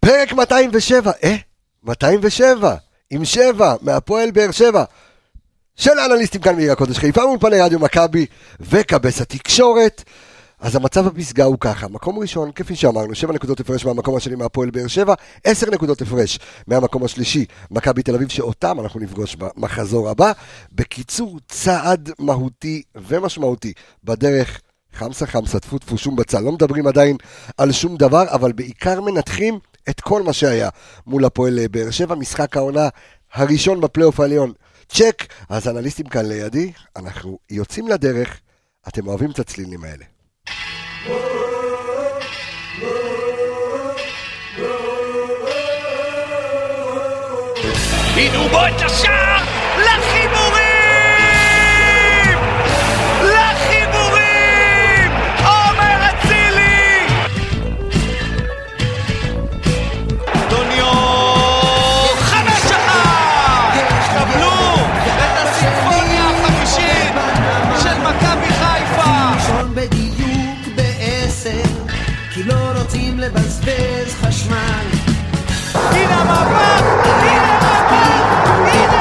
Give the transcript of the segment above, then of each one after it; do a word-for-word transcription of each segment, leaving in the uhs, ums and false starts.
פרק מאתיים ושבע, אה? מאתיים ושבע, עם שבע, מהפועל באר שבע, של האנליסטים כאן מעיר הקודש חיפה, מאולפני רדיו מכבי וכבש התקשורת. אז המצב בפסגה הוא ככה, מקום ראשון, כפי שאמרנו, שבע נקודות הפרש מהמקום השני מהפועל באר שבע, עשר נקודות הפרש מהמקום השלישי, מכבי תל אביב, שאותם אנחנו נפגוש במחזור הבא. בקיצור, צעד מהותי ומשמעותי בדרך, חמסה חמסה, טפו טפו, שום בצל, לא מדברים עדיין על שום דבר, אבל בעיקר מנתחים את כל מה שהיה מול הפועל באר שבע, משחק העונה הראשון בפלייאוף העליון, צ'ק. אז אנליסטים כאן לידי, אנחנו יוצאים לדרך, אתם אוהבים את הצלילים האלה. הנה בוא את השער לחיבורים! לחיבורים! עומר אצילי! דוניו! חמש אחת! קבלו את הסימפוניה החמישית של מכבי חיפה! ראשון בדיוק בעשר, כי לא רוצים לבזבז חשמל. הנה המאבק! הנה המאבק! הנה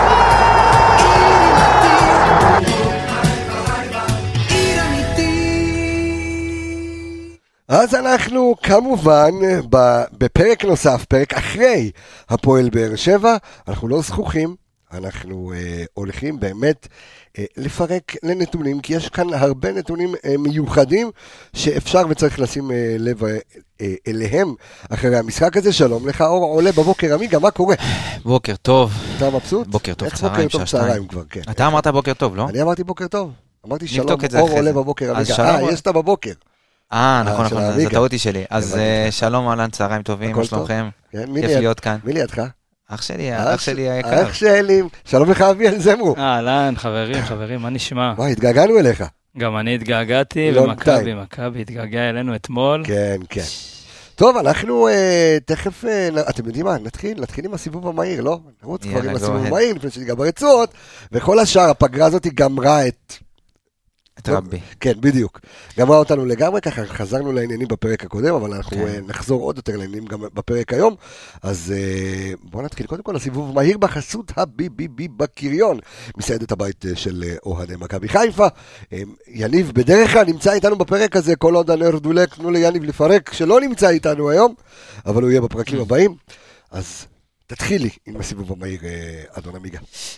אז אנחנו כמובן בפרק נוסף, פרק אחרי הפועל באר שבע, אנחנו לא זכוכים, אנחנו אה, הולכים באמת אה, לפרק לנתונים, כי יש כאן הרבה נתונים אה, מיוחדים שאפשר וצריך לשים אה, לב אה, אה, אליהם אחרי המשחק הזה. שלום לך אור, עולה בבוקר עמיגה, מה קורה? בוקר טוב. אתה מבסוט? בוקר טוב, איך צהריים, בוקר טוב, צהריים כבר, כן. אתה אמרת בוקר טוב, לא? אני אמרתי בוקר טוב, אמרתי שלום, אור עולה בבוקר עמיגה, אה, יש אתה בבוקר. אה, נכון, נכון, אז הטעותי שלי. אז שלום, אהלן, צהריים טובים, מה שלומכם? כיף להיות כאן. מי לידך? אח שלי, אח שלי היקר. אח שלי, שלום לך אביאל זמרו. אהלן, חברים, חברים, מה נשמע? מה, התגעגענו אליך. גם אני התגעגעתי, ומכבי, מכבי התגעגע אלינו אתמול. כן, כן. טוב, אנחנו תכף, אתם יודעים מה, נתחיל, נתחיל עם הסיבוב המהיר, לא? נרוץ כבר עם הסיבוב המהיר, לפני שניגע ברצועות, וכל השאר, הפגרה הזאת גמרה את... את רבי. כן, בדיוק. גמרה אותנו לגמרי, ככה חזרנו לעניינים בפרק הקודם, אבל אנחנו כן. נחזור עוד יותר לעניינים גם בפרק היום. אז בואו נתחיל קודם כל הסיבוב מהיר בחסות הבי-בי-בי בקריון, מסעדת הבית של אוהדי מכבי חיפה. יניב בדרך כלל נמצא איתנו בפרק הזה, כל עוד הנר דולק, תנו ליניב לפרק, שלא נמצא איתנו היום, אבל הוא יהיה בפרקים הבאים. אז... תתחילי עם הסיבוב המהיר, אדון עמיגה.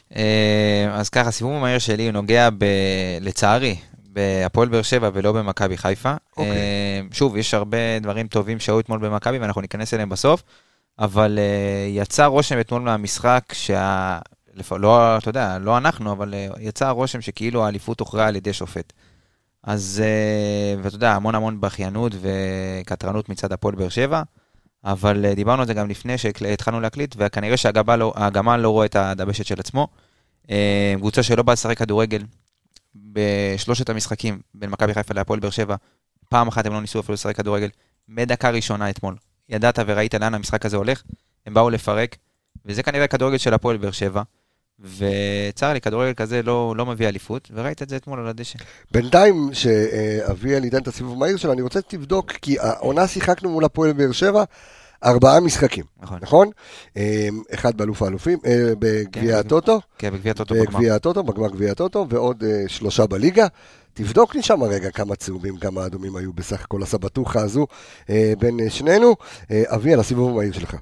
אז ככה, הסיבוב המהיר שלי הוא נוגע, ב... לצערי, בהפועל באר שבע ולא במכבי חיפה. אוקיי. שוב, יש הרבה דברים טובים שהיו אתמול במכבי, ואנחנו ניכנס אליהם בסוף, אבל יצא רושם אתמול מהמשחק, שה... לא, אתה יודע, לא אנחנו, אבל יצא רושם שכאילו האליפות הוכרעה על ידי שופט. אז, ואתה יודע, המון המון בכיינות וקטרנות מצד הפועל באר שבע, אבל דיברנו על זה גם לפני שהתחלנו להקליט, וכנראה שהגמל לא רואה את הדבשת של עצמו. קבוצה שלא באה לשחק כדורגל בשלושת המשחקים בין מכבי חיפה להפועל באר שבע, פעם אחת הם לא ניסו אפילו לשחק כדורגל, מדקה ראשונה אתמול. ידעת וראית לאן המשחק הזה הולך, הם באו לפרק, וזה כנראה כדורגל של הפועל באר שבע, וצר לי, כדורגל כזה לא, לא מביא אליפות, וראית את זה אתמול על הדשא. בינתיים שאביה ניתן את הסיבוב מהיר שלו, אני רוצה תבדוק, כי העונה שיחקנו מול הפועל באר שבע, ארבעה משחקים, נכון? נכון? אחד באלוף האלופים, בגביע הטוטו, כן, בגביע הטוטו, בגביע הטוטו, בגמר גביע הטוטו, ועוד שלושה בליגה. תבדוק לי שם רגע כמה צהובים, כמה אדומים היו בסך כל הסבטוחה הזו בין שנינו. אביה, לסיבוב המהיר שלך.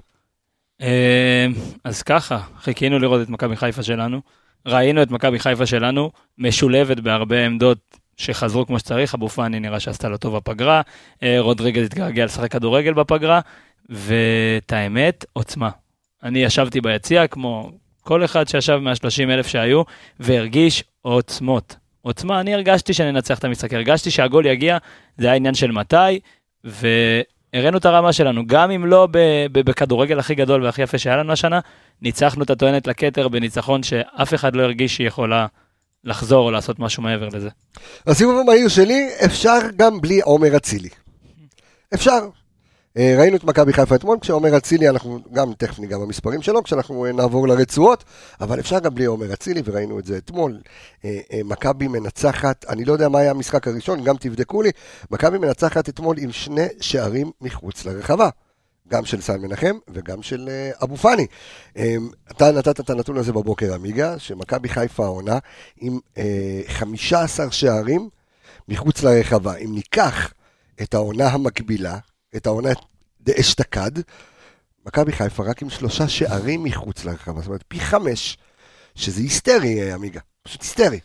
אז ככה, חיכינו לראות את מכבי חיפה שלנו, ראינו את מכבי חיפה שלנו משולבת בהרבה עמדות שחזרו כמו שצריך. אבו פאני נראה שעשתה לו טוב בפגרה, רודריגז התגעגע לשחק כדורגל בפגרה, ואת האמת, עוצמה. אני ישבתי ביציע כמו כל אחד שישב מה-שלושים אלף שהיו, והרגיש עוצמות. עוצמה, אני הרגשתי שננצח את המשחק, הרגשתי שהגול יגיע, זה היה עניין של מתי, ו... הראינו את הרמה שלנו, גם אם לא בכדורגל הכי גדול והכי יפה שהיה לנו השנה, ניצחנו את הטוענת לכתר בניצחון שאף אחד לא הרגיש שהיא יכולה לחזור או לעשות משהו מעבר לזה. הסיבוב המהיר שלי, אפשר גם בלי עומר אצילי. אפשר. ראינו את מכבי חיפה אתמול, כשעומר אצילי, אנחנו גם תכף ניגע במספרים שלו, כשאנחנו נעבור לרצועות, אבל אפשר גם בלי עומר אצילי, וראינו את זה אתמול. מכבי מנצחת, אני לא יודע מה היה המשחק הראשון, גם תבדקו לי, מכבי מנצחת אתמול עם שני שערים מחוץ לרחבה. גם של סן מנחם וגם של אבו פאני. אתה נתת את הנתון הזה בבוקר, אמיגה, שמכבי חיפה העונה עם חמישה עשר שערים מחוץ לרחבה. אם ניקח את העונה המקבילה, את העונה דאשתקד, מכבי חיפה רק עם שלושה שערים מחוץ לרחבה, זאת אומרת פי חמש, שזה היסטרי, אמיגה, פשוט היסטרי.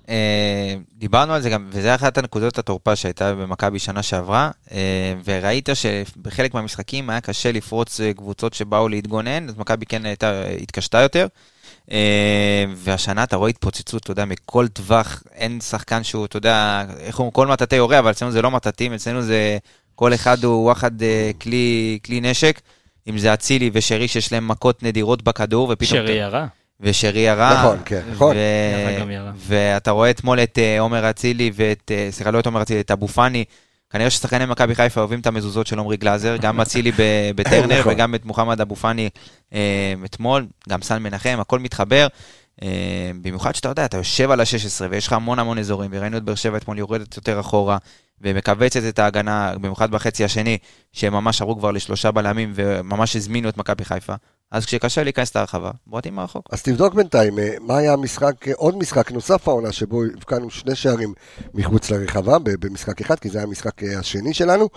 דיברנו על זה גם, וזה אחת הנקודות התורפה שהייתה במכבי שנה שעברה, וראית שבחלק מהמשחקים היה קשה לפרוץ קבוצות שבאו להתגונן, אז מכבי כן הייתה, התקשתה יותר, והשנה אתה רואה התפוצצות, אתה יודע, מכל טווח, אין שחקן שהוא, אתה יודע, איך הוא, כל מטאטי הורה, אבל אצלנו זה לא מטאטים, אצלנו זה, כל אחד הוא וואחד כלי, כלי נשק, אם זה אצילי ושרי שיש להם מכות נדירות בכדור, ופתאום... שרי ירה. ושרי ירה. נכון, כן, נכון. ואתה רואה אתמול את עומר אצילי, ואת, סליחה, לא את עומר אצילי, את אבו פאני, כנראה ששחקני מכבי חיפה אוהבים את המזוזות של עומרי גלאזר, גם אצילי בטרנר, וגם את מוחמד אבו פאני אתמול, גם סן מנחם, הכל מתחבר, במיוחד שאתה יודע, אתה יושב על ה-שש עשרה, ויש לך המון המון אזורים, וראינו את באר שבע אתמול יורדת יותר אחורה, ומקבצת את ההגנה, במיוחד בחצי השני, שהם ממש עברו כבר לשלושה בלמים, וממש הזמינו את מכבי חיפה. אז כשקשה להיכנס להרחבה, בועטים מרחוק. אז תבדוק בינתיים, מה היה המשחק, עוד משחק נוסף העונה, שבו הבקענו שני שערים מחוץ לרחבה, במשחק אחד, כי זה היה המשחק השני שלנו.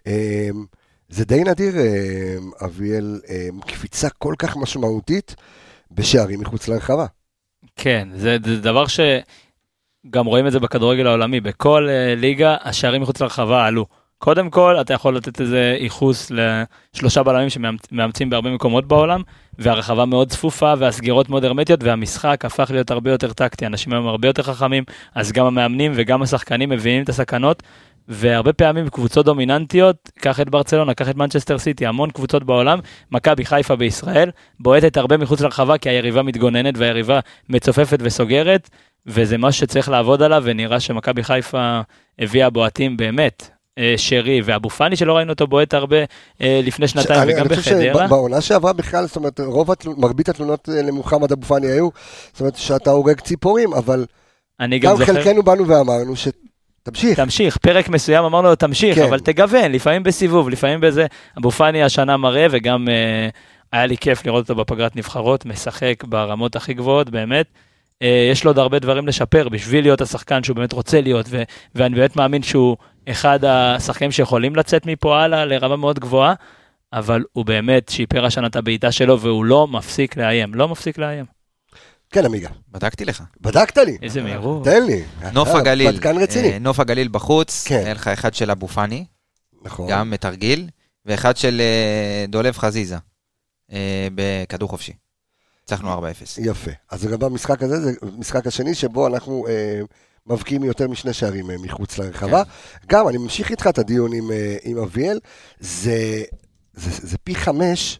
זה די נדיר, אביאל, קפיצה כל כך משמעותית, בשערים מחוץ לרחבה. כן, זה דבר ש... גם רואים את זה בכדורגל העולמי, בכל uh, ליגה השערים מחוץ לרחבה עלו. קודם כל, אתה יכול לתת איזה ייחוס לשלושה בלמים שמאמצים בהרבה מקומות בעולם, והרחבה מאוד צפופה, והסגירות מאוד הרמטיות, והמשחק הפך להיות הרבה יותר טקטי. אנשים היום הרבה יותר חכמים, אז גם המאמנים וגם השחקנים מבינים את הסכנות, והרבה פעמים קבוצות דומיננטיות, קח את ברצלונה, קח את מנצ'סטר סיטי, המון קבוצות בעולם, מכבי חיפה בישראל, בועטת הרבה מחוץ לרחבה, כי היריבה מתגוננת והיריבה מצופפת וסוגרת, וזה מה שצריך לעבוד עליו, ונראה שמכבי חיפה הביאה בועטים באמת, שרי ואבו פאני, שלא ראינו אותו בועט הרבה לפני שנתיים, וגם בחדרה. אני חושב שבעונה שעברה בכלל, זאת אומרת, רוב מרבית התלונות למוחמד אבו פאני היו, זאת אומרת, שאתה הורג ציפורים, אבל גם חלקנו באנו ואמרנו ש... תמשיך. תמשיך, פרק מסוים אמרנו לו תמשיך, כן. אבל תגוון, לפעמים בסיבוב, לפעמים בזה, אבו פאני השנה מראה, וגם אה, היה לי כיף לראות אותו בפגרת נבחרות, משחק ברמות הכי גבוהות, באמת, אה, יש לו עוד הרבה דברים לשפר, בשביל להיות השחקן שהוא באמת רוצה להיות, ו- ואני באמת מאמין שהוא אחד השחקנים שיכולים לצאת מפה הלאה, לרמה מאוד גבוהה, אבל הוא באמת שיפר השנה את הבעיטה שלו, והוא לא מפסיק לאיים, לא מפסיק לאיים. כן, אמיגה. בדקתי לך. בדקת לי. איזה מהירות. תן לי. נוף הגליל. בדקן רציני. נוף הגליל בחוץ. כן. היה לך אחד של אבו פאני. נכון. גם מתרגיל. ואחד של דולב חזיזה. בכדור חופשי. הצלחנו ארבע אפס. יפה. אז לגבי המשחק הזה, זה משחק השני שבו אנחנו מבקיעים יותר משני שערים מחוץ לרחבה. גם, אני ממשיך איתך את הדיון עם אביאל. זה פי חמש.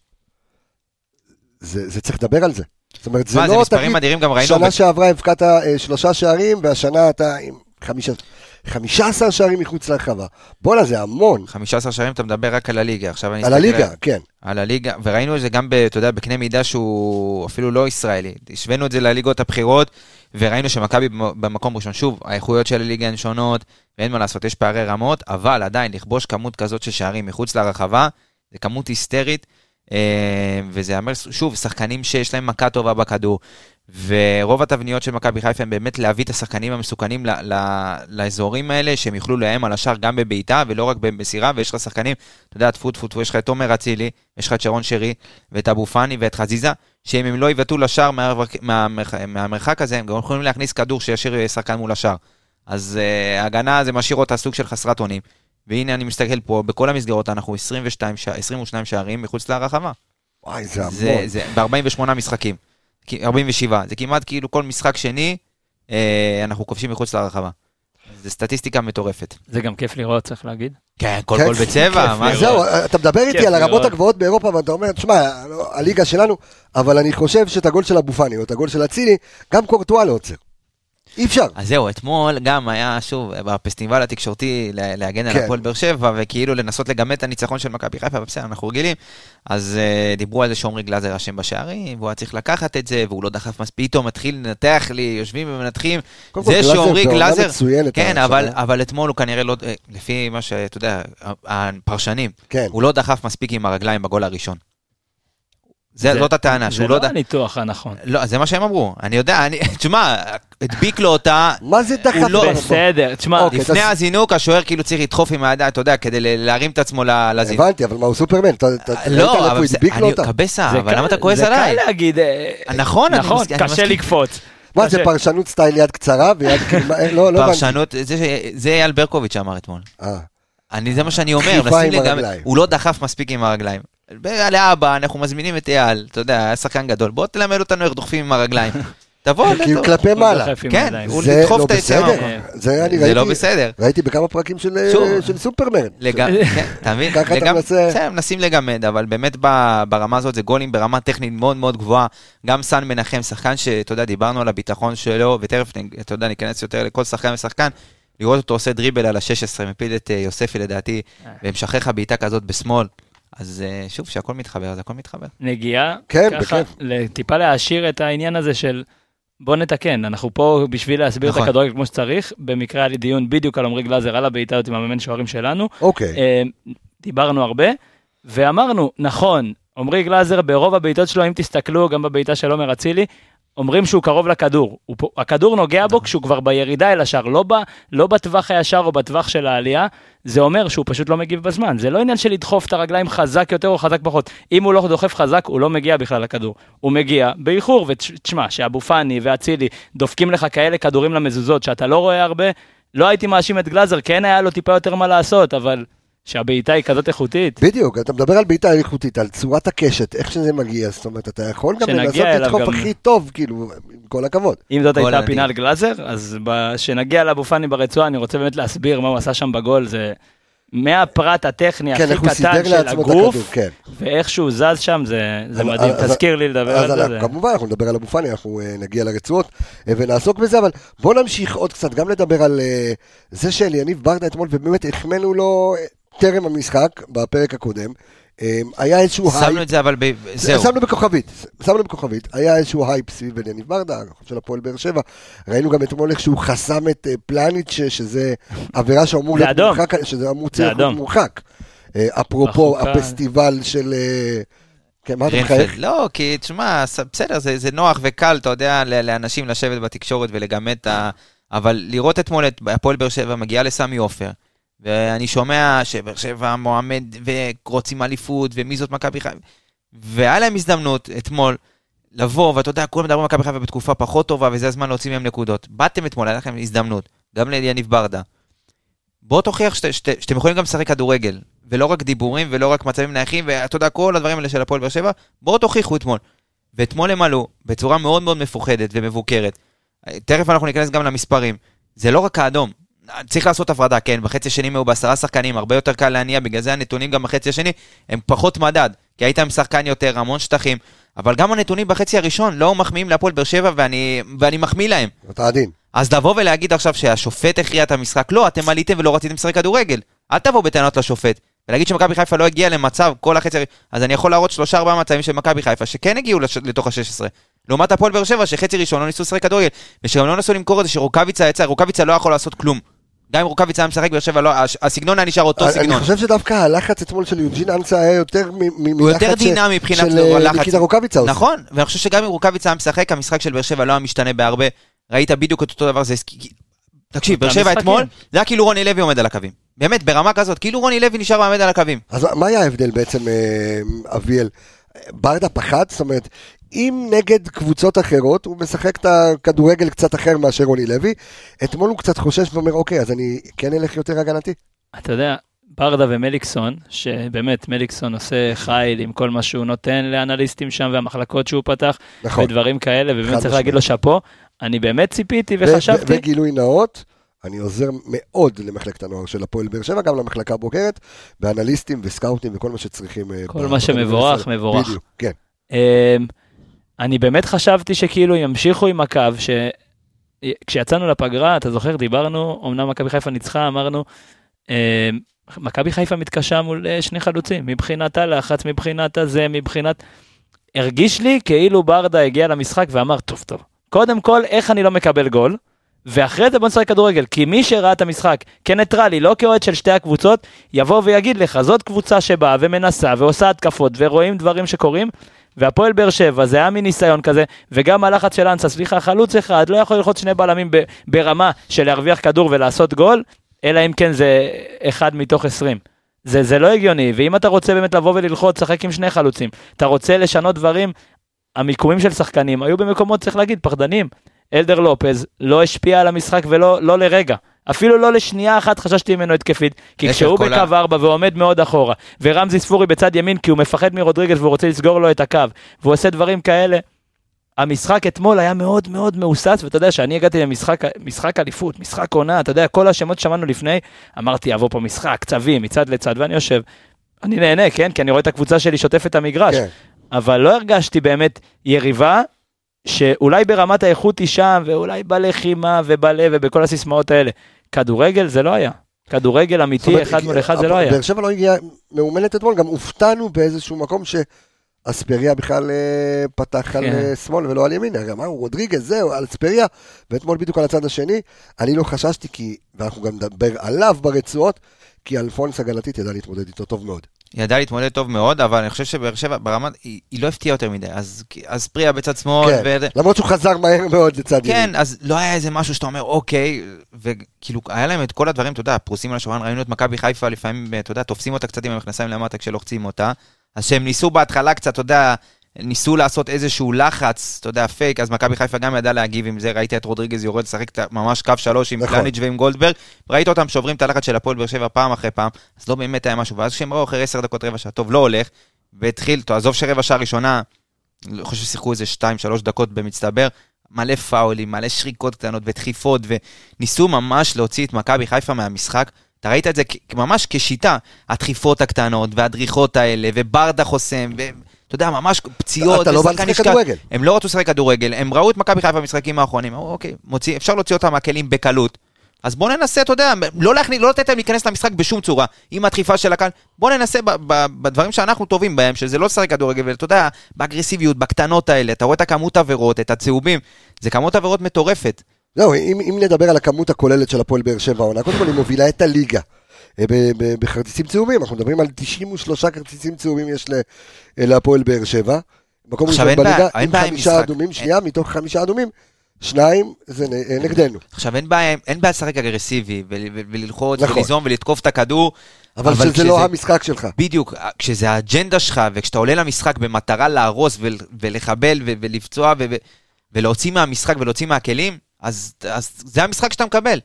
זה צריך לדבר על זה. זאת אומרת, זה לא תגיד, שנה שעברה הבקעת שלושה שערים, והשנה אתה עם חמישה עשר שערים מחוץ לרחבה. בוא'נה, זה המון. חמישה עשר שערים, אתה מדבר רק על הליגה. על הליגה, כן. על הליגה, וראינו את זה גם, אתה יודע, בקנה מידה שהוא אפילו לא ישראלי. השווינו את זה לליגות הבחירות, וראינו שמכבי במקום ראשון. שוב, האיכויות של הליגה הן שונות, ואין מה לעשות, יש פערי רמות, אבל עדיין, לכבוש כמות כזאת של שערים מחוץ לרחבה, זה כמות היסטרית, וזה אומר, שוב, שחקנים שיש להם מכה טובה בכדור, ורוב התבניות של מכבי חיפה הם באמת להביא את השחקנים המסוכנים ל- ל- לאזורים האלה, שהם יוכלו להם על השאר גם בביתה, ולא רק במסירה, ויש לך שחקנים, אתה יודע, תפו תפו תפו, יש לך את עומר אצילי, יש לך את שרון שרי, ואת אבו פאני, ואת חזיזה, שאם הם לא יבטאו לשאר מהמרחק, מהמרחק, מהמרחק הזה, הם גם יכולים להכניס כדור שישאיר שחקן מול השאר. אז uh, ההגנה זה משאיר אותה סוג של חסרת אונים. והנה אני מסתכל פה, בכל המסגרות אנחנו עשרים ושתיים, עשרים ושניים שערים מחוץ לרחבה. וואי, זה המון. זה, זה, ב-ארבעים ושמונה משחקים. ארבעים ושבע. זה כמעט כאילו כל משחק שני, אה, אנחנו כובשים מחוץ לרחבה. זה סטטיסטיקה מטורפת. זה גם כיף לראות, צריך להגיד. כן, כל גול בצבע. מה זהו, אתה מדבר איתי על הרמות הגבוהות באירופה, ואתה אומר, תשמע, הליגה שלנו, אבל אני חושב שאת הגול של אבו פאני, או את הגול של אצילי, גם קורטואה לא עוצר. אי אפשר. אז זהו, אתמול גם היה, שוב, בפסטיבל התקשורתי להגן על הפועל באר שבע, וכאילו לנסות לגמד את הניצחון של מכבי חיפה, בסדר, אנחנו רגילים, אז uh, דיברו על זה שעומרי גלאזר אשם בשערים, והוא היה צריך לקחת את זה, והוא לא דחף מספיק, פתאום מתחיל לנתח לי, יושבים ומנתחים, זה שעומרי גלאזר, כן, אבל, אבל אתמול הוא כנראה לא, לפי מה שאתה יודע, הפרשנים, כן. הוא לא דחף מספיק עם הרגליים בגול הראשון. זה, זאת הטענה, שהוא לא... זה לא הניתוח הנכון. לא, זה מה שהם אמרו. אני יודע, אני, תשמע, הדביק לו אותה... מה זה דחף? לא, בסדר, תשמע... לפני הזינוק, השוער כאילו צריך לדחוף עם הידיים, אתה יודע, כדי להרים את עצמו לזינוק. הבנתי, אבל מה הוא סופרמן? לא, אבל אני קבסה, אבל למה אתה כועס עליי? זה קל להגיד... נכון, נכון, קשה לקפוץ. מה זה, פרשנות סטייל יד קצרה ויד... פרשנות, זה אייל ברקוביץ' שאמר אתמול. אני, זה מה שאני אומר, הוא לא דחף מספיק עם הרגליים. לאבא, אנחנו מזמינים את אייל, אתה יודע, היה שחקן גדול, בוא תלמד אותנו איך דוחפים עם הרגליים. תבוא, כאילו כלפי מעלה. כן, הוא זה לדחוף לא את היציאה. בסדר. זה לא בסדר. ראיתי בכמה פרקים של סופרמן. אתה מבין? ככה אתה מנסה. מנסים לגמד, אבל באמת ברמה הזאת זה גולים ברמה טכנית מאוד מאוד גבוהה. גם סן מנחם, שחקן שאתה יודע, דיברנו על הביטחון שלו, ותכף, אתה יודע, ניכנס יותר לכל שחקן ושחקן. לראות אותו עושה דריבל על ה-שש עשרה, מפיל את יוספי לדעתי, ומשחרר לך בעיטה כזאת בשמאל. אז שוב, שהכל מתחבר, אז הכל מתחבר. נגיעה, כן, ככה, טיפה להשאיר את העניין הזה של בוא נתקן, אנחנו פה בשביל להסביר נכון. את הכדורגל כמו שצריך, במקרה היה לי דיון בדיוק על עומרי גלאזר, על הבעיטה עם המאמן שוערים שלנו, אוקיי. דיברנו הרבה, ואמרנו, נכון, עומרי גלאזר ברוב הבעיטות שלו, אם תסתכלו גם בבעיטה של עומר אצילי, אומרים שהוא קרוב לכדור, הוא, הכדור נוגע בו כשהוא כבר בירידה אל השאר, לא, ב, לא בטווח הישר או בטווח של העלייה, זה אומר שהוא פשוט לא מגיב בזמן, זה לא עניין של לדחוף את הרגליים חזק יותר או חזק פחות, אם הוא לא דוחף חזק הוא לא מגיע בכלל לכדור, הוא מגיע באיחור, ותשמע שאבו פני ואצילי דופקים לך כאלה כדורים למזוזות שאתה לא רואה הרבה, לא הייתי מאשים את גלאזר, כן היה לו טיפה יותר מה לעשות, אבל... שהבעיטה היא כזאת איכותית. בדיוק, אתה מדבר על בעיטה איכותית, על צורת הקשת, איך שזה מגיע, זאת אומרת, אתה יכול גם לנסות לדחוף הכי טוב, כאילו, עם כל הכבוד. אם זאת הייתה פינה על גלאזר, אז שנגיע לאבו פני ברצועה, אני רוצה באמת להסביר מה הוא עשה שם בגול, זה מהפרט הטכני הכי קטן של הגוף, ואיך שהוא זז שם, זה מדהים, תזכיר לי לדבר על זה. כמובן, אנחנו נדבר על אבו פני, אנחנו נגיע לרצועות ונעסוק בזה, אבל בוא נמשיך עוד קצת, גם לדבר על זה של יניב ברדה אתמול, ובאמת החמנו לו טרם המשחק, בפרק הקודם, היה איזשהו הייפ. שמנו את זה, אבל זהו. שמנו בכוכבית, שמנו בכוכבית. היה איזשהו הייפ סביב יניב ברדה, של הפועל באר שבע. ראינו גם אתמול איך שהוא חסם את פלניץ', שזה עבירה שאמור להיות מורחק, שזה אמור להיות מורחק. אפרופו הפסטיבל של... לא, כי תשמע, בסדר, זה נוח וקל, אתה יודע, לאנשים לשבת בתקשורת ולגמד את ה... אבל לראות אתמול את הפועל באר שבע מגיעה לסמי עופר, ואני שומע שבאר שבע מועמד ורוצים אליפות, ומי זאת מכבי חיפה, והיה להם הזדמנות אתמול לבוא, ואתה יודע, כולם מדברים מכבי חיפה בתקופה פחות טובה, וזה הזמן להוציא מהם נקודות. באתם אתמול, היה לכם הזדמנות, גם ליניב ברדה. בוא תוכיח שת, שת, שאתם יכולים גם לשחק כדורגל, ולא רק דיבורים, ולא רק מצבים נייחים, ואתה יודע, כל הדברים האלה של הפועל באר שבע, בואו תוכיחו אתמול. ואתמול הם עלו, בצורה מאוד מאוד מפוחדת ומבוקרת. תכף אנחנו ניכנס גם למספרים. זה לא רק האדום. צריך לעשות הפרדה, כן, בחצי השני הוא בעשרה שחקנים, הרבה יותר קל להניע, בגלל זה הנתונים גם בחצי השני, הם פחות מדד, כי היית עם שחקן יותר, המון שטחים, אבל גם הנתונים בחצי הראשון לא מחמיאים להפועל באר שבע, ואני, ואני מחמיא להם. אתה עדין. אז לבוא ולהגיד עכשיו שהשופט הכריע את המשחק, לא, אתם עליתם ולא רציתם לשחק כדורגל, אל תבואו בטענות לשופט, ולהגיד שמכבי חיפה לא הגיע למצב כל החצי, אז אני יכול להראות שלושה ארבעה מצבים של מכבי חיפה שכן הגיעו לתוך ה-שש עשרה. לעומת הפועל באר שבע שחצי ראשון לא ניסו לשחק כדורגל, ושגם לא ניסו למכור את זה שרוקאביצה יצא, רוקאביצה לא יכול לעשות כלום. גם אם רוקאביצה משחק באר שבע, הסגנון היה נשאר אותו סגנון. אני חושב שדווקא הלחץ אתמול של יוג'ין אנסה היה יותר מלחץ של ניקיטה רוקאביצה. נכון, ואני חושב שגם אם רוקאביצה משחק, המשחק של באר שבע לא היה משתנה בהרבה. ראית בדיוק את אותו דבר, תקשיב, באר שבע אתמול, זה היה כאילו רוני לוי עומד על הקווים. באמת, ברמה כזאת, כאילו רוני לוי נשאר עומד על הקווים. אז מה היה ההבדל בעצם, אביאל? ברדה פחד, זאת אומרת, אם נגד קבוצות אחרות, הוא משחק את הכדורגל קצת אחר מאשר רוני לוי, אתמול הוא קצת חושש ואומר, אוקיי, אז אני כן אלך יותר הגנתי. אתה יודע, ברדה ומליקסון, שבאמת מליקסון עושה חייל עם כל מה שהוא נותן לאנליסטים שם, והמחלקות שהוא פתח, נכון. ודברים כאלה, ובאמת צריך להגיד לו שפו, אני באמת ציפיתי וחשבתי. וגילוי נאות, אני עוזר מאוד למחלקת הנוער של הפועל באר שבע, גם למחלקה הבוגרת, באנליסטים וסקאוטים וכל מה שצריכים. כל מה שמבורך, מבורך. בדיוק, כן. אני באמת חשבתי שכאילו ימשיכו עם הקו, כשיצאנו לפגרה, אתה זוכר, דיברנו, אמנם מכבי חיפה ניצחה, אמרנו, אה, מכבי חיפה מתקשה מול שני חלוצים, מבחינת הלחץ, מבחינת הזה, מבחינת... הרגיש לי כאילו ברדה הגיע למשחק ואמר, טוב, טוב, קודם כל, איך אני לא מקבל גול, ואחרי זה בוא נשחק כדורגל, כי מי שראה את המשחק כניטרלי, לא כאוהד של שתי הקבוצות, יבוא ויגיד לך, זאת קבוצה שבאה ומנסה ועושה התקפות, ורואים דברים שקורים, והפועל באר שבע, זה היה מניסיון כזה, וגם הלחץ של אנסה, סליחה, חלוץ אחד, לא יכול ללחוץ שני בלמים ב- ברמה של להרוויח כדור ולעשות גול, אלא אם כן זה אחד מתוך עשרים. זה, זה לא הגיוני, ואם אתה רוצה באמת לבוא וללחוץ, שחק עם שני חלוצים, אתה רוצה לשנות דברים, המיקומים של שחקנים, היו במקומות, צריך להגיד, פחדנים, אלדר לופז לא השפיע על המשחק ולא לא לרגע, אפילו לא לשנייה אחת חששתי ממנו התקפית, כי כשהוא בקו ארבע ועומד מאוד אחורה, ורמזי ספורי בצד ימין, כי הוא מפחד מרודריגז והוא רוצה לסגור לו את הקו, והוא עושה דברים כאלה, המשחק אתמול היה מאוד מאוד מאוסס, ואתה יודע שאני הגעתי למשחק משחק אליפות, משחק עונה, אתה יודע, כל השמות שמענו לפני, אמרתי, אבוא פה משחק, צווים, מצד לצד, ואני יושב, אני נהנה, כן? כי אני רואה את הקבוצה שלי שוטף את המגרש, כן. אבל לא הרגשתי באמת יריבה, שאולי ברמת האיכות היא שם, ואולי בלחימה ובלב ובכל הסיסמאות האלה. כדורגל זה לא היה. כדורגל אמיתי, אחד מול אחד זה לא היה. באר שבע לא הגיעה מאומנת אתמול, גם הופתענו באיזשהו מקום שאספריה בכלל פתח על שמאל ולא על ימין. גם אמרו, רודריגז, זהו, על אספריה, ואתמול בדיוק על הצד השני. אני לא חששתי, כי, ואנחנו גם נדבר עליו ברצועות, כי אלפונס הגנתית ידע להתמודד איתו טוב מאוד. ידע להתמודד טוב מאוד, אבל אני חושב שבאר שבע ברמת, היא, היא לא הפתיעה יותר מדי, אז, אז פריה בצד שמאל, כן, ו... למרות שהוא חזר מהר מאוד לצד כן, ימין. אז לא היה איזה משהו שאתה אומר, אוקיי, וכאילו, היה להם את כל הדברים, אתה יודע, פרוסים על השולחן, ראינו את מכבי חיפה, לפעמים, אתה יודע, תופסים אותה קצת עם המכנסיים למטה כשלוחצים אותה, אז שהם ניסו בהתחלה קצת, אתה יודע, ניסו לעשות איזשהו לחץ, אתה יודע, פייק, אז מכבי חיפה גם ידע להגיב עם זה, ראיתי את רודריגז יורד, שחק ממש קו שלוש עם פלניץ' ועם גולדברג, ראית אותם שוברים את הלחץ של הפועל באר שבע פעם אחרי פעם, אז לא באמת היה משהו, ואז כשהם ראו אחרי עשר דקות רבע שעה, טוב, לא הולך, והתחיל, תעזוב שרבע שעה ראשונה, אני חושב ששיחקו איזה שתיים, שלוש דקות במצטבר, מלא פאולים, מלא שריקות קטנות ודחיפות, וניסו ממש להוציא את מכבי חיפה מהמשחק, אתה ראית את זה ממש כשיטה, הדחיפות הקטנות והדריכות האלה, וברדה חוסם, ו... אתה יודע, ממש פציעות, אתה לא בא לשחק כדורגל. הם לא רצו לשחק כדורגל, הם ראו את מכבי חיפה במשחקים האחרונים, אוקיי, מוציא, אפשר להוציא אותם מהכלים בקלות, אז בוא ננסה, אתה יודע, לא, להכניס, לא לתת להם להיכנס למשחק בשום צורה, עם הדחיפה של הקהל, בוא ננסה ב- ב- בדברים שאנחנו טובים בהם, שזה לא לשחק כדורגל, ואתה יודע, באגרסיביות, בקטנות האלה, אתה רואה את הכמות עבירות, את הצהובים, זה כמות עבירות מטורפת. לא, אם, אם נדבר על הכמות הכוללת של הפועל באר שבע, קודם כל היא מובילה את הליגה. בחרטיסים צהובים, אנחנו מדברים על תשעים ושלושה כרטיסים צהובים יש להפועל באר שבע, מקום ראשון בליגה, עם חמישה אדומים, שנייה, מתוך חמישה אדומים, שניים זה נגדנו. עכשיו אין בעיה, אין בעיה לשחק אגרסיבי, וללחוץ, וליזום, ולתקוף את הכדור, אבל שזה לא המשחק שלך. בדיוק, כשזה האג'נדה שלך, וכשאתה עולה למשחק במטרה להרוס, ולחבל, ולפצוע, ולהוציא מהמשחק, ולהוציא מהכלים, אז זה המשחק שאתה מקבל.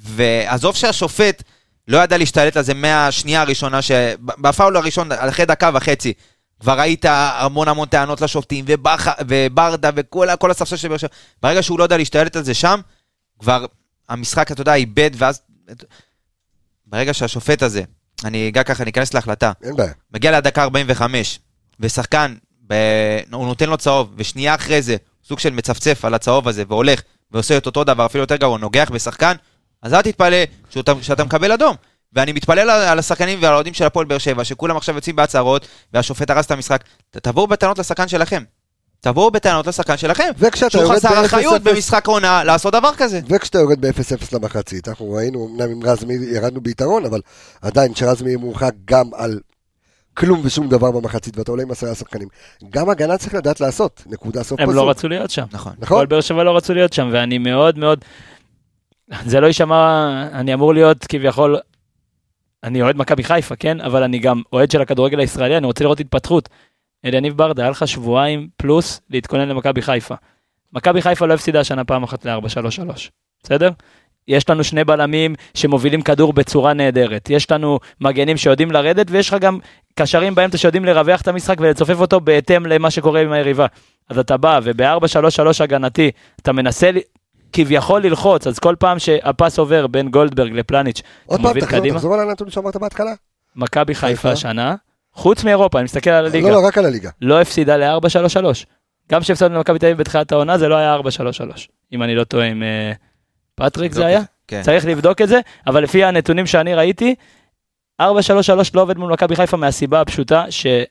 ועזוב שהשופט לא ידע להשתלט על זה מהשנייה הראשונה, שבפאול הראשון, אחרי דקה וחצי, כבר ראית המון המון טענות לשופטים, וברדה, וכל הספסל של באר שבע. ברגע שהוא לא יודע להשתלט על זה שם, כבר המשחק, אתה יודע, איבד, ואז, ברגע שהשופט הזה, אני אגע ככה, אני אכנס להחלטה, מגיע לדקה ארבעים וחמש, ושחקן, הוא נותן לו צהוב, ושנייה אחרי זה, סוג של מצפצף על הצהוב הזה, והולך, ועושה את אותו דבר, אפילו יותר גרוע, נוגח בשחקן, אז אל תתפלא שאתה, שאתה מקבל אדום. ואני מתפלל על השחקנים ועל העודים של הפועל באר שבע, שכולם עכשיו יוצאים בהצהרות, והשופט הרס את המשחק. תבואו בטענות לשחקן שלכם. תבואו בטענות לשחקן שלכם. שהוא חסר אחריות במשחק עונה לעשות דבר כזה. וכשאתה יורד ב-אפס אפס למחצית, אנחנו ראינו, אמנם עם רזמי ירדנו ביתרון, אבל עדיין שרזמי מורחק גם על כלום ושום דבר במחצית, ואתה עולה עם עשרה שחקנים. גם הגנה צריך לדעת לעשות, נקודה סוף פסוק. הם לא רצו להיות שם. נכון. הפועל באר שבע לא רצו להיות שם, ואני מאוד מאוד זה לא יישמע, אני אמור להיות כביכול, אני אוהד מכבי חיפה, כן? אבל אני גם אוהד של הכדורגל הישראלי, אני רוצה לראות התפתחות. אליניב ברדה, היה לך שבועיים פלוס להתכונן למכבי חיפה. מכבי חיפה לא הפסידה השנה פעם אחת ל-ארבע שלוש שלוש, בסדר? יש לנו שני בלמים שמובילים כדור בצורה נהדרת, יש לנו מגנים שיודעים לרדת, ויש לך גם קשרים באמצע שיודעים לרווח את המשחק ולצופף אותו בהתאם למה שקורה עם היריבה. אז אתה בא, וב-ארבע שלוש שלוש הגנתי, אתה מנסה כביכול ללחוץ, אז כל פעם שהפס עובר בין גולדברג לפלניץ', עוד פעם, תחזור על הנתון שאמרת בהתחלה. מכבי חיפה השנה, חוץ מאירופה, אני מסתכל על הליגה. לא, לא, רק על הליגה. לא הפסידה ל-ארבע שלוש שלוש. גם שהפסדנו למכבי תל אביב בתחילת העונה, זה לא היה ארבע שלוש שלוש. אם אני לא טועה עם פטריק זה היה? כן. צריך לבדוק את זה, אבל לפי הנתונים שאני ראיתי, ארבע שלוש שלוש לא עובד מול מכבי חיפה מהסיבה הפשוטה,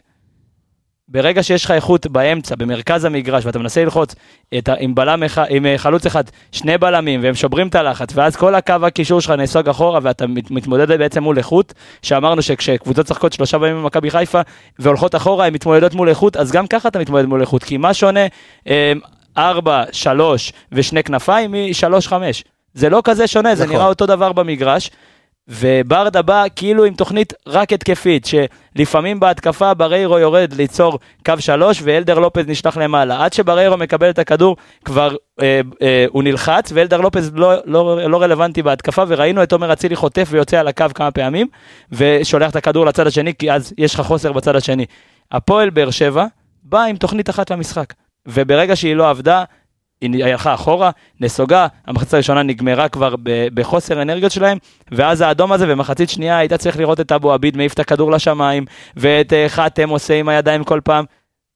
שברגע שיש לך איכות באמצע, במרכז המגרש, ואתה מנסה ללחוץ את, עם, בלם, עם חלוץ אחד, שני בלמים, והם שוברים את הלחץ, ואז כל הקו הקישור שלך נסוג אחורה, ואתה מתמודד בעצם מול איכות, שאמרנו שכשקבוצות צחקות שלושה במים במכבי חיפה, והולכות אחורה, הן מתמודדות מול איכות, אז גם ככה אתה מתמודד מול איכות, כי מה שונה ארבע, שלוש ושני כנפיים מ-שלוש חמש? זה לא כזה שונה, זה נראה אותו דבר במגרש, וברדה בא כאילו עם תוכנית רק התקפית, שלפעמים בהתקפה בריירו יורד ליצור קו שלוש, ואלדר לופז נשלח למעלה, עד שבריירו מקבל את הכדור, כבר אה, אה, הוא נלחץ, ואלדר לופז לא, לא, לא רלוונטי בהתקפה, וראינו את עומר אצילי חוטף ויוצא על הקו כמה פעמים, ושולח את הכדור לצד השני, כי אז יש לך חוסר בצד השני. הפועל באר שבע בא עם תוכנית אחת למשחק, וברגע שהיא לא עבדה, היא הלכה אחורה, נסוגה, המחצית הראשונה נגמרה כבר בחוסר אנרגיות שלהם, ואז האדום הזה במחצית שנייה הייתה צריך לראות את אבו עביד מעיף את הכדור לשמיים, ואת חתם עושה עם הידיים כל פעם.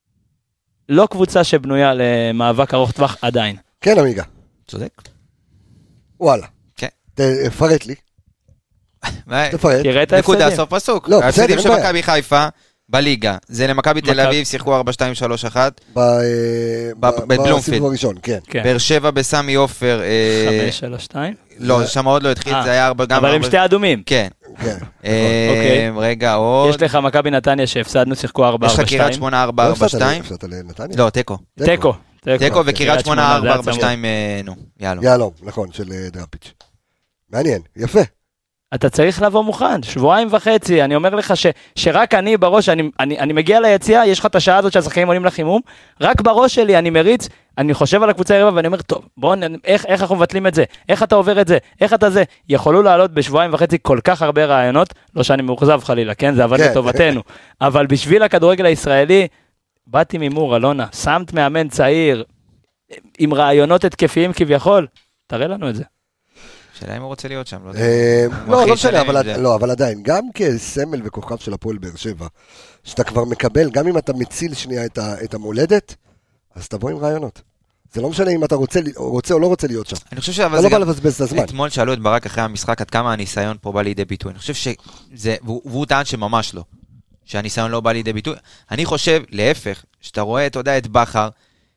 לא קבוצה שבנויה למאבק ארוך טווח עדיין. כן, אמיגה. צודק. וואלה. כן. תפרט לי. תפרט. תראה את ההפסדים. נקודה, סוף פסוק. לא, ההפסדים בסדר, של מכבי חיפה בליגה, זה למכבי תל אביב, שיחקו ארבע שתיים שלוש אחת. בסיבוב הראשון, כן. באר שבע בסמי עופר. חמש שלוש שתיים? לא, שם עוד לא התחיל, זה היה ארבע גם. אבל עם שתי אדומים. כן. אוקיי. רגע, עוד. יש לך מכבי נתניה שהפסדנו, שיחקו ארבע ארבע שתיים. יש לך קריית שמונה ארבע ארבע שתיים? לא, תיקו. תיקו. תיקו וקריית שמונה ארבע ארבע שתיים, נו, יאללה. יאללה, נכון, של דראפיץ'. מעניין, יפה. אתה צריך לבוא מוכן, שבועיים וחצי, אני אומר לך ש, שרק אני בראש, אני, אני, אני מגיע ליציאה, יש לך את השעה הזאת שהשחקנים עולים לחימום, רק בראש שלי אני מריץ, אני חושב על הקבוצה הרבע ואני אומר, טוב, בואו, איך, איך אנחנו מבטלים את זה? איך אתה עובר את זה? איך אתה זה? יכולו לעלות בשבועיים וחצי כל כך הרבה רעיונות, לא שאני מאוכזב חלילה, כן? זה עבד לטובתנו, אבל בשביל הכדורגל הישראלי, באתי ממור, אלונה, שמת מאמן צעיר, עם רעיונות התקפיים כביכול, תראה לנו את זה. שאלה אם הוא רוצה להיות שם, לא יודע. לא, לא משנה, אבל עדיין, גם כסמל וכוכב של הפועל באר שבע, שאתה כבר מקבל, גם אם אתה מציל שנייה את המולדת, אז תבוא עם רעיונות. זה לא משנה אם אתה רוצה או לא רוצה להיות שם. אני חושב שזה לא בא לבזבז את הזמן. אתמול שאלו את ברק אחרי המשחק עד כמה הניסיון פה בא לידי ביטוי. אני חושב שזה, והוא טען שממש לא, שהניסיון לא בא לידי ביטוי. אני חושב, להפך, שאתה רואה, אתה יודע, את בחר,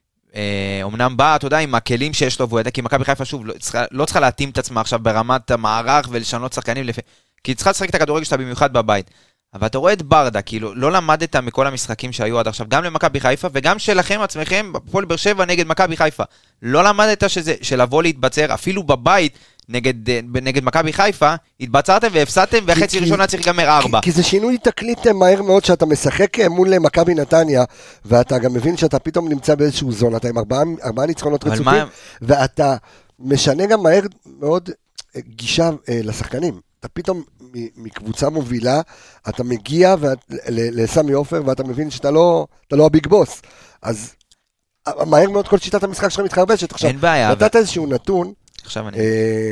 אמנם בא, אתה יודע, עם הכלים שיש לו, והוא ידע, כי מכבי חיפה שוב, לא צריכה להתאים את עצמה עכשיו ברמת המערך ולשנות שחקנים, כי צריכה לשחק את הכדורגל שאתה במיוחד בבית. אבל אתה רואה את ברדה, כאילו, לא למדת מכל המשחקים שהיו עד עכשיו, גם למכבי חיפה, וגם שלכם עצמכם, הפועל באר שבע נגד מכבי חיפה. לא למדת שזה, שלבוא להתבצר, אפילו בבית, נגד, נגד מכבי חיפה, התבצרתם והפסדתם, והחצי ראשונה צריך להיגמר ארבע. כי זה שינוי תקליט מהר מאוד, שאתה משחק מול מכבי נתניה, ואתה גם מבין שאתה פתאום נמצא באיזשהו זון, אתה עם ארבעה, ארבעה ניצחונות רצופים, ואתה משנה גם מהר מאוד גישה לשחקנים. אתה פתאום מקבוצה מובילה, אתה מגיע לסמי עופר, ואתה מבין שאתה לא, אתה לא הביג בוס. אז מהר מאוד כל שיטת המשחק שלך מתחרבשת. עכשיו, נתת איזשהו נתון, עכשיו אני...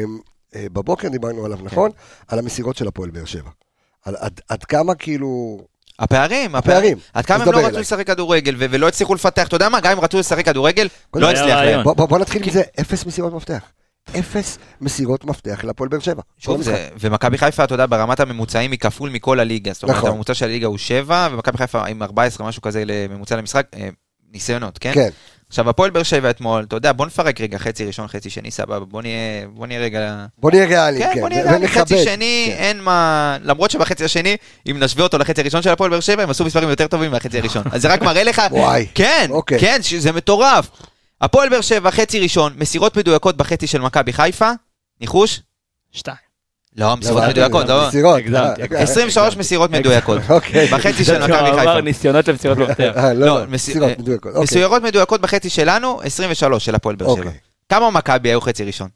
בבוקר דיברנו עליו, נכון? על המסירות של הפועל באר שבע. עד כמה כאילו... הפערים, הפערים. עד כמה הם לא רצו לשחק כדורגל, ולא הצליחו לפתח. אתה יודע מה? גם אם רצו לשחק כדורגל, לא הצליח להם. בוא נתחיל מזה, אפס מסירות מפתח. אפס מסירות מפתח לפועל באר שבע. שוב זה, ומכבי חיפה, אתה יודע, ברמת הממוצעים היא כפול מכל הליגה. זאת אומרת, הממוצע של הליגה הוא שבע, ומכבי חיפה עם ארבע עשרה, משהו כזה לממוצע למשחק, ניסיונות, כן? כן. עכשיו, הפועל באר שבע אתמול, אתה יודע, בוא נפרק רגע חצי ראשון, חצי שני, סבבה, בוא נהיה, בוא נהיה רגע... בוא נהיה ריאלי, כן. בוא נהיה ריאלי, חצי שני, אין מה... למרות שבחצי השני, אם נשווה אותו לחצי הראשון של הפועל באר שבע, הם עשו מספרים יותר טובים מהחצי הראשון. אז זה רק מראה לך... וואי. כן, כן, זה מטורף. הפועל באר שבע, חצי ראשון, מסירות מדויקות בחצי של מכבי חיפה, ניחוש? שתיים. לא, מסירות מדויקות, לא. עשרים ושלוש מסירות מדויקות. בחצי של מכבי חיפה. ניסיונות למסירות מפתח. לא, מסירות מדויקות. מסירות מדויקות בחצי שלנו, עשרים ושלוש של הפועל באר שבע. כמה מכבי היו חצי ראשון?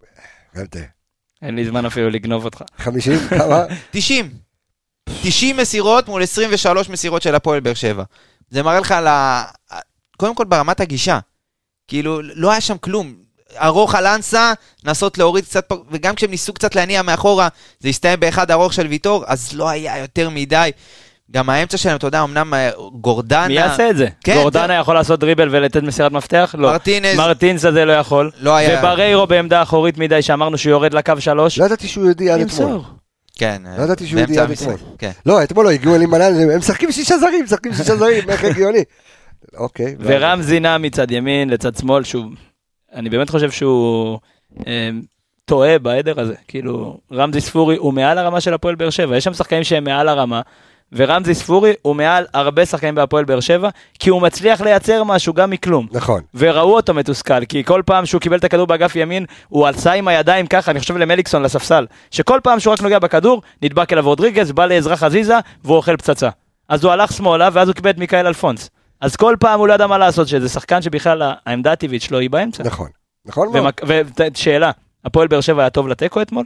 אין לי זמן אפילו לגנוב אותך. חמישים, כמה? תשעים. תשעים מסירות מול עשרים ושלוש מסירות של הפועל באר שבע. זה מראה לך על ה... קודם כל ברמת הגישה. כאילו, לא היה שם כלום. ארוך על אנסה, נסות להוריד קצת, וגם כשהם ניסו קצת להניע מאחורה, זה הסתיים באחד ארוך של ויטור, אז לא היה יותר מדי. גם האמצע שלהם, אתה יודע, אמנם גורדנה... מי יעשה את זה? כן, גורדנה זה... יכול לעשות דריבל ולתת מסירת מפתח? לא. מרטינז... מרטינס הזה לא יכול. לא היה... ובריירו בעמדה אחורית מדי, שאמרנו שהוא יורד לקו שלוש. לא ידעתי שהוא יודעי עד אתמול. כן. לא ידעתי שהוא יודעי עד אתמול. לא, אתמול לא, הגיעו אלי מנהל, הם משחקים שישה זרים, משחקים שישה זרים, איך הגיוני. אוקיי. ורמזי נע מצד ימין לצד שמאל, שהוא... אני באמת חושב שהוא... טועה בעדר הזה, כאילו רמזי ספורי הוא מעל הרמה של הפועל באר שבע, יש שם שחקנים שהם מעל הרמה, ורמזי ספורי הוא מעל הרבה שחקנים בהפועל באר שבע, כי הוא מצליח לייצר משהו גם מכלום. נכון. וראו אותו מתוסכל, כי כל פעם שהוא קיבל את הכדור באגף ימין, הוא עשה עם הידיים ככה, אני חושב למליקסון לספסל, שכל פעם שהוא רק נוגע בכדור, נדבק אליו רודריגז, בא לעזרא חזיזה, והוא אוכל פצצה. אז הוא הלך שמאלה, ואז הוא קיבל את מיקאל אלפונס. אז כל פעם הוא לא ידע מה לעשות, שזה שחקן שבכלל העמדה הטבעית שלו היא באמצע. נכון. נכון. ושאלה, הפועל באר שבע היה טוב לתיקו אתמול?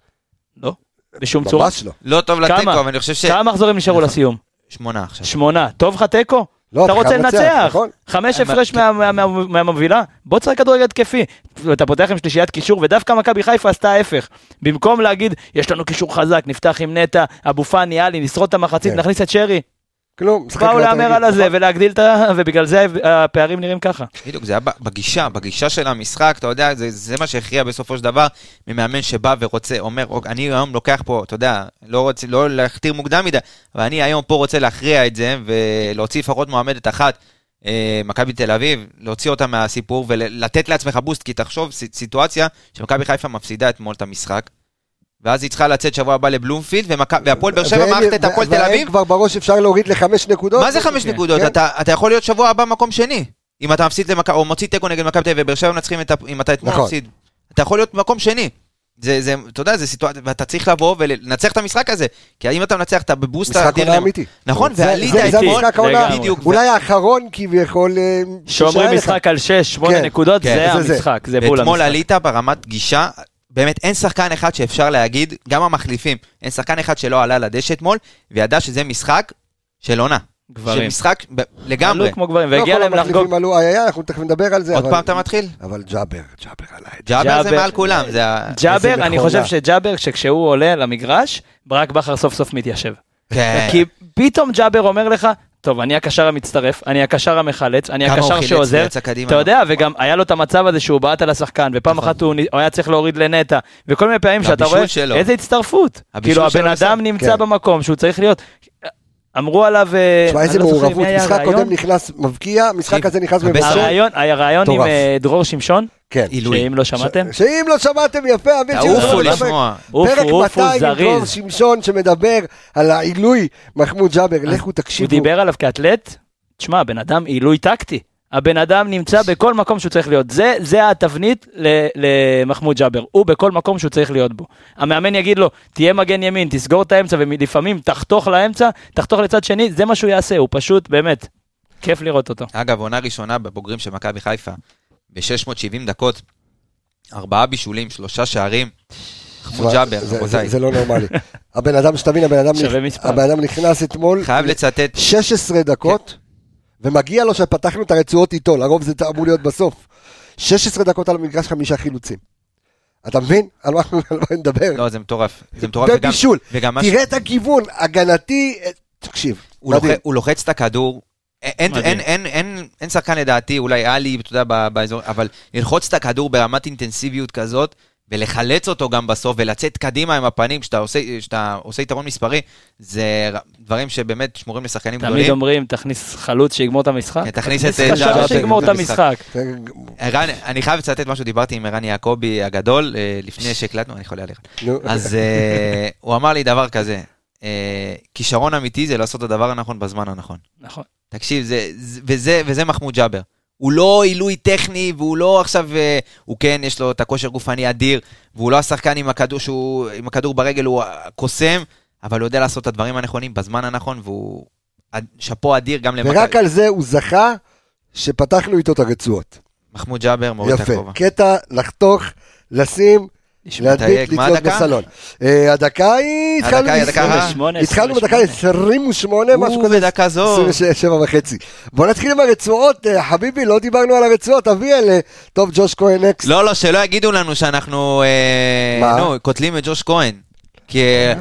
לא. בשום צורה? ממש לא. לא טוב לתיקו, אבל אני חושב ש... כמה מחזורים נשארו לסיום? שמונה עכשיו. שמונה. טוב לך תיקו? לא, אתה רוצה לנצח. חמש הפרש נכון. מהמובילה. בוא תשחק כדורגל התקפי. אתה פותח עם שלישיית קישור, ודווקא מכבי חיפה עשתה ההפך. במקום להגיד, יש לנו קישור חזק, נפתח עם נטע, אבו פאני, יאללה, נשרוד את המחצית, נכניס את שרי. כלום, באו לאמר על הזה ולהגדיל את ה... ובגלל זה הפערים נראים ככה. בדיוק, זה היה בגישה, בגישה של המשחק, אתה יודע, זה, זה מה שהכריע בסופו של דבר, ממאמן שבא ורוצה, אומר, אני היום לוקח פה, אתה יודע, לא רוצה, לא להכתיר מוקדם מדי, אבל אני היום פה רוצה להכריע את זה, ולהוציא לפחות מועמדת אחת, מכבי תל אביב, להוציא אותה מהסיפור, ולתת לעצמך בוסט, כי תחשוב סיטואציה, שמכבי חיפה מפסידה אתמול את המשחק, ואז היא צריכה לצאת שבוע הבא לבלומפילד, והפועל באר שבע מערכת את הפועל תל אביב. והם כבר בראש אפשר להוריד לחמש נקודות. מה זה חמש נקודות? אתה יכול להיות שבוע הבא מקום שני. אם אתה מפסיד או מוציא תיקו נגד מכבי תל אביב, ובאר שבע מנצחים אם אתה אתמול מפסיד. אתה יכול להיות מקום שני. זה, אתה יודע, זה סיטואציה, ואתה צריך לבוא ולנצח את המשחק הזה. כי אם אתה מנצח, אתה בבוסט... משחק עונה אמיתי. נכון, ועלית זה המשחק העונה, אולי האחרון כביכול... שאומרים משחק על שש, שמונה נקודות, זה המשחק, זה בול המשחק. אתמול עלית ברמת גישה, באמת אין שחקן אחד שאפשר להגיד, גם המחליפים, אין שחקן אחד שלא עלה לדשא אתמול, וידע שזה משחק של עונה. גברים. שמשחק לגמרי. עלו כמו גברים, והגיע להם לחגוג. עלו, היה, אנחנו תכף נדבר על זה. עוד פעם אתה מתחיל? אבל ג'אבר, ג'אבר עלה את זה. ג'אבר זה מעל כולם. ג'אבר, אני חושב שג'אבר, שכשהוא עולה למגרש, ברק בכר סוף סוף מתיישב. כי פתאום ג'אבר אומר לך, טוב, אני הקשר המצטרף, אני הקשר המחלץ, אני הקשר שעוזר, אתה יודע, וגם היה לו את המצב הזה שהוא בעט על השחקן, ופעם אחת הוא היה צריך להוריד לנטע, וכל מיני פעמים שאתה רואה, איזה הצטרפות, כאילו הבן אדם נמצא במקום שהוא צריך להיות, אמרו עליו, תשמע איזה מעורבות, משחק קודם נכנס מבקיע, משחק הזה נכנס מבשל. היה רעיון עם דרור שמשון, שאם לא שמעתם, שאם לא שמעתם יפה, תעופו לשמוע, פרק מאתיים עם דרור שמשון שמדבר על העילוי מחמוד ג'אבר, לכו תקשיבו. הוא דיבר עליו כאתלט, תשמע, הבן אדם עילוי טקטי, הבן אדם נמצא בכל מקום שהוא צריך להיות, זה, זה התבנית למחמוד ג'אבר, הוא בכל מקום שהוא צריך להיות בו. המאמן יגיד לו, תהיה מגן ימין, תסגור את האמצע, ולפעמים תחתוך לאמצע, תחתוך לצד שני, זה מה שהוא יעשה, הוא פשוט, באמת, כיף לראות אותו. אגב, עונה ראשונה בבוגרים של מכבי חיפה, ב-שש מאות שבעים דקות, ארבעה בישולים, שלושה שערים, מחמוד ג'אבר, זה לא נורמלי. הבן אדם, שתבין, הבן אדם נכנס אתמול, חייב לצטט, שש עשרה דקות, ומגיע לו שפתחנו את הרצועות איתו, לרוב זה אמור להיות בסוף. שש עשרה דקות על המגרש, חמישה חילוצים. אתה מבין? על מה נדבר? לא, זה מטורף. זה מטורף. ובישול. תראה את הכיוון, הגנתי, תקשיב. הוא לוחץ את הכדור, אין שחקן לדעתי, אולי עלי, אתה יודע, באזור, אבל ללחוץ את הכדור ברמת אינטנסיביות כזאת, ולחלץ אותו גם בסוף, ולצאת קדימה עם הפנים, שאתה עושה, שאתה עושה יתרון מספרי, זה דברים שבאמת שמורים לשחקנים גדולים. תמיד אומרים, תכניס חלוץ שיגמור את המשחק. תכניס את ג'אבר שיגמור את המשחק. אני חייב לצטט משהו, דיברתי עם ערן יעקבי הגדול, לפני שהקלטנו, אני חולה עליך. אז הוא אמר לי דבר כזה, כישרון אמיתי זה לעשות את הדבר הנכון בזמן הנכון. נכון. תקשיב, וזה מחמוד ג'אבר. הוא לא עילוי טכני, והוא לא עכשיו, הוא כן, יש לו את הכושר גופני אדיר, והוא לא השחקן עם הכדור, שהוא, עם הכדור ברגל הוא קוסם, אבל הוא יודע לעשות את הדברים הנכונים בזמן הנכון, והוא שפו אדיר גם למכבי. ורק על זה הוא זכה שפתחנו איתו את הרצועות. מחמוד ג'אבר, מוריד את הכובע. יפה, קטע, לחתוך, לשים, להדביק, לתלות בסלון. הדקה היא, התחלנו בדקה עשרים ושמונה, משהו כזה, בדקה זו, עשרים ושבע וחצי. בוא נתחיל עם הרצועות, חביבי, לא דיברנו על הרצועות, אביאל, טוב, ג'וש כהן אקס. לא, לא, שלא יגידו לנו שאנחנו, נו, קוטלים את ג'וש כהן,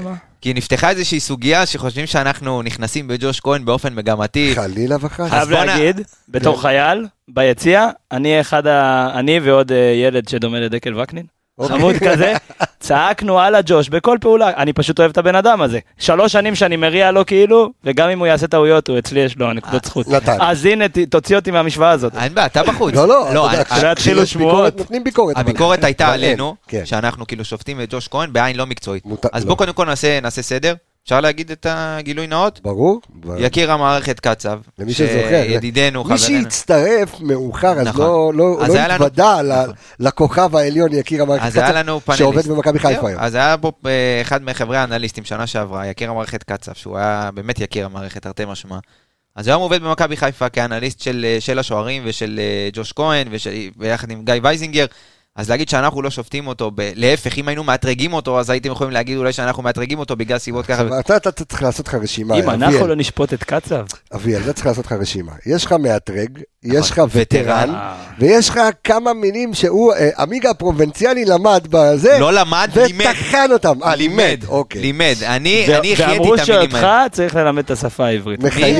כי נפתחה איזושהי סוגיה שחושבים שאנחנו נכנסים בג'וש כהן באופן מגמתי. חלילה וחס. חייב להגיד, בתור חייל, ביציע, אני אחד ה... אני ועוד ילד שדומה לדקל וקנין, חמוד כזה, צעקנו על הג'וש בכל פעולה, אני פשוט אוהב את הבן אדם הזה. שלוש שנים שאני מריע לו כאילו, וגם אם הוא יעשה טעויות, הוא אצלי יש לו נקודות זכות. אז הנה, תוציא אותי מהמשוואה הזאת. אין בעיה, אתה בחוץ. לא, לא, כשהתחילו שמועות. נותנים ביקורת. הביקורת הייתה עלינו, שאנחנו כאילו שופטים את ג'וש כהן בעין לא מקצועית. אז בוא קודם כל נעשה סדר. אפשר להגיד את הגילוי נאות? ברור. יקיר המערכת קצב. למי שזוכר. ידידנו, חברנו. מי שהצטרף מאוחר, אז לא התוודע לכוכב העליון יקיר המערכת קצב, שעובד במכבי חיפה היום. אז היה פה אחד מחברי האנליסטים שנה שעברה, יקיר המערכת קצב, שהוא היה באמת יקיר המערכת, תרתי משמע. אז היום עובד במכבי חיפה כאנליסט של השוערים ושל ג'וש כהן, ויחד עם גיא וייזינגר. אז להגיד שאנחנו לא שופטים אותו, להפך, אם היינו מאתרגים אותו, אז הייתם יכולים להגיד אולי שאנחנו מאתרגים אותו בגלל סיבות ככה. אתה צריך לעשות לך רשימה. אם אנחנו לא נשפוט את קצב. אביאל, אתה צריך לעשות לך רשימה. יש לך מאתרג, יש לך וטרן, ויש לך כמה מינים שהוא, אמיגה פרובנציאלי למד בזה. לא למד, לימד. ותחן אותם. לימד, לימד. אני החייתי את המינים האלה. ואמרו שאותך צריך ללמד את השפה העברית.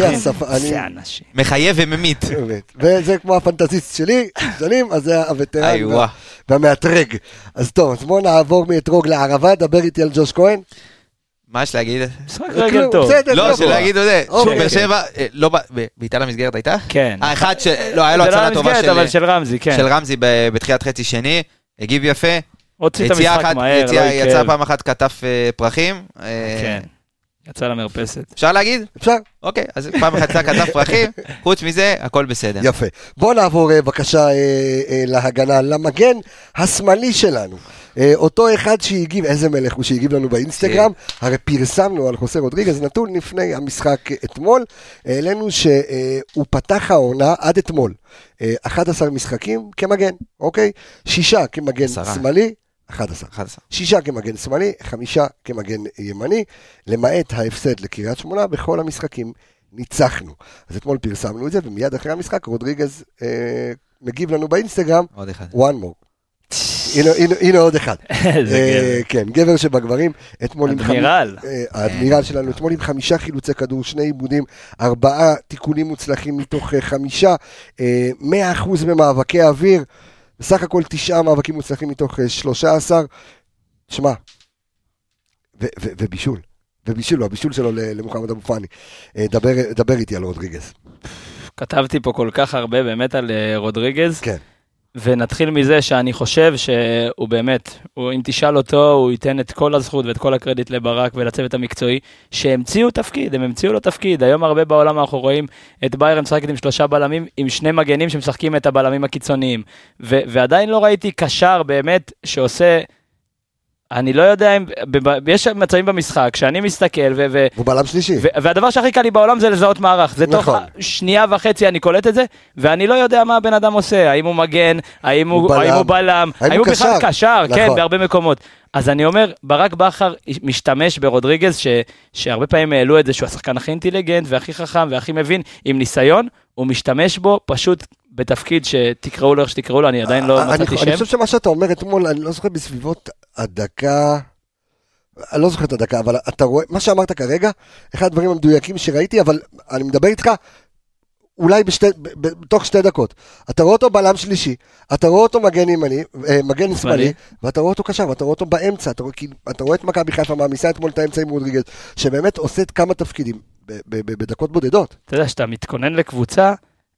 מחייב וממית. וזה כמו הפנטזיסט שלי, שנים, אז זה הווטרן. והמאתרג. אז טוב, אז בואו נעבור מאתרוג לערבה, דבר איתי על ג'וש כהן. מה יש להגיד? משחק רגל טוב. לא, שלהגיד את זה. שוב, בשבע, לא, בעיטה למסגרת הייתה? כן. האחד ש... לא, היה לו הצלה טובה של... אבל של רמזי, כן. של רמזי בתחילת חצי שני, הגיב יפה. הוציא את המשחק מהר, לא יקר. יצא פעם אחת כתף פרחים. כן. יצא למרפסת. אפשר להגיד? אפשר. אוקיי, אז פעם אחת יצא כתף פרחים, חוץ מזה, הכל בסדר. יפה. בואו נעבור בבקשה להגנה, למגן השמאלי שלנו. אותו אחד שהגיב, איזה מלך הוא שהגיב לנו באינסטגרם, הרי פרסמנו על חוסה רודריגז נתון לפני המשחק אתמול, העלינו שהוא פתח העונה עד אתמול, אחד עשר משחקים כמגן, אוקיי? שישה כמגן שמאלי, אחד עשר. שישה כמגן שמאלי, חמישה כמגן ימני, למעט ההפסד לקריית שמונה, בכל המשחקים ניצחנו. אז אתמול פרסמנו את זה, ומיד אחרי המשחק רודריגז אה, מגיב לנו באינסטגרם, עוד אחד. one more. הנה, הנה, הנה עוד אחד. אה, כן, גבר שבגברים, אתמול עם אדמירל. אה, האדמירל שלנו, אתמול עם חמישה חילוצי כדור, שני עיבודים, ארבעה תיקונים מוצלחים מתוך חמישה, אה, מאה אחוז במאבקי אוויר, בסך הכל תשעה מאבקים מוצלחים מתוך שלושה עשר, שמע, ובישול, ובישול, הבישול שלו למוחמד אבו פאני, דבר, דבר איתי על רודריגז. כתבתי פה כל כך הרבה באמת על רודריגז, כן. ונתחיל מזה שאני חושב שהוא באמת, הוא, אם תשאל אותו, הוא ייתן את כל הזכות ואת כל הקרדיט לברק ולצוות המקצועי, שהמציאו תפקיד, הם המציאו לו תפקיד. היום הרבה בעולם אנחנו רואים את ביירן משחקת עם שלושה בלמים, עם שני מגנים שמשחקים את הבלמים הקיצוניים. ו- ועדיין לא ראיתי קשר באמת שעושה... אני לא יודע אם, יש מצבים במשחק, שאני מסתכל, ו... ו- הוא בלם שלישי. ו- והדבר שהכי קל לי בעולם זה לזהות מערך, זה נכון. תוך שנייה וחצי אני קולט את זה, ואני לא יודע מה הבן אדם עושה, האם הוא מגן, האם הוא, הוא, בלם. האם הוא בלם, האם, האם הוא בכלל קשר, נכון. כן, בהרבה מקומות. אז אני אומר, ברק בכר משתמש ברודריגז, ש- שהרבה פעמים העלו את זה, שהוא השחקן הכי אינטליגנט, והכי חכם, והכי מבין, עם ניסיון, הוא משתמש בו פשוט בתפקיד שתקראו לו איך שתקראו לו, אני עדיין לא מצאתי שם. אני חושב שמה שאתה אומר אתמול, אני לא זוכר בסביבות הדקה, אני לא זוכר את הדקה, אבל אתה רואה, מה שאמרת כרגע, אחד הדברים המדויקים שראיתי, אבל אני מדבר איתך, אולי בשתי, בתוך שתי דקות. אתה רואה אותו בלם שלישי, אתה רואה אותו מגן ימני, מגן שמאלי, ואתה רואה אותו קשר, ואתה רואה אותו באמצע, אתה רואה, אתה רואה את מכבי חיפה מעמיסה אתמול את האמצע עם רודריגז, שבאמת עושה את כמה תפקידים בדקות בודדות. אתה יודע, שאתה מתכונן לקבוצה,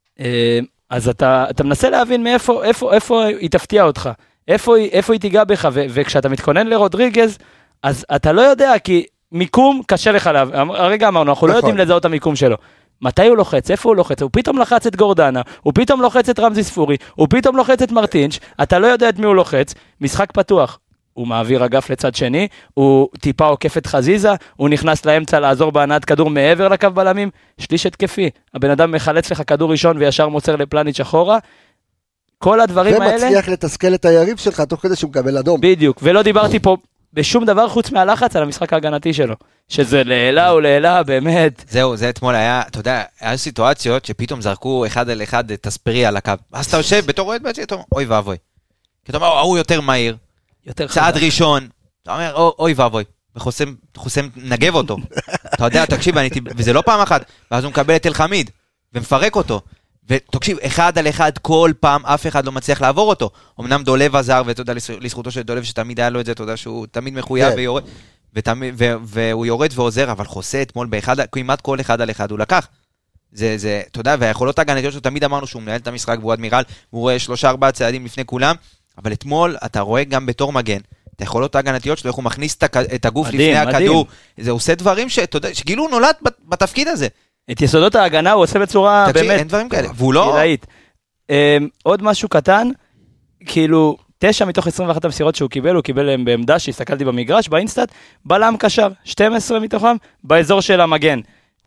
אז אתה, אתה מנסה להבין מאיפה, איפה, איפה היא תפתיע אותך, איפה, איפה היא תיגע בך, ו, וכשאתה מתכונן לרודריגז, אז אתה לא יודע, כי מיקום קשה לך, הרגע אמרנו, אנחנו נכון. לא יודעים לזהות את המיקום שלו. מתי הוא לוחץ? איפה הוא לוחץ? הוא פתאום לחץ את גורדנה, הוא פתאום לוחץ את רמזי ספורי, הוא פתאום לוחץ את מרטינש, אתה לא יודע את מי הוא לוחץ, משחק פתוח. הוא מעביר אגף לצד שני, הוא טיפה עוקף את חזיזה, הוא נכנס לאמצע לעזור בהנעת כדור מעבר לקו בלמים, שליש התקפי. הבן אדם מחלץ לך כדור ראשון וישר מוצר לפלניץ' אחורה. כל הדברים האלה... ומצליח לתסכל את היריב שלך תוך כדי שהוא מקבל אדום. בדיוק, ולא דיברתי פה בשום דבר חוץ מהלחץ על המשחק ההגנתי שלו. שזה לעילה או לעילה, באמת. זהו, זה אתמול היה, אתה יודע, היה סיטואציות שפתאום זרקו אחד על אחד את הספרי על הקו. אז אתה יושב בתור רואה את בעצם, אתה אומר, אוי ואבוי. כי אתה אומר, הוא יותר מהיר. צעד ראשון, אתה אומר, אוי ואבוי, וחוסם, חוסם נגב אותו. אתה יודע, תקשיב, וזה לא פעם אחת, ואז הוא מקבל את אל חמיד, ומפרק אותו. ותקשיב, אחד על אחד, כל פעם, אף אחד לא מצליח לעבור אותו. אמנם דולב עזר, ואתה יודע, לזכותו של דולב, שתמיד היה לו את זה, אתה יודע שהוא תמיד מחויב ויורד, והוא יורד ועוזר, אבל חוסה אתמול באחד, כמעט כל אחד על אחד הוא לקח. זה, זה, אתה יודע, והיכולות הגנתיות שלו, תמיד אמרנו שהוא מנהל את המשחק, והוא אדמירל, הוא רואה שלושה ארבעה צעדים לפני כולם, אבל אתמול אתה רואה גם בתור מגן, את היכולות ההגנתיות שלו, איך הוא מכניס את הגוף מדהים, לפני מדהים. הכדור, זה עושה דברים שגילו הוא נולד בתפקיד הזה. את יסודות ההגנה הוא עושה בצורה תקשיב, באמת... אין דברים כאלה, והוא לא... עוד משהו קטן, כאילו, תשע מתוך עשרים ואחת המסירות שהוא קיבל, הוא קיבל בעמדה שהסתכלתי במגרש, באינסטאט, בלם קשר, שתים עשרה מתוכם, באזור של המגן.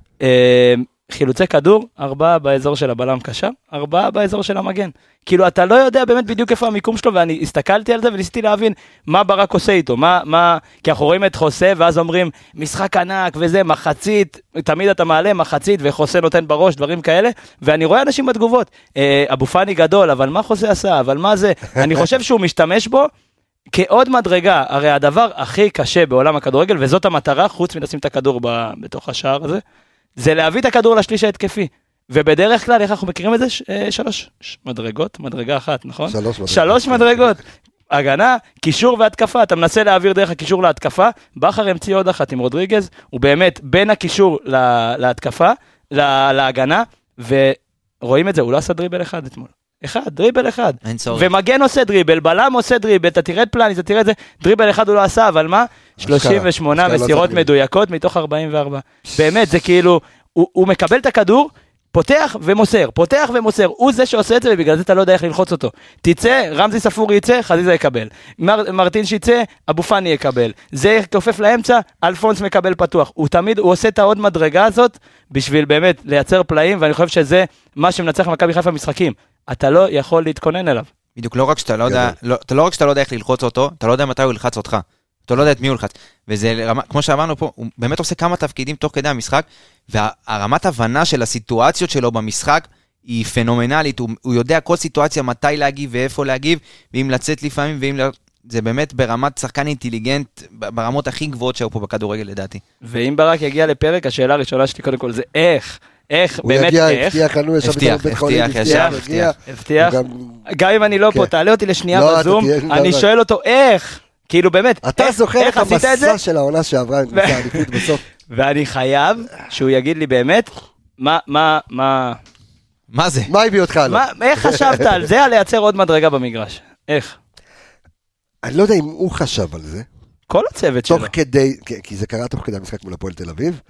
חילוצי כדור, ארבעה באזור של הבלם קשר, ארבעה באזור של המגן. כאילו, אתה לא יודע באמת בדיוק איפה המיקום שלו, ואני הסתכלתי על זה וניסיתי להבין מה ברק עושה איתו, מה, מה, כי אנחנו רואים את חוסה, ואז אומרים, משחק ענק וזה, מחצית, תמיד אתה מעלה מחצית, וחוסה נותן בראש, דברים כאלה, ואני רואה אנשים בתגובות, אה, אבו פני גדול, אבל מה חוסה עשה, אבל מה זה? אני חושב שהוא משתמש בו, כעוד מדרגה, הרי הדבר הכי קשה בעולם הכדורגל, וזאת המטרה, חוץ מלשים את הכדור ב, בתוך השער הזה, זה להביא את הכדור לשליש ההתקפי. ובדרך כלל, איך אנחנו מכירים את זה? ש, אה, שלוש מדרגות, מדרגה אחת, נכון? שלוש מדרגות. שלוש מדרגות. הגנה, קישור והתקפה, אתה מנסה להעביר דרך הקישור להתקפה, בכר המציא עוד אחת עם רודריגז, הוא באמת בין הקישור לה, להתקפה, לה, להגנה, ורואים את זה, הוא לא עשה דריבל אחד אתמול. אחד, דריבל אחד. ומגן עושה דריבל, בלם עושה דריבל, אתה תראה את פלני, אתה תראה את זה, דריבל אחד הוא לא עשה, אבל מה? שלושים ושמונה מסירות מדויקות מתוך ארבעים וארבע. באמת, זה כאילו, הוא, הוא מקבל את הכדור, פותח ומוסר, פותח ומוסר, הוא זה שעושה את זה, ובגלל זה אתה לא יודע איך ללחוץ אותו. תצא, רמזי ספורי יצא, חזיזה יקבל. מר, מרטין שיצא, אבו פני יקבל. זה תופף לאמצע, אלפונס מקבל פתוח. הוא תמיד, הוא עושה את העוד מדרגה הזאת, בשביל באמת לייצר פלאים, ואני חושב שזה מה שמנצח מכבי חיפה משחקים. אתה לא יכול להתכונן אליו. בדיוק, לא רק שאתה לא יודע, לא, אתה לא רק שאתה לא יודע איך ללחוץ אותו, אתה לא יודע מתי הוא ילחץ אותך. אתה לא יודע את מי הוא ילחץ. וזה, כמו שאמרנו פה, הוא באמת עושה כמה תפקידים תוך כדי המשחק, והרמת הבנה של הסיטואציות שלו במשחק היא פנומנלית. הוא, הוא יודע כל סיטואציה מתי להגיב ואיפה להגיב, ואם לצאת לפעמים, ואם זה באמת ברמת שחקן אינטליגנט, ברמות הכי גבוהות שהיו פה בכדורגל לדעתי. ואם ברק יגיע לפרק, השאלה הראשונה שלי קודם כל זה איך, איך, באמת איך. הוא יגיע, הבטיח לנו, ישב הבטיח, הבטיח, ישב, הבטיח. הבטיח. גם אם אני לא פה, תעלה אותי לשנייה בזום, אני שואל אותו איך, כאילו באמת, אתה זוכר את המסע של העונה שעברה, את מסע העדיפות בסוף. ואני חייב שהוא יגיד לי באמת, מה, מה, מה... מה זה? מה הביא אותך עליו? איך חשבת על זה, על לייצר עוד מדרגה במגרש? איך? אני לא יודע אם הוא חשב על זה. כל הצוות שלו. תוך כדי, כי זה קרה תוך כדי המשחק מול הפועל תל אביב.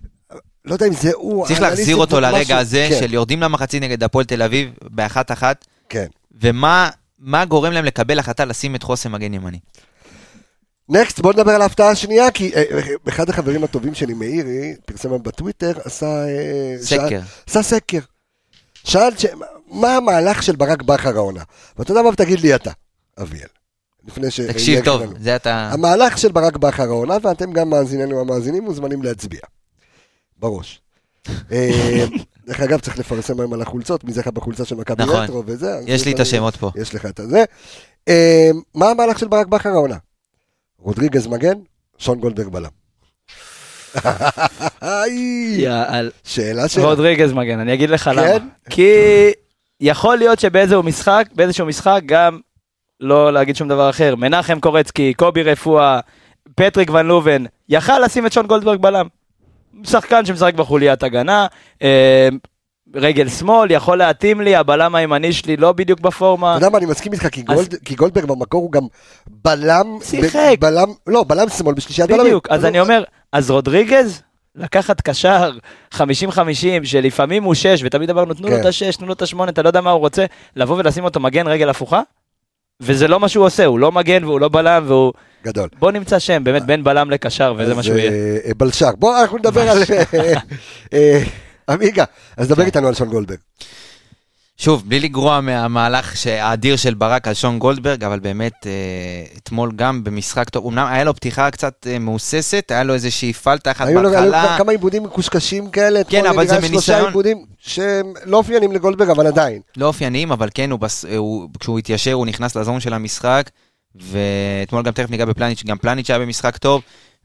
לא יודע אם זה הוא... צריך להחזיר אותו לרגע הזה, של יורדים למחצית נגד הפועל תל אביב, באחת אחת. כן. ומה גורם להם לקבל החלטה לשים את חוסם מגן ימני? נקסט, בוא נדבר על ההפתעה השנייה, כי אחד החברים הטובים שלי, מאירי, פרסם בטוויטר, עשה... סקר. עשה סקר. שאל מה המהלך של ברק בכר העונה. ואתה יודע מה, ותגיד לי אתה, אביאל. תקשיב טוב, זה אתה... המהלך של ברק בכר העונה, ואתם גם מאזיננו המאזינים מוזמנים להצביע. בראש. דרך אגב, צריך לפרסם היום על החולצות, מי זה אחד בחולצה של מכבי רטרו וזה. יש לי את השמות פה. יש לך את זה. מה המהלך של ברק בכר העונה? רודריגז מגן, שון גולדברג בלם. שאלה שאלה. רודריגז מגן, אני אגיד לך למה. כי יכול להיות שבאיזשהו משחק, באיזשהו משחק גם לא להגיד שום דבר אחר. מנחם קורצקי, קובי רפואה, פטריק ון לובן, יכל לשים את שון גולדברג בלם. שחקן שמשחק בחוליית הגנה, רגל שמאל, יכול להתאים לי, הבלם הימני שלי לא בדיוק בפורמה. אתה יודע מה, אני מסכים איתך, כי גולדברג במקור הוא גם בלם, שיחק. לא, בלם שמאל בשלישיית בלמים. בדיוק, אז אני אומר, אז רודריגז, לקחת קשר חמישים חמישים, שלפעמים הוא שש, ותמיד אמרנו, תנו לו את השש, תנו לו את השמונה, אתה לא יודע מה הוא רוצה, לבוא ולשים אותו מגן רגל הפוכה, וזה לא מה שהוא עושה, הוא לא מגן והוא לא בלם, והוא... גדול. בוא נמצא שם, באמת בין בלם לקשר, וזה מה שהוא יהיה. בלשר. בוא, אנחנו נדבר על... אמיגה, אז דבר איתנו על שון גולדברג. שוב, בלי לגרוע מהמהלך האדיר של ברק על שון גולדברג, אבל באמת אתמול גם במשחק טוב, אמנם היה לו פתיחה קצת מאוססת, היה לו איזושהי פלטה אחת בהתחלה. היו כמה עיבודים מקושקשים כאלה, כן, אבל זה מניסיון. שלושה עיבודים שלא אופיינים לגולדברג, אבל עדיין. לא אופיינים, אבל כן, כשהוא התיישר, הוא נכנס לזון של המשחק, ואתמול גם תכף ניגע בפלניץ', גם פלניץ' היה במשחק טוב,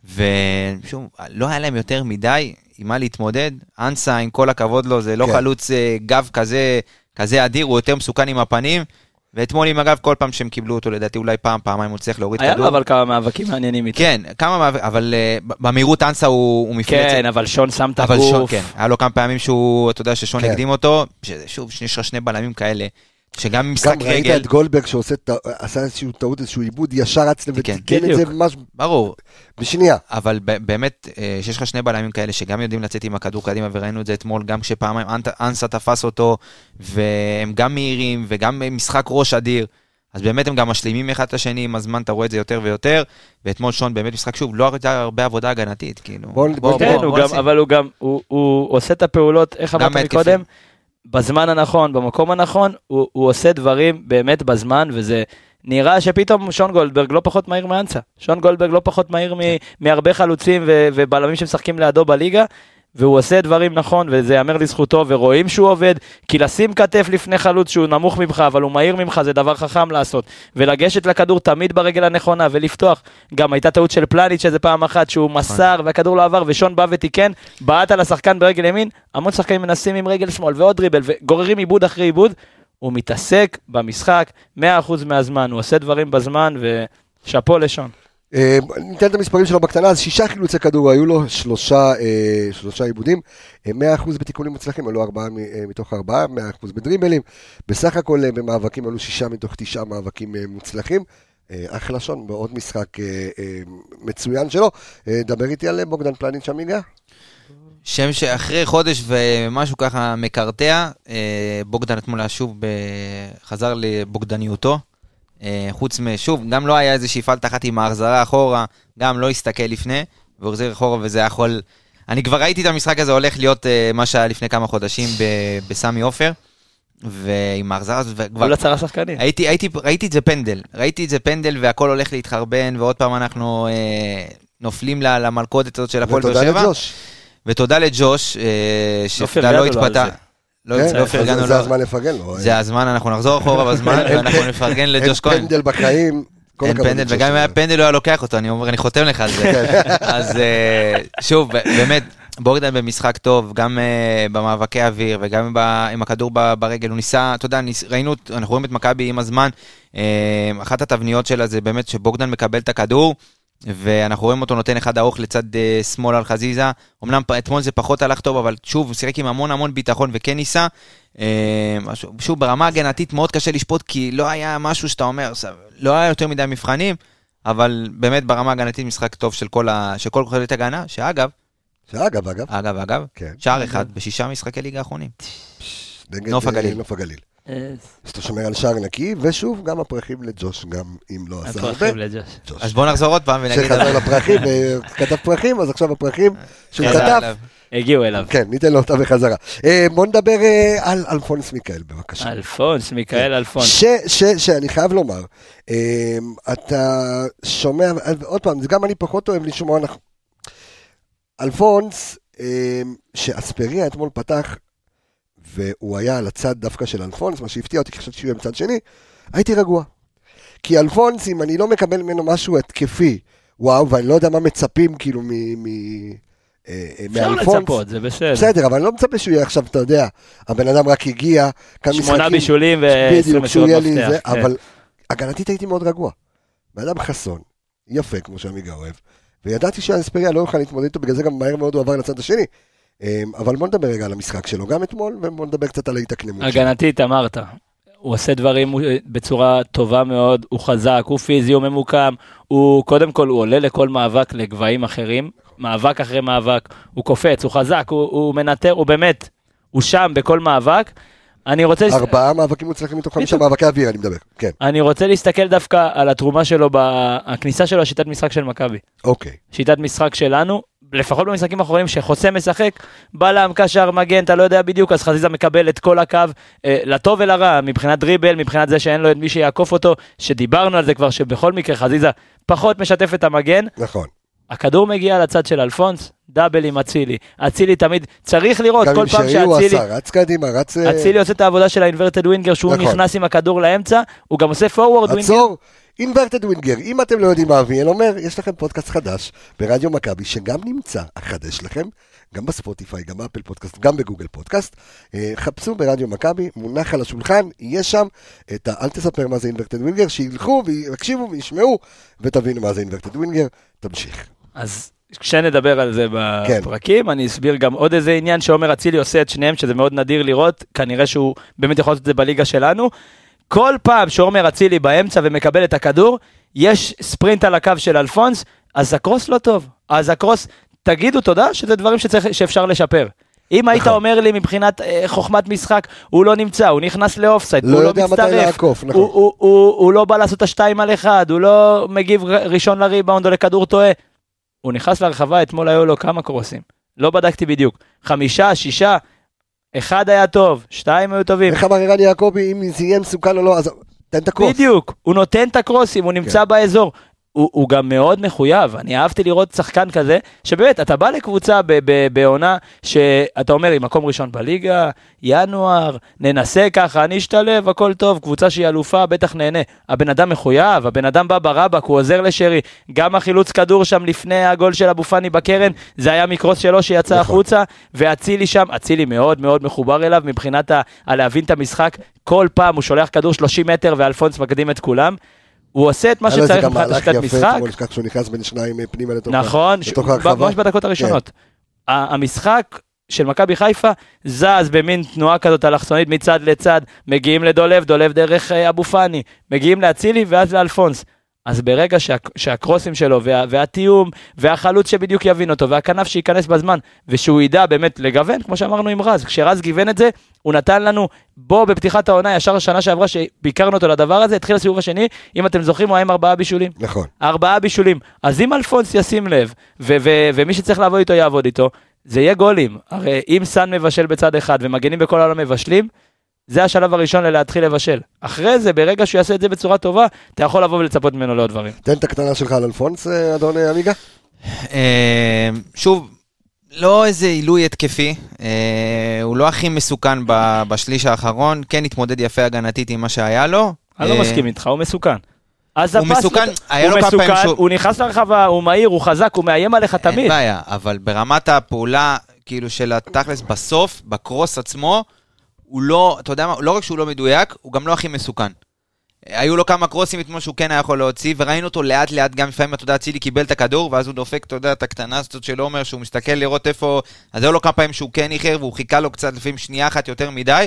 ושוב, לא היה להם יותר מדי עם מה להתמודד, אנסה, עם כל הכבוד לו, זה לא חלוץ גב כזה, כזה אדיר, הוא יותר מסוכן עם הפנים, ואתמול עם אגב, כל פעם שהם קיבלו אותו, לדעתי אולי פעם, פעמיים הוא צריך להוריד כדור. היה לו אבל כמה מאבקים מעניינים איתו. כן, כמה מאבקים, אבל במהירות אנסה הוא מפלצת. כן, אבל שון שם את הגוף. כן, היה לו כמה פעמים שהוא, אתה יודע, ששון הקדים אותו, שוב, יש לך שני בלמים כאלה, שגם משחק רגל... גם ראית את גולדברג שעושה איזשהו טעות, איזשהו עיבוד, ישר רץ ותיקן את זה ממש... ברור. בשנייה. אבל באמת, שיש לך שני בלמים כאלה שגם יודעים לצאת עם הכדור קדימה, וראינו את זה אתמול, גם כשפעמיים אנסה תפס אותו, והם גם מהירים, וגם משחק ראש אדיר, אז באמת הם גם משלימים אחד את השני, עם הזמן אתה רואה את זה יותר ויותר, ואתמול שון באמת משחק שוב, לא הייתה הרבה עבודה הגנתית, כאילו. אבל הוא גם, הוא עושה את הפעולות, איך אמרת מקודם? בזמן הנכון, במקום הנכון, הוא, הוא עושה דברים באמת בזמן, וזה נראה שפתאום שון גולדברג לא פחות מהיר מאנסה. שון גולדברג לא פחות מהיר מ, מהרבה חלוצים ו, ובלמים שמשחקים לידו בליגה, והוא עושה דברים נכון, וזה יאמר לזכותו, ורואים שהוא עובד, כי לשים כתף לפני חלוץ שהוא נמוך ממך, אבל הוא מהיר ממך, זה דבר חכם לעשות, ולגשת לכדור תמיד ברגל הנכונה, ולפתוח. גם הייתה טעות של פלניץ' שזה פעם אחת, שהוא מסר, והכדור לא עבר, ושון בא ותיקן, בעט על השחקן ברגל ימין, המון שחקנים מנסים עם רגל שמאל, ועוד דריבל, וגוררים עיבוד אחרי עיבוד, הוא מתעסק במשחק, מאה אחוז מהזמן, הוא עושה דברים בזמן, ושפו לשון. ניתן את המספרים שלו בקטנה, אז שישה חילוצי כדור, היו לו שלושה, שלושה עיבודים, מאה אחוז בתיקונים מוצלחים, עלו ארבעה מתוך ארבעה, מאה אחוז בדריבלים, בסך הכל במאבקים עלו שישה מתוך תשעה מאבקים מוצלחים, אחלה שון, בעוד משחק מצוין שלו. דבר איתי על בוגדן פלניץ' עמיגה. שם שאחרי חודש ומשהו ככה מקרטע, בוגדן אתמול שוב חזר לבוגדניותו, חוץ משוב, גם לא היה איזה שאיפל תחת עם ההחזרה אחורה, גם לא הסתכל לפני, והוחזר אחורה וזה יכול... אני כבר ראיתי את המשחק הזה הולך להיות מה שהיה לפני כמה חודשים בסמי אופר, ועם ההחזרה הזאת, וכבר... לא צרה שחקנים. הייתי, הייתי, ראיתי את זה פנדל, ראיתי את זה פנדל והכל הולך להתחרבן, ועוד פעם אנחנו אה, נופלים למלכודת הזאת של הפועל באר שבע. ותודה לג'וש. ותודה לג'וש, אה, שפתה לא התפתה. לא, כן, לא פרגנו לו. זה הזמן לפרגן לו. זה הזמן, אנחנו נחזור אחורה בזמן, ואנחנו נפרגן לג'וש כהן. אין פנדל בחיים. אין פנדל, וגם אם היה פנדל, הוא היה לוקח אותו, אני אומר, אני חותם לך על זה. אז שוב, באמת, בוגדן במשחק טוב, גם במאבקי אוויר, וגם עם הכדור ברגל, הוא ניסה, אתה יודע, ראינו, אנחנו רואים את מכבי עם הזמן, אחת התבניות שלה זה באמת שבוגדן מקבל את הכדור, ואנחנו רואים אותו נותן אחד ארוך לצד שמאל על חזיזה, אמנם אתמול זה פחות הלך טוב, אבל שוב, הוא שיחק עם המון המון ביטחון וכן ניסה, שוב, ברמה הגנתית מאוד קשה לשפוט, כי לא היה משהו שאתה אומר, לא היה יותר מדי מבחנים, אבל באמת ברמה הגנתית משחק טוב של כל חלית הגנה, שאגב, שאגב, אגב, אגב, אגב, שער אחד בשישה משחקי ליגה האחרונים. נוף הגליל. נוף הגליל. אז אתה שומר על שער נקי, ושוב, גם הפרחים לג'וש, גם אם לא עשה הרבה. הפרחים לג'וש. אז בוא נחזור עוד פעם ונגיד... שחזר לפרחים, כתב פרחים, אז עכשיו הפרחים שהוא כתב. הגיעו אליו. כן, ניתן לו אותה בחזרה. בוא נדבר על אלפונס מיקאל, בבקשה. אלפונס, מיקאל אלפונס. שאני חייב לומר, אתה שומע, עוד פעם, גם אני פחות אוהב לשמוע, אלפונס, שאספריה אתמול פתח, והוא היה על הצד דווקא של אלפונס, מה שהפתיע אותי, כי חשבתי שהוא יהיה מצד שני, הייתי רגוע. כי אלפונס, אם אני לא מקבל ממנו משהו התקפי, וואו, ואני לא יודע מה מצפים, כאילו, מאלפונס. אפשר לצפות, זה בסדר. בסדר, אבל אני לא מצפה שהוא יהיה עכשיו, אתה יודע, הבן אדם רק הגיע, שמונה בישולים ועשרים מסירות מפתח. אבל הגנתית הייתי מאוד רגוע. בן אדם חסון, יפה, כמו שעמיגה אוהב, וידעתי שהאספריה לא יוכל להתמודד איתו, בגלל זה גם מהר מאוד הוא עבר לצד השני. אבל בוא נדבר רגע על המשחק שלו גם אתמול, ובוא נדבר קצת על ההתאקלמות שלו. הגנתית, אמרת, הוא עושה דברים בצורה טובה מאוד, הוא חזק, הוא פיזי, הוא ממוקם, הוא קודם כל הוא עולה לכל מאבק לגבהים אחרים, מאבק אחרי מאבק, הוא קופץ, הוא חזק, הוא, הוא מנטר, הוא באמת, הוא שם בכל מאבק. אני רוצה... ארבעה מאבקים מוצלחים מתוך חמישה מאבקי אוויר, אני מדבר, כן. אני רוצה להסתכל דווקא על התרומה שלו, הכניסה שלו, שיטת משחק של מכבי. אוקיי. שיטת משחק שלנו, לפחות במשחקים האחרונים שחוסה משחק, בלם, קשר, מגן, אתה לא יודע בדיוק, אז חזיזה מקבל את כל הקו, אה, לטוב ולרע, מבחינת דריבל, מבחינת זה שאין לו את מי שיעקוף אותו, שדיברנו על זה כבר, שבכל מקרה חזיזה פחות משתף את המגן. נכון. הכדור מגיע לצד של אלפונס, דאבל עם אצילי. אצילי תמיד צריך לראות כל פעם שאצילי... רץ קדימה, רץ... אצילי עושה את העבודה של האינברטד ווינגר, שהוא נכון. נכנס עם הכדור לאמצע, הוא גם עושה פורוורד ווינגר. עצור, אינברטד ווינגר, אם אתם לא יודעים מה אביאל אומר, יש לכם פודקאסט חדש ברדיו מכבי, שגם נמצא החדש לכם, גם בספוטיפיי, גם באפל פודקאסט, גם בגוגל פודקאסט. חפשו ברדיו מכבי, מונח על השולחן, יש שם את ה... אל תספר מה זה אינברטד ווינגר, שילכו ויקשיבו וישמעו, ותבינו מה זה אינברטד ווינגר. תמשיך. אז כשנדבר על זה בפרקים, כן. אני אסביר גם עוד איזה עניין שעומר אצילי עושה את שניהם, שזה מאוד נדיר לראות, כנראה שהוא באמת יכול לעשות את זה בליגה שלנו. כל פעם שעומר אצילי באמצע ומקבל את הכדור, יש ספרינט על הקו של אלפונס, אז הקרוס לא טוב. אז הקרוס, תגידו תודה, שזה דברים שצריך, שאפשר לשפר. אם היית אומר לי מבחינת אה, חוכמת משחק, הוא לא נמצא, הוא נכנס לאופסייד, לא הוא לא מצטרף, הוא, הוא, הוא, הוא, הוא לא בא לעשות את השתיים על אחד, הוא לא מגיב ראשון לריבאונד או לכדור טועה. הוא נכנס לרחבה, אתמול היו לו כמה קרוסים. לא בדקתי בדיוק. חמישה, שישה, אחד היה טוב, שתיים היו טובים. איך אמר ערן יעקבי, אם זה יהיה מסוכן או לא, אז תן את הקרוס. בדיוק, הוא נותן את הקרוסים, הוא נמצא כן. באזור. הוא, הוא גם מאוד מחויב, אני אהבתי לראות שחקן כזה, שבאמת, אתה בא לקבוצה ב- ב- בעונה, שאתה אומר, עם מקום ראשון בליגה, ינואר, ננסה ככה, אני אשתלב, הכל טוב, קבוצה שהיא אלופה, בטח נהנה. הבן אדם מחויב, הבן אדם בא ברבק, הוא עוזר לשרי, גם החילוץ כדור שם לפני הגול של אבו פאני בקרן, זה היה מקרוס שלו שיצא נכון. החוצה, והצילי שם, הצילי מאוד מאוד מחובר אליו, מבחינת ה- להבין את המשחק, כל פעם הוא שולח כדור שלושים מטר, ואלפונס מקדים את כולם, הוא עושה את מה שצריך מבחינת השקת משחק. כך שהוא נכנס בין שניים פנימה לתוך נכון, ממש בדקות הראשונות. המשחק של מכבי חיפה זז במין תנועה כזאת אלכסונית מצד לצד, מגיעים לדולב, דולב דרך אבו פאני, מגיעים להצילי ואז לאלפונס. אז ברגע שה, שהקרוסים שלו וה, והתיאום והחלוץ שבדיוק יבין אותו והכנף שייכנס בזמן ושהוא ידע באמת לגוון, כמו שאמרנו עם רז, כשרז גיוון את זה, הוא נתן לנו בו בפתיחת העונה, ישר השנה שעברה שביקרנו אותו לדבר הזה, התחיל הסיבוב השני, אם אתם זוכרים הוא היה עם ארבעה בישולים. נכון. ארבעה בישולים. אז אם אלפונס ישים לב, ו- ו- ומי שצריך לעבוד איתו יעבוד איתו, זה יהיה גולים. הרי אם סן מבשל בצד אחד ומגנים בכל העולם מבשלים, זה השלב הראשון להתחיל לבשל. אחרי זה, ברגע שהוא יעשה את זה בצורה טובה, אתה יכול לבוא ולצפות ממנו לעוד דברים. תן את הקטנה שלך על אלפונס, אדון עמיגה. שוב, לא איזה עילוי התקפי, הוא לא הכי מסוכן בשליש האחרון, כן התמודד יפה הגנתית עם מה שהיה לו. אני לא מסכים איתך, הוא מסוכן. הוא מסוכן, היה לו כמה פעמים שהוא... הוא נכנס לרחבה, הוא מהיר, הוא חזק, הוא מאיים עליך תמיד. אין בעיה, אבל ברמת הפעולה, כאילו של התכלס בסוף, בקרוס עצמו, הוא לא, אתה יודע מה, לא רק שהוא לא מדויק, הוא גם לא הכי מסוכן. היו לו כמה קרוסים אתמול שהוא כן היה יכול להוציא, וראינו אותו לאט לאט גם לפעמים, אתה יודע, צילי קיבל את הכדור, ואז הוא דופק, אתה יודע, את הקטנה הזאת שלא אומר שהוא מסתכל לראות איפה, אז היו לו כמה פעמים שהוא כן איחר, והוא חיכה לו קצת לפעמים שנייה אחת יותר מדי.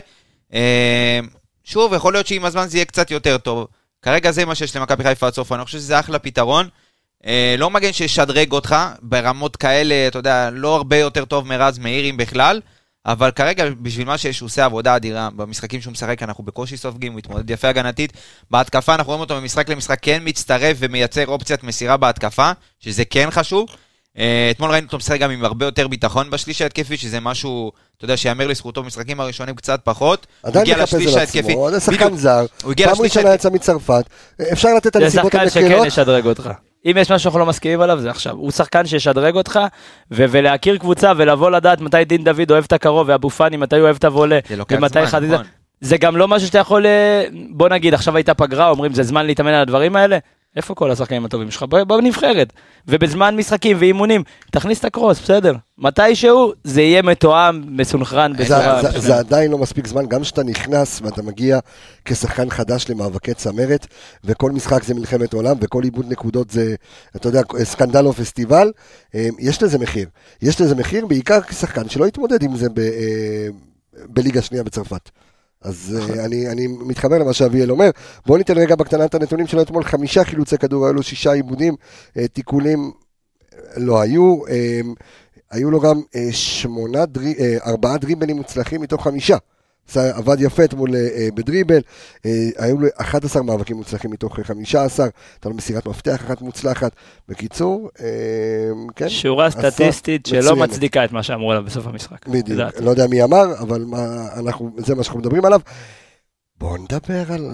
שוב, יכול להיות שעם הזמן זה יהיה קצת יותר טוב. כרגע זה מה שיש למכבי חיפה עד סוף, אני חושב שזה אחלה פתרון. לא מגן שישדרג אותך, ברמות כאלה, אתה יודע, לא הרבה יותר טוב מרז מאירים בכלל, אבל כרגע, בשביל מה שיש, הוא עושה עבודה אדירה, במשחקים שהוא משחק, אנחנו בקושי סופגים, הוא התמודד יפה הגנתית, בהתקפה אנחנו רואים אותו במשחק למשחק, כן מצטרף ומייצר אופציית מסירה בהתקפה, שזה כן חשוב, אתמול ראינו אותו משחק גם עם הרבה יותר ביטחון בשליש ההתקפי, שזה משהו, אתה יודע, שיאמר לזכותו במשחקים הראשונים קצת פחות, עדיין מחפש על עצמו, זה שחקן זר, פעם ראשונה יצא מצרפת, אפשר לתת את הנסיבות המקלות. זה שחקן שכן ישדרג אותך. אם יש משהו שאנחנו לא מסכימים עליו, זה עכשיו. הוא שחקן שישדרג אותך, ו- ולהכיר קבוצה, ולבוא לדעת מתי דין דוד אוהב את הקרוב, ואבו פאני, מתי הוא אוהב את הוולה, ומתי חזיזה. זה גם לא משהו שאתה יכול, בוא נגיד, עכשיו הייתה פגרה, אומרים, זה זמן להתאמן על הדברים האלה. איפה כל השחקנים הטובים שלך? בנבחרת. ובזמן משחקים ואימונים, תכניס את הקרוס, בסדר. מתישהו זה יהיה מתואם, מסונכרן. זה, זה, זה עדיין לא מספיק זמן, גם שאתה נכנס ואתה מגיע כשחקן חדש למאבקי צמרת, וכל משחק זה מלחמת עולם, וכל איבוד נקודות זה, אתה יודע, סקנדל או פסטיבל, יש לזה מחיר. יש לזה מחיר בעיקר כשחקן שלא יתמודד עם זה ב, בליגה שנייה בצרפת. אז uh, אני, אני מתחבר למה שאביאל אומר. בואו ניתן רגע בקטנה את הנתונים שלו אתמול, חמישה חילוצי כדור, היו לו שישה עיבודים, uh, תיקולים לא היו, uh, היו לו גם uh, שמונה, דרי, uh, ארבעה דריבלים מוצלחים מתוך חמישה. זה עבד יפה אתמול uh, בדריבל, uh, היו לו אחד עשר מאבקים מוצלחים מתוך חמישה עשר, הייתה לו מסירת מפתח אחת מוצלחת. בקיצור, uh, כן. שורה סטטיסטית שלא מצוינת. מצדיקה את מה שאמרו עליו בסוף המשחק. בדיוק, לא יודע מי אמר, אבל מה, אנחנו, זה מה שאנחנו מדברים עליו. בואו נדבר על...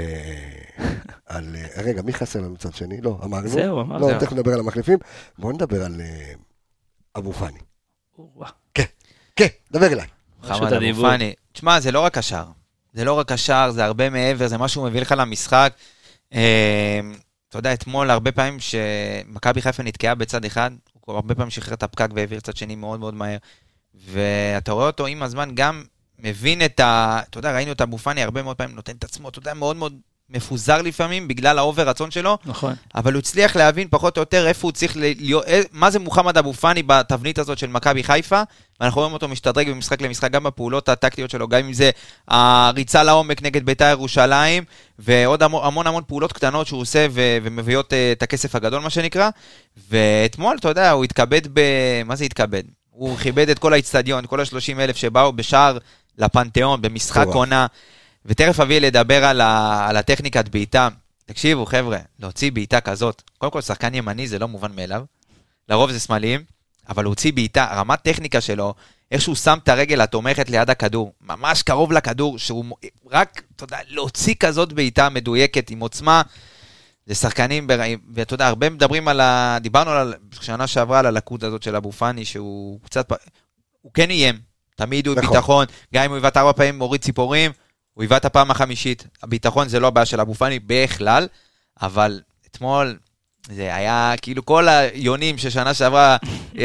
על... רגע, מי חסר לנו צד שני? לא, אמרנו. זהו, אמרנו. לא, תכף נדבר על המחליפים. בואו נדבר על אבו פאני. כן, כן, דבר אליי. חמד אבו פאני. תשמע, זה לא רק השער. זה לא רק השער, זה הרבה מעבר, זה משהו מביא לך למשחק. אתה יודע, אתמול הרבה פעמים שמכבי חיפה נתקעה בצד אחד, הוא הרבה פעמים שחרר את הפקק והעביר צד שני מאוד מאוד מהר, ואתה רואה אותו עם הזמן גם מבין את ה... אתה יודע, ראינו את אבו פאני הרבה מאוד פעמים נותן את עצמו, אתה יודע, מאוד מאוד מפוזר לפעמים בגלל האובר רצון שלו, נכון. אבל הוא הצליח להבין פחות או יותר איפה הוא צריך להיות, מה זה מוחמד אבו פאני בתבנית הזאת של מכבי חיפה, ואנחנו רואים אותו משתדרג במשחק למשחק, גם בפעולות הטקטיות שלו, גם אם זה הריצה לעומק נגד בית"ר ירושלים, ועוד המון המון פעולות קטנות שהוא עושה ו- ומביאות את הכסף הגדול, מה שנקרא, ואתמול, אתה יודע, הוא התכבד ב... מה זה התכבד? הוא כיבד את כל האצטדיון, כל ה-שלושים אלף שבאו בשער לפנתיאון, במשחק עונה, ותכף אביא לדבר על, ה... על הטכניקת בעיטה. תקשיבו, חבר'ה, להוציא בעיטה כזאת, קודם כל שחקן ימני זה לא מובן מאליו, לרוב זה שמאליים, אבל להוציא בעיטה, רמת טכניקה שלו, איך שהוא שם את הרגל התומכת ליד הכדור, ממש קרוב לכדור, שהוא רק, אתה יודע, להוציא כזאת בעיטה מדויקת עם עוצמה, זה שחקנים, ואתה יודע, הרבה מדברים על ה... דיברנו על שנה שעברה על הלקות הזאת של אבו פאני, שהוא קצת, הוא כן איים, תמיד הוא ביטחון, גם אם הוא הבאת ארבע פעמים מוריד ציפורים, הוא הבאת הפעם החמישית, הביטחון זה לא הבעיה של אבו פאני בכלל, אבל אתמול זה היה כאילו כל היונים ששנה שעברה,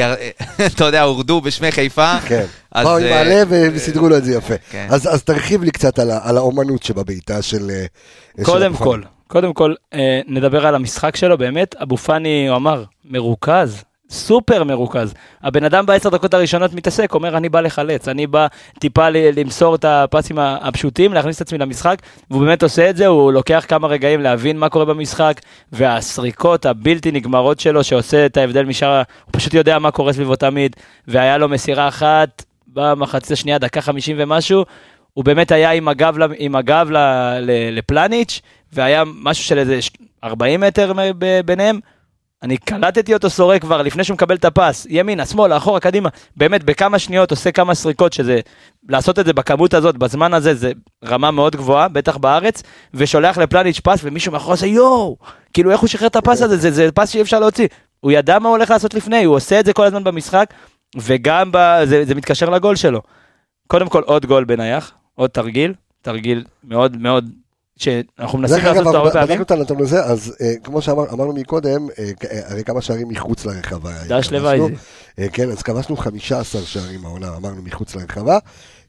אתה יודע, הורדו בשמי חיפה. כן, באו עם מעלה וסידרו לו את זה יפה. אז תרחיב לי קצת על האומנות שבביתה של... קודם כל, קודם כל, נדבר על המשחק שלו, באמת, אבו פאני, הוא אמר, מרוכז, סופר מרוכז. הבן אדם בעשר דקות הראשונות מתעסק, אומר, אני בא לחלץ, אני בא טיפה למסור את הפסים הפשוטים, להכניס את עצמי למשחק, והוא באמת עושה את זה, הוא לוקח כמה רגעים להבין מה קורה במשחק, והסריקות הבלתי נגמרות שלו, שעושה את ההבדל משאר, הוא פשוט יודע מה קורה סביבו תמיד, והיה לו מסירה אחת, במחצית השנייה, דקה חמישים ומשהו, הוא באמת היה עם הגב, עם הגב לפלניץ', והיה משהו של איזה ארבעים מטר ביניהם, אני קלטתי אותו סורק כבר לפני שהוא מקבל את הפס, ימינה, שמאלה, אחורה, קדימה, באמת בכמה שניות עושה כמה סריקות, שזה, לעשות את זה בכמות הזאת, בזמן הזה, זה רמה מאוד גבוהה, בטח בארץ, ושולח לפלניץ' פס, ומישהו מאחור עושה, יואו, כאילו איך הוא שחרר את הפס הזה, זה, זה פס שאי אפשר להוציא, הוא ידע מה הוא הולך לעשות לפני, הוא עושה את זה כל הזמן במשחק, וגם ב, זה, זה מתקשר לגול שלו. קודם כל עוד גול בנייח, עוד תרגיל, תרגיל מאוד מאוד, שאנחנו מנסים לעשות את הרבה פעמים. בדקנו אותנו לזה, אז כמו שאמרנו מקודם, הרי כמה שערים מחוץ לרחבה. דש לוייזי. כן, אז כבשנו חמישה עשר שערים העונה, אמרנו מחוץ לרחבה,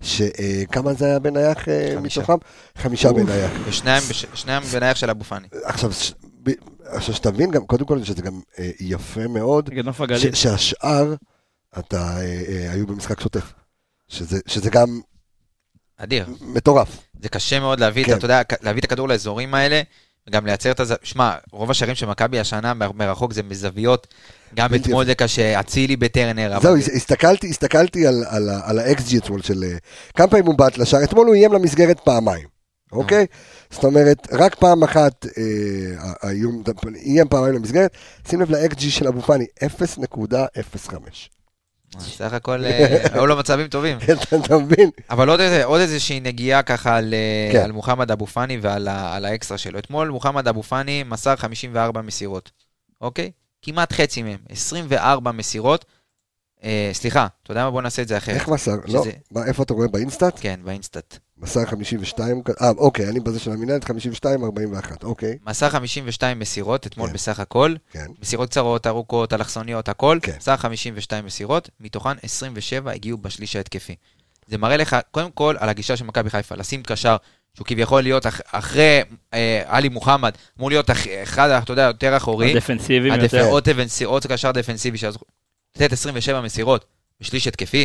שכמה זה היה בנייח מתוכם? חמישה בנייח. ושניהם בנייח של אבו פאני. עכשיו, שתבין גם, קודם כל, שזה גם יפה מאוד, שהשאר, אתה היו במשחק שוטף. שזה גם... אדיר. מטורף. זה קשה מאוד להביא, כן. אתה יודע, להביא את הכדור לאזורים האלה, וגם לייצר את זה, שמה, רוב השערים של מכבי השנה מרחוק זה מזוויות, גם אתמול זה קשה, אצילי בטרנר. זהו, אבל... הסתכלתי, הסתכלתי על, על, על ה-אקס ג'י אתמול של כמה פעמים הוא באת לשער, אתמול הוא איים למסגרת פעמיים, אוקיי? זאת אומרת, רק פעם אחת אה, איים פעמיים למסגרת, שים לב ל-אקס ג'י של אבו פאני, אפס נקודה אפס חמש. סך הכל, היו לו מצבים טובים. אתה מבין? אבל עוד איזושהי נגיעה ככה על מוחמד אבו פאני ועל האקסטרה שלו. אתמול מוחמד אבו פאני מסר חמישים וארבע מסירות. אוקיי? כמעט חצי מהם. עשרים וארבע מסירות. סליחה, אתה יודע מה? בוא נעשה את זה אחרת. איך מסר? לא, איפה אתה רואה? באינסטאט? כן, באינסטאט. מסר חמישים ושתיים, אה, אוקיי, אני בזה של המינהלת, חמישים ושתיים ארבעים ואחת, אוקיי. מסר חמישים ושתיים מסירות, אתמול בסך הכל, מסירות קצרות, ארוכות, אלכסוניות, הכל, מסר חמישים ושתיים מסירות, מתוכן עשרים ושבע הגיעו בשליש ההתקפי. זה מראה לך, קודם כל, על הגישה של מכבי חיפה, לשים קשר, שהוא כביכול להיות אחרי עלי מוחמד, אמור להיות אחד, אתה יודע, יותר אחורי. הדפנסיבי יותר. עוד קשר דפנסיבי, לתת עשרים ושבע מסירות בשליש התקפי.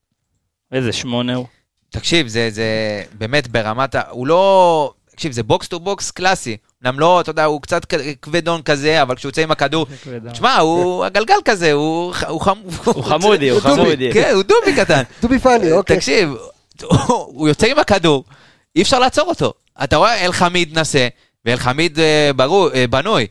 איזה שמונה הוא. תקשיב, זה, זה באמת ברמת, הוא לא, תקשיב, זה בוקס טו בוקס קלאסי, אמנם לא, אתה יודע, הוא קצת כבדון כזה, אבל כשהוא יוצא עם הכדור, תשמע, הוא הגלגל כזה, הוא חמודי, הוא חמודי. כן, הוא דובי קטן. דובי פאני, אוקיי. תקשיב, הוא יוצא עם הכדור, אי אפשר לעצור אותו. אתה רואה, אל חמיד נסה, ואל חמיד בנוי,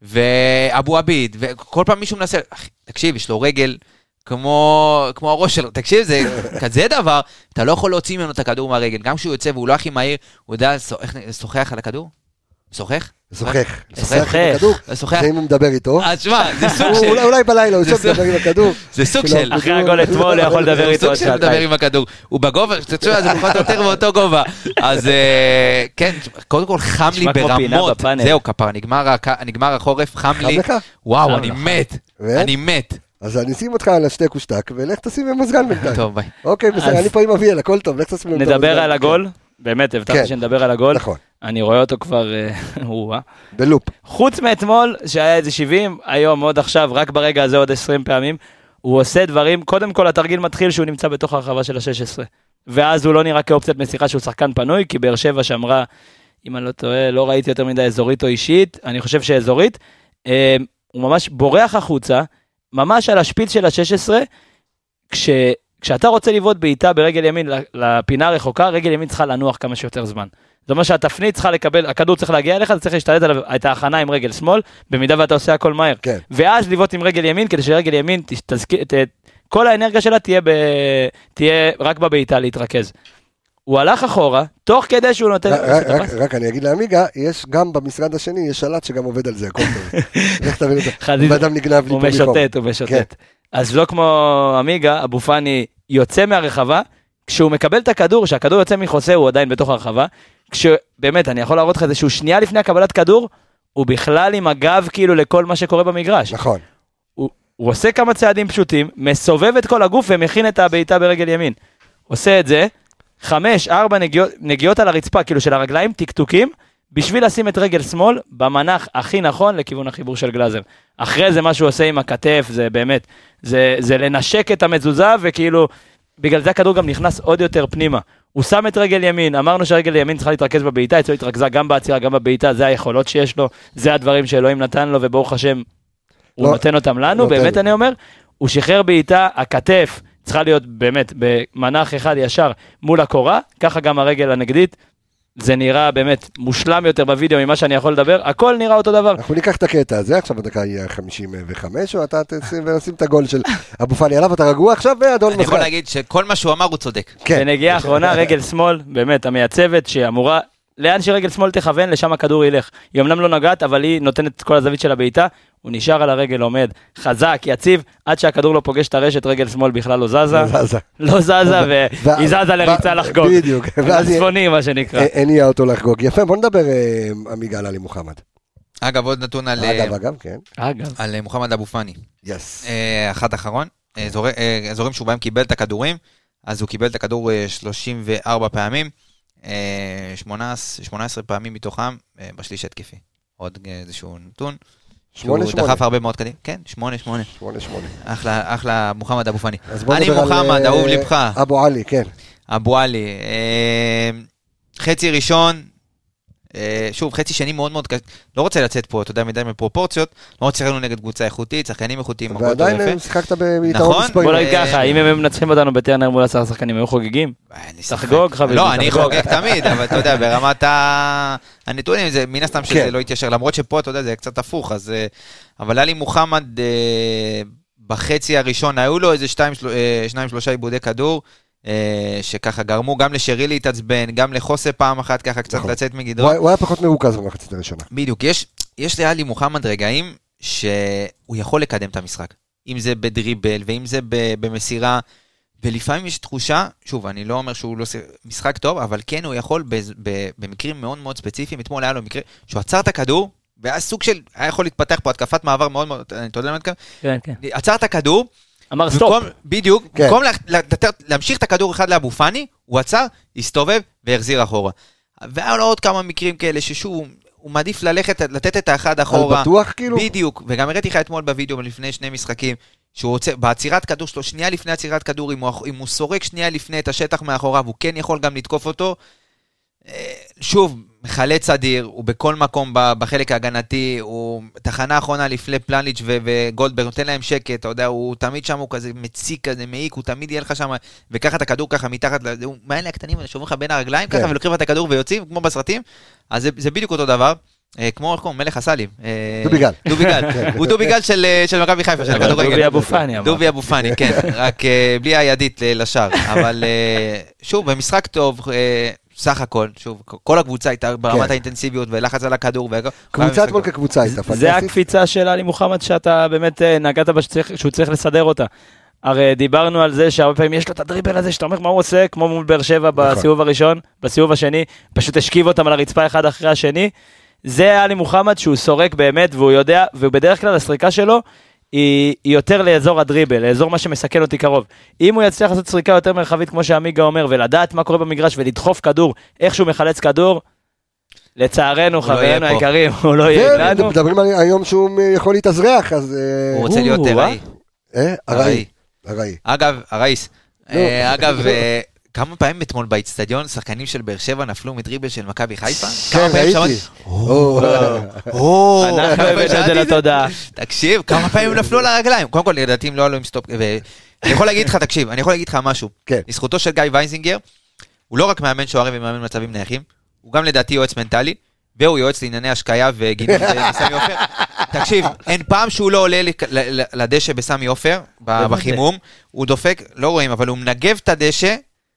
ואבו עביד, וכל פעם מישהו מנסה, תקשיב, יש לו רגל, כמו, כמו הראש שלו, תקשיב, זה כזה דבר, אתה לא יכול להוציא ממנו את הכדור מהרגל, גם כשהוא יוצא והוא לא הכי מהיר, הוא יודע איך לשוחח על הכדור? שוחח? זוכח. זוכח. בכדור, זוכח. שאם הוא מדבר איתו, אז שמע, זה סוג הוא- של... אולי- אולי בלילה הוא יושב לדבר עם הכדור. זה סוג כאילו, של... אחרי הגול אתמול הוא יכול לדבר הוא איתו סוג עוד של לדבר שעתיים. עם הכדור. הוא בגובה, תשמע, זה פחות או יותר באותו גובה. אז אה, כן, קודם כל חם לי נשמע כמו פינה ברמות. בפאנל. זהו, כפר, נגמר הק- נגמר החורף, חם חם לי. לך? וואו, חם אני לך. מת. ו? אני מת. אז אני אשים אותך על השטק ושטק, ולך תשים במזגן בינתיים. טוב, ביי. אוקיי, בסדר, אז- אני פה עם אביאל, הכל טוב, לך תשים במזגן. נדבר על הגול, באמת כן. הבטחתי שנדבר על הגול, נכון, אני רואה אותו כבר, אה, הוא, אה. בלופ. חוץ מאתמול, שהיה איזה שבעים, היום עוד עכשיו, רק ברגע הזה עוד עשרים פעמים, הוא עושה דברים, קודם כל התרגיל מתחיל שהוא נמצא בתוך הרחבה של ה-שש עשרה, ואז הוא לא נראה כאופציית מסיכה שהוא שחקן פנוי, כי באר שבע שאמרה, אם אני לא טועה, לא ראיתי יותר מדי אזורית או אישית, אני חושב שאזורית, אה, הוא ממש בורח החוצה, ממש על השפיץ של ה-שש עשרה, כש... כשאתה רוצה לבעוט בעיטה ברגל ימין לפינה הרחוקה, רגל ימין צריכה לנוח כמה שיותר זמן. זאת אומרת שהתפנית צריכה לקבל, הכדור צריך להגיע אליך, זה צריך להשתלט עליו את ההכנה עם רגל שמאל, במידה ואתה עושה הכל מהר. כן. ואז לבעוט עם רגל ימין, כדי שרגל ימין, תזכיר, ת, כל האנרגיה שלה תהיה, ב, תהיה רק בבעיטה להתרכז. הוא הלך אחורה, תוך כדי שהוא נותן... רק- רק- רק אני אגיד לעמיגה, יש גם במשרד השני, יש שלט שגם עובד על זה, הכל טוב. לך תבין אותו. חזיזה. ואדם נגנב לי הוא פה מחום. משוטט, הוא משוטט. אז לא כמו עמיגה, אבו פאני יוצא מהרחבה, כשהוא מקבל את הכדור, שהכדור יוצא מחוסה, הוא עדיין בתוך הרחבה, כשבאמת, אני יכול להראות לך איזשהו שנייה לפני הקבלת כדור, הוא בכלל עם הגב כאילו לכל מה שקורה במגרש. נכון. הוא, הוא עושה כמה צעדים פשוטים, מסובב את כל הגוף ומכין את הבעיטה ברגל ימין. עושה את זה, חמש, ארבע נגיעות, נגיעות על הרצפה, כאילו של הרגליים, טקטוקים, בשביל לשים את רגל שמאל במנח הכי נכון לכיוון החיבור של גלאזר. אחרי זה מה שהוא עושה עם הכתף, זה באמת, זה, זה לנשק את המזוזה, וכאילו, בגלל זה הכדור גם נכנס עוד יותר פנימה. הוא שם את רגל ימין, אמרנו שרגל ימין צריכה להתרכז בבעיטה, אצלו התרכזה גם בעצירה, גם בבעיטה, זה היכולות שיש לו, זה הדברים שאלוהים נתן לו, וברוך השם, הוא לא, נותן אותם לנו, נותן באמת לו. אני אומר, הוא שחרר בעיטה, הכתף צריכה להיות באמת במנח אחד ישר מול הקורה, ככה גם הרגל הנגדית, זה נראה באמת מושלם יותר בווידאו ממה שאני יכול לדבר, הכל נראה אותו דבר. אנחנו ניקח את הקטע הזה, עכשיו בדקה יהיה חמישים וחמש, או אתה תשים ונשים את הגול של אבו פאני עליו, אתה רגוע עכשיו, ואדון אני יכול מזגן. להגיד שכל מה שהוא אמר הוא צודק. כן. בנגיעה האחרונה, רגל שמאל, באמת, המייצבת שאמורה, לאן שרגל שמאל תכוון, לשם הכדור ילך. היא אמנם לא נגעת, אבל היא נותנת את כל הזווית של הבעיטה, הוא נשאר על הרגל, עומד, חזק, יציב, עד שהכדור לא פוגש את הרשת, רגל שמאל בכלל לא זזה. לא זזה. לא זזה, והיא זזה לריצה לחגוג. בדיוק. ואז יהיה- הצפוני, מה שנקרא. הניע אותו לחגוג. יפה, בוא נדבר אה, עמיגה על עלי מוחמד. אגב, עוד נתון על, אגב, אגב, כן. אגב, על אה, מוחמד אבו פאני. יס. אה, אחת אחרון, אה, אזורי- אה, אזורים שבהם קיבל את הכדורים, אז הוא קיבל את הכדור אה, שלושים וארבע פעמים, אה, שמונה עשרה פעמים מתוכם אה, בשליש התקפי. עוד אה, איזשהו נתון. שמונה שהוא שמונה. דחף הרבה מאוד קדימה. כן, שמונה שמונה. שמונה שמונה. אחלה, אחלה מוחמד אבו פאני. אז בוא אני נדבר על, מוחמד, אה, אהוב לבך. אבו עלי, כן. אבו עלי. אה, חצי ראשון, אה, שוב, חצי שני מאוד מאוד קשה. לא רוצה לצאת פה, אתה יודע, מדי מפרופורציות. לא רוצה שחקנו נגד קבוצה איכותית, שחקנים איכותיים, הכל טוב ועדיין יפה. אה, שיחקת ביתרון נכון, מספרים. בוא נגיד אה, ככה, אם הם מנצחים אותנו בטרנר מול עשרה שחקנים, היו חוגגים? אני תחגוג, חביבי, לא, אני תחגוג. חוגג תמיד, אבל אתה יודע, ברמת ה- הנתונים, זה מן הסתם שזה כן. לא יתיישר, למרות שפה, אתה יודע, זה קצת הפוך, אז... אה, אבל עלי מוחמד, אה, בחצי הראשון, היו לו איזה שתיים, של- אה, שניים, שלושה עיבודי כדור, אה, שככה גרמו גם לשירי להתעצבן, גם לחוסה פעם אחת, ככה קצת נכון. לצאת הוא מגדרו. היה- הוא היה פחות מרוכז במחצית הראשונה. בדיוק, יש, יש לעלי מוחמד רגעים שהוא יכול לקדם את המשחק. אם זה בדריבל, ואם זה ב- במסירה, ולפעמים יש תחושה, שוב, אני לא אומר שהוא לא עושה משחק טוב, אבל כן הוא יכול ב- ב- במקרים מאוד מאוד ספציפיים, אתמול היה לו מקרה, שהוא עצר את הכדור, והיה סוג של, היה יכול להתפתח פה התקפת מעבר מאוד מאוד, אני אתה יודע למה אני כן, כן. מתכוון? עצר את הכדור, אמר סטופ. במקום- בדיוק, כן. במקום לה- לתת- להמשיך את הכדור אחד לאבו פאני, הוא עצר, הסתובב והחזיר אחורה. והיה לו עוד כמה מקרים כאלה ששוב, הוא מעדיף ללכת, לתת את האחד אחורה. על בטוח כאילו? בדיוק, וגם הראיתי לך אתמול בווידאו לפני שני משחקים, שהוא רוצה, בעצירת כדור שלו, שנייה לפני עצירת כדור, אם הוא, אם הוא סורק שנייה לפני את השטח מאחוריו, הוא כן יכול גם לתקוף אותו. אה, שוב, מחלץ אדיר, הוא בכל מקום ב- בחלק ההגנתי, הוא תחנה האחרונה לפני פלניץ' ו- וגולדברג, נותן להם שקט, אתה יודע, הוא תמיד שם, הוא כזה מציק כזה, מעיק, הוא תמיד יהיה לך שם, וככה את הכדור ככה מתחת, ל- הוא מאלה הקטנים, שומרים לך בין הרגליים כן. ככה, ולוקחים את הכדור ויוצאים, כמו בסרטים, אז זה, זה בדיוק אותו דבר. אה, כמו, כמו מלך הסלים. אה, דובי גל. דובי גל. הוא דובי גל של אה, של מכבי חיפה, של הכדורגל. דובי אבו פאני אמר. דובי אבו פאני, כן, רק אה, בלי הידית ל- לשער. אבל אה, שוב, במשחק טוב, אה, סך הכל, שוב, כל הקבוצה הייתה ברמת האינטנסיביות ולחץ על הכדור. קבוצה אתמול כקבוצה הייתה. זה הקפיצה של עלי מוחמד שאתה באמת נגעת בה שהוא צריך לסדר אותה. הרי דיברנו על זה שהרבה פעמים יש לו את הדריבל הזה שאתה אומר מה הוא עושה, כמו מול באר שבע בסיבוב הראשון, בסיבוב השני, פשוט השכיב אותם על הרצפה אחד אחרי השני. זה עלי מוחמד שהוא סורק באמת והוא יודע, ובדרך כלל הסריקה שלו היא, היא יותר לאזור הדריבל, לאזור מה שמסכן אותי קרוב. אם הוא יצליח לעשות סריקה יותר מרחבית כמו שעמיגה אומר, ולדעת מה קורה במגרש ולדחוף כדור, איך שהוא מחלץ כדור, לצערנו חברינו היקרים, הוא לא יהיה לנו. מדברים היום שהוא יכול להתאזרח, אז... הוא רוצה להיות ראי. אה? הראי. הראי. אגב, הרייס. אגב, כמה פעמים אתמול באצטדיון, שחקנים של באר שבע נפלו מדריבל של מכבי חיפה? כן, ראיתי. אנחנו הבאנו את זה לתודעה. תקשיב, כמה פעמים נפלו על הרגליים. קודם כל, לדעתי הם לא עלו עם סטופ. אני יכול להגיד לך, תקשיב, אני יכול להגיד לך משהו. לזכותו של גיא וייזינגר, הוא לא רק מאמן שוערים ומאמן מצבים נייחים, הוא גם לדעתי יועץ מנטלי, והוא יועץ לענייני השקיה וגינון בסמי עופר. תקשיב, אין פעם שהוא לא עולה לדשא בסמי עופר, בחימום, הוא דופק, לא רואים, אבל הוא מנגב את הדשא,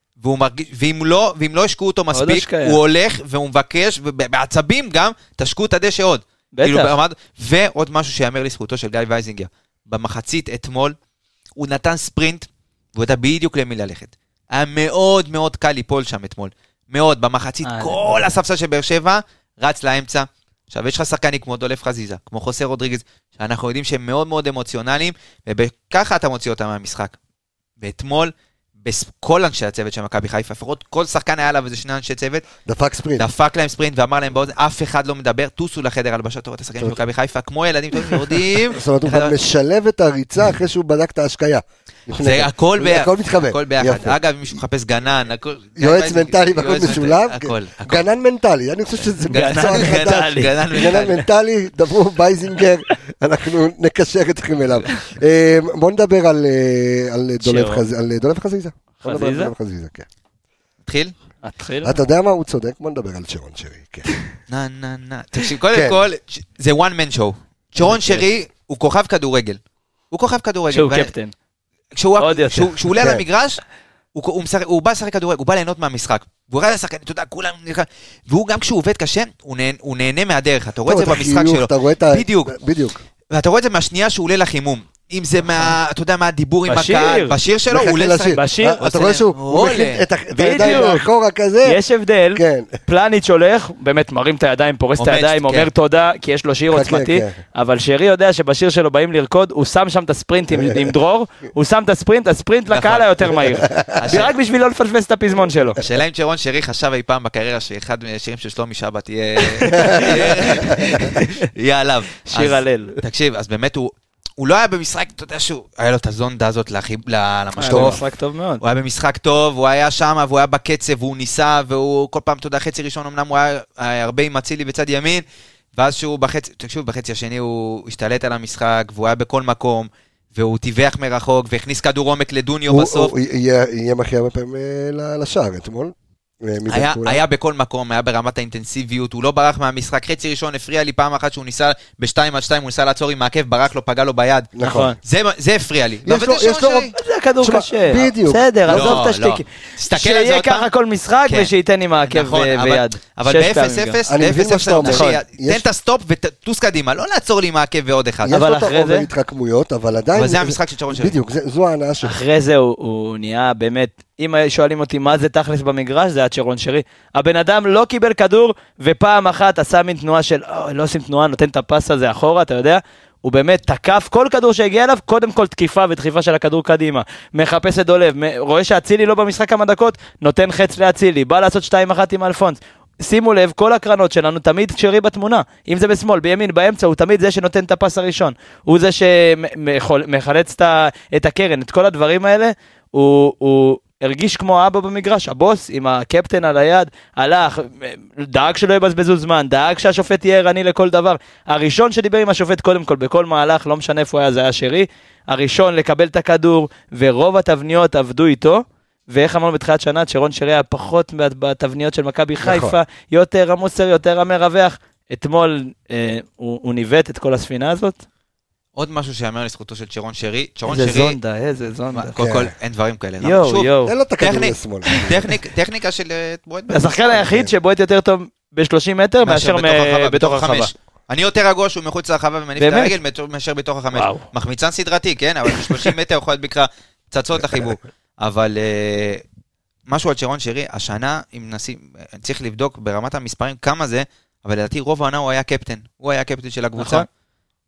ואם לא, ואם לא השקו אותו מספיק, הוא הולך והוא מבקש, ובעצבים גם, תשקו את הדשא עוד. בטח. ועוד משהו שיאמר לזכותו של גיא וייזינגר, במחצית אתמול, הוא נתן ספרינט, והוא ידע בדיוק למי ללכת. היה מאוד מאוד קל ליפול שם אתמול. מאוד, במחצית, כל הספסל של באר שבע, רץ לאמצע. עכשיו, יש לך שחקנים כמו דולף חזיזה, כמו חוסה רודריגז, שאנחנו יודעים שהם מאוד מאוד אמוציונליים, וככה אתה מוציא אותם מהמשחק. ואתמול, בכל אנשי הצוות של מכבי חיפה, לפחות כל שחקן היה עליו איזה שני אנשי צוות, דפק ספרינט. דפק להם ספרינט ואמר להם באוזן, אף אחד לא מדבר, טוסו לחדר הלבשה, תורת השחקנים של מכבי חיפה, כמו ילדים טובים יורדים. זאת אומרת, הוא גם משלב את הריצה אחרי שהוא בדק את ההשקיה. זה הכל ביחד. הכל מתחבר. הכל ביחד. אגב, אם מישהו מחפש גנן, יועץ מנטלי והכל משולב. גנן מנטלי, אני חושב שזה מקצוע חדש. גנן מנטלי, דברו בייזינגר, אנחנו נקשר אתכם אליו. בואו נדבר על דולף חזיזה. חזיזה? חזיזה, כן. התחיל? התחיל? אתה יודע מה הוא צודק? בוא נדבר על שרון שרי, כן. נה, נה, נה. תקשיב, קודם כל, זה one man show. שרון שרי הוא כוכב כדורגל. הוא כוכב כדורגל. שהוא קפטן. כשהוא עולה על המגרש, הוא בא לשחק כדורגל, הוא בא ליהנות מהמשחק. והוא ראה לשחק, אתה יודע, כולם... והוא גם כשהוא עובד קשה, הוא נהנה מהדרך. אתה רואה את זה במשחק שלו. בדיוק. בדיוק. ואתה רואה את זה מהשנייה שהוא עולה לחימום. אם זה מה, אתה יודע מה הדיבור עם הקהל, בשיר שלו, הוא עולה לשחק. בשיר, אתה רואה שהוא מכין את הידיים מאחורה כזה. יש הבדל, פלניץ' הולך, באמת מרים את הידיים, פורס את הידיים, אומר תודה, כי יש לו שיר עוצמתי, אבל שרי יודע שבשיר שלו באים לרקוד, הוא שם שם את הספרינט עם דרור, הוא שם את הספרינט, הספרינט לקהל היותר מהיר. רק בשביל לא לפספס את הפזמון שלו. השאלה אם שרון שרי חשב אי פעם בקריירה שאחד מהשירים של שלומי שבת יהיה עליו. שיר הלל. תקשיב, אז באמת הוא הוא לא היה במשחק, אתה יודע שהוא, היה לו את הזונדה הזאת למשקוף. היה במשחק טוב מאוד. הוא היה במשחק טוב, הוא היה שם, והוא היה בקצב, והוא ניסה, והוא כל פעם, אתה יודע, חצי ראשון, אמנם הוא היה הרבה עם אצילי בצד ימין, ואז שהוא בחצי, תקשיב, בחצי השני הוא השתלט על המשחק, והוא היה בכל מקום, והוא טיווח מרחוק, והכניס כדור עומק לדוניו בסוף. הוא יהיה מכי הרבה פעמים לשער אתמול. היה, היה בכל מקום, היה ברמת האינטנסיביות, הוא לא ברח מהמשחק, חצי ראשון הפריע לי פעם אחת שהוא ניסה בשתיים עד שתיים, הוא ניסה לעצור עם מעקב, ברח לו, פגע לו ביד. נכון. זה, זה הפריע לי. יש לו, יש לו, זה הכדור קשה. בדיוק. בסדר, עזוב את השתיקי. שיהיה ככה כל משחק ושייתן עם מעקב ויד. אבל ב-אפס אפס, ב-אפס אפס, תן את הסטופ וטוס קדימה, לא לעצור לי מעקב ועוד אחד. יש לו תחום להתחכמויות, אבל עדיין... אבל זה המשחק של שרון שרי. בדיוק, זו ההנאה שלו. אחרי זה הוא נהיה באמת, אם שואלים אותי מה זה תכלס במגרש, זה עד שרון שרי. הבן אדם לא קיבל כדור, ופעם אחת עשה מין תנועה של, לא עושים תנועה, נותן את הפס הזה אחורה, אתה יודע? הוא באמת תקף כל כדור שהגיע אליו, קודם כל תקיפה ודחיפה של הכדור קדימה. מחפש את דולב, רואה שהצילי לא במשחק כמה דקות, נותן חץ להצילי, בא לעשות שתיים אחת עם אלפונס. שימו לב, כל הקרנות שלנו תמיד שרי בתמונה. אם זה בשמאל, בימין, באמצע, הוא תמיד זה שנותן את הפס הראשון. הוא זה שמחלץ את הקרן, את כל הדברים האלה, הוא... הוא הרגיש כמו אבא במגרש, הבוס עם הקפטן על היד, הלך, דאג שלא יבזבזו זמן, דאג שהשופט יהיה ערני לכל דבר. הראשון שדיבר עם השופט קודם כל, בכל מהלך, לא משנה איפה היה, זה היה שרי, הראשון לקבל את הכדור, ורוב התבניות עבדו איתו, ואיך אמרנו בתחילת שנה, שרון שרי היה פחות בתבניות של מכבי חיפה, יותר המוסר, יותר המרווח. אתמול אה, הוא, הוא ניווט את כל הספינה הזאת. עוד משהו שיאמר לזכותו של צ'רון שרי, צ'רון איזה שרי, זונדה, איזה זונדה. קודם כל אין דברים כאלה. יואו, שוב, יואו. אין לו את הכדור טכני- לשמאל. טכניק- טכניקה של אה, בועט השחקן היחיד שבועט יותר טוב ב-שלושים מטר מאשר מ- בתוך הרחבה. החמש. אני יותר רגוע שהוא מחוץ לרחבה ומניף את באמת? הרגל מאשר- מאשר בתוך החמש. וואו. מחמיצן סדרתי, כן? אבל ב-שלושים מטר יכול להיות בקרה פצצות לחיבור. אבל אה, משהו על צ'רון שרי, השנה, אם נשים, צריך לבדוק ברמת המספרים כמה זה, אבל לדעתי רוב העונה הוא היה קפטן. הוא היה קפטן של הקבוצה. נכון.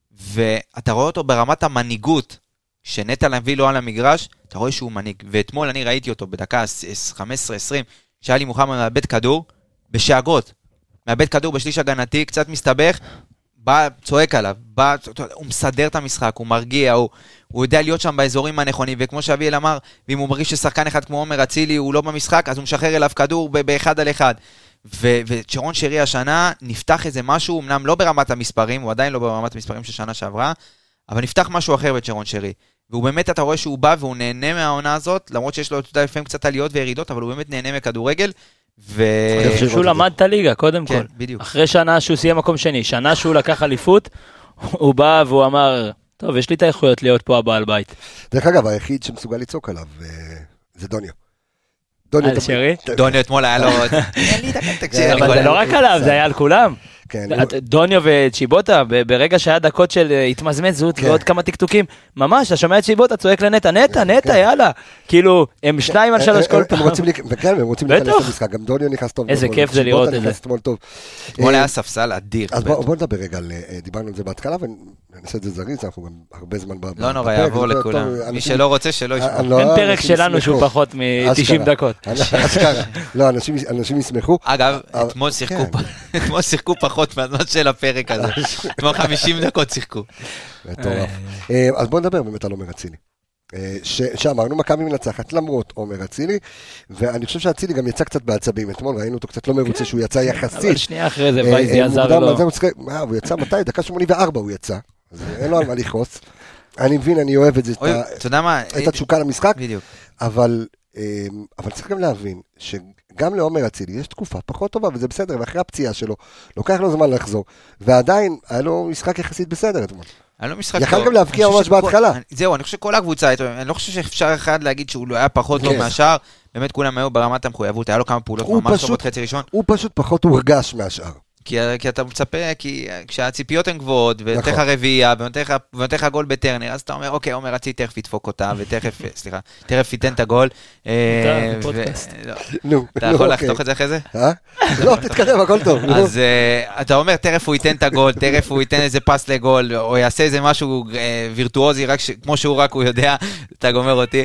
ואתה רואה אותו ברמת המנהיגות, שנטע להביא לו על המגרש, אתה רואה שהוא מנהיג. ואתמול אני ראיתי אותו בדקה חמש עשרה עשרים, שהיה לי מוחמד מאבד כדור, בשאגות. מאבד כדור בשליש הגנתי, קצת מסתבך, בא, צועק עליו, בא, הוא מסדר את המשחק, הוא מרגיע, הוא, הוא יודע להיות שם באזורים הנכונים, וכמו שאביאל אמר, ואם הוא מרגיש ששחקן אחד כמו עומר אצילי הוא לא במשחק, אז הוא משחרר אליו כדור ב- באחד על אחד. ו- וצ'רון שרי השנה נפתח איזה משהו, אמנם לא ברמת המספרים, הוא עדיין לא ברמת המספרים של שנה שעברה, אבל נפתח משהו אחר בצ'רון שרי. והוא באמת, אתה רואה שהוא בא והוא נהנה מהעונה הזאת, למרות שיש לו לפעמים קצת עליות וירידות, אבל הוא באמת נהנה מכדורגל. ו... שהוא למד את הליגה, קודם כן, כל. בדיוק. אחרי שנה שהוא סיים מקום שני, שנה שהוא לקח אליפות, הוא בא והוא אמר, טוב, יש לי את האיכויות להיות פה הבעל בית. דרך אגב, היחיד שמסוגל לצעוק עליו אה, זה דוניו. דוניו, על אתה- שרי? דוניו אתמול היה לו... אין לי את הקטע, אני אבל כל- זה לא רק עליו, זה היה על כולם. כן, דוניו וצ'יבוטה, ב- ברגע שהיה דקות של אה, התמזמזות כן. ועוד כמה טקטוקים, ממש, אתה שומע את צ'יבוטה, צועק לנטע, נטע, נטע, כן. יאללה. כאילו, הם שניים על שלוש כל הם פעם. רוצים להיכ- וכן, הם רוצים בטח. להיכנס למשחק, גם דוניו נכנס טוב. איזה אתמול, כיף זה שיבוטה לראות את נכנס זה. אתמול טוב. אתמול אה, היה ספסל אדיר. אז בואו בוא נדבר רגע, על, אה, דיברנו על זה בהתחלה, ונעשה את זה זריז, אנחנו גם הרבה זמן ב- לא נורא, בפרק, יעבור זה יותר לכולם. טוב, מי אנשים- שלא רוצה, שלא ישמע. אה, לא, אין פרק אנשים שלנו שהוא ישמחו. פחות מ-תשעים אשכרה. דקות. אשכרה. לא, אנשים- אנשים ישמחו. אגב, אבל- אתמול שיחקו כן. פ- אתמול שיחקו פחות מהזמן של הפרק הזה. אתמול חמישים דקות שיחקו. מטורף. אה, אז בואו נדבר באמת על עומר אצילי. אה, ש- שאמרנו, מכבי מנצחת למרות עומר אצילי, ואני חושב שאצילי גם יצא קצת בעצבים. אתמול ראינו אותו קצת לא מרוצה שהוא יצא יחסית. אבל שנייה אחרי זה, אה, וייזי אה, עזר מוקדם, לו. אז הוא צריך- מה, הוא יצא מתי? דקה שמונים וארבע הוא יצא. אז אין לו על מה לכעוס. אני מבין, אני אוהב את זה, את אוי, ה- אתה יודע מה? את התשוקה למשחק, בדיוק. אבל אה, אבל צריך גם להבין שגם לעומר אצילי יש תקופה פחות טובה, וזה בסדר, ואחרי הפציעה שלו, לוקח לו זמן לחזור, ועדיין היה לו משחק יחסית בסדר אתמול. היה לו משחק יכל טוב. גם להבקיע אני חושב ממש שכל- בהתחלה. אני- זהו, אני חושב שכל הקבוצה, אני לא חושב שאפשר אחד להגיד שהוא לא היה פחות טוב כן. מהשאר, באמת כולם היו ברמת המחויבות, היה לו כמה פעולות הוא ממש פשוט- טובות חצי ראשון, הוא פשוט פחות הורגש מהשאר. כי, כי אתה מצפה, כי כשהציפיות הן גבוהות, ונותן לך נכון. רביעייה, ונותן לך- ונותן לך גול בטרנר, אז אתה אומר, אוקיי, עומר אצילי תכף ידפוק אותה, ותכף, סליחה, תכף ייתן את הגול. אה, זה פודקאסט. ו- לא. נו, אתה נו, יכול אוקיי. לחתוך את זה אחרי זה? אה? לא, תתקרב, הכל טוב. נו. אז uh, אתה אומר, תכף הוא ייתן את הגול, תכף הוא ייתן איזה פס לגול, או יעשה איזה משהו uh, וירטואוזי, רק ש... כמו שהוא רק הוא יודע, אתה גומר אותי.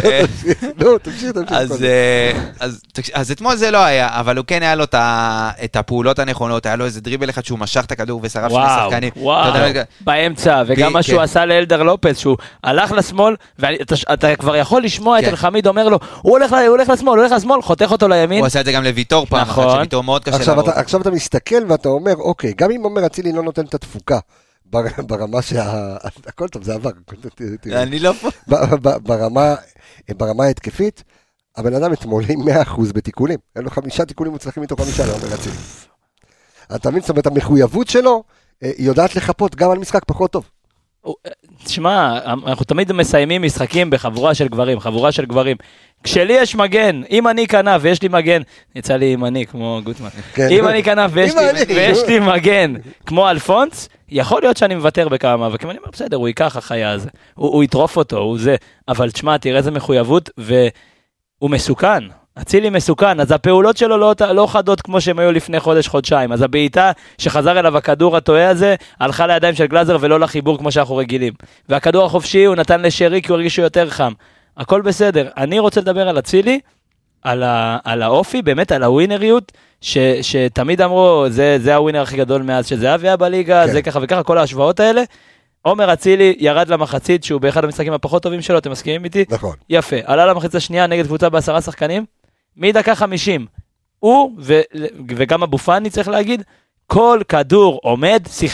נו, תמשיך, תמשיך. אז, הכל uh, אז, תקש... אז אתמול זה לא היה, אבל הוא כן היה לו את, ה... את הפעולות הנכונות, היה לו איזה דריבל אחד שהוא משך את הכדור ושרף שני וואו, שחקנים. וואו, אתה יודע, באמצע, וגם מה שהוא כן. עשה לאלדר לופס, שהוא הלך לשמאל, ואתה כבר יכול לשמוע את כן. אלחמיד אומר לו, הוא הולך ל- הוא הולך לשמאל, הוא הולך לשמאל, חותך אותו לימין, הוא עשה את זה גם לויטור פעם, נכון. אחת שוויטור מאוד קשה עכשיו לעבור. אתה, עכשיו אתה מסתכל ואתה אומר, אוקיי, גם אם עומר אצילי לא נותן את התפוקה, בר- ברמה שה... הכל טוב, זה עבר. תראה. אני לא פה. ב- ב- ברמה, ברמה ההתקפית, הבן אדם אתמול עם מאה אחוז בתיקולים. אין לו חמישה תיקולים מוצלחים מתוך חמישה, לעומר אצילי. אתה מבין, זאת אומרת, המחויבות שלו, אה, היא יודעת לחפות גם על משחק פחות טוב. הוא- תשמע, אנחנו תמיד מסיימים משחקים בחבורה של גברים, חבורה של גברים. כשלי יש מגן, אם אני כנף ויש לי מגן, יצא לי אם אני כמו גוטמן, כן. אם אני כנף ויש אם לי- אני. ויש לי מגן כמו אלפונס, יכול להיות שאני מוותר בכמה מאבקים, אני אומר בסדר, הוא ייקח החיה הזה, הוא הוא יטרוף אותו, הוא זה, אבל תשמע, תראה איזה מחויבות, והוא מסוכן. אצילי מסוכן, אז הפעולות שלו לא, לא חדות כמו שהם היו לפני חודש, חודשיים. אז הבעיטה שחזר אליו הכדור הטועה הזה, הלכה לידיים של גלאזר ולא לחיבור כמו שאנחנו רגילים. והכדור החופשי הוא נתן לשרי כי הוא הרגיש שהוא יותר חם. הכל בסדר. אני רוצה לדבר על אצילי, על, ה, על האופי, באמת על הווינריות, ש, שתמיד אמרו, זה, זה הווינר הכי גדול מאז שזהבי היה בליגה, כן. זה ככה וככה, כל ההשוואות האלה. עומר אצילי ירד למחצית, שהוא באחד המשחקים הפחות טובים שלו, אתם מסכימים איתי? נכון. יפה, עלה למחצית השנייה נגד קבוצה בעשרה שחקנים, מדקה חמישים, הוא ו- וגם אבו פאני צריך להגיד, כל כדור עומד, שיחק,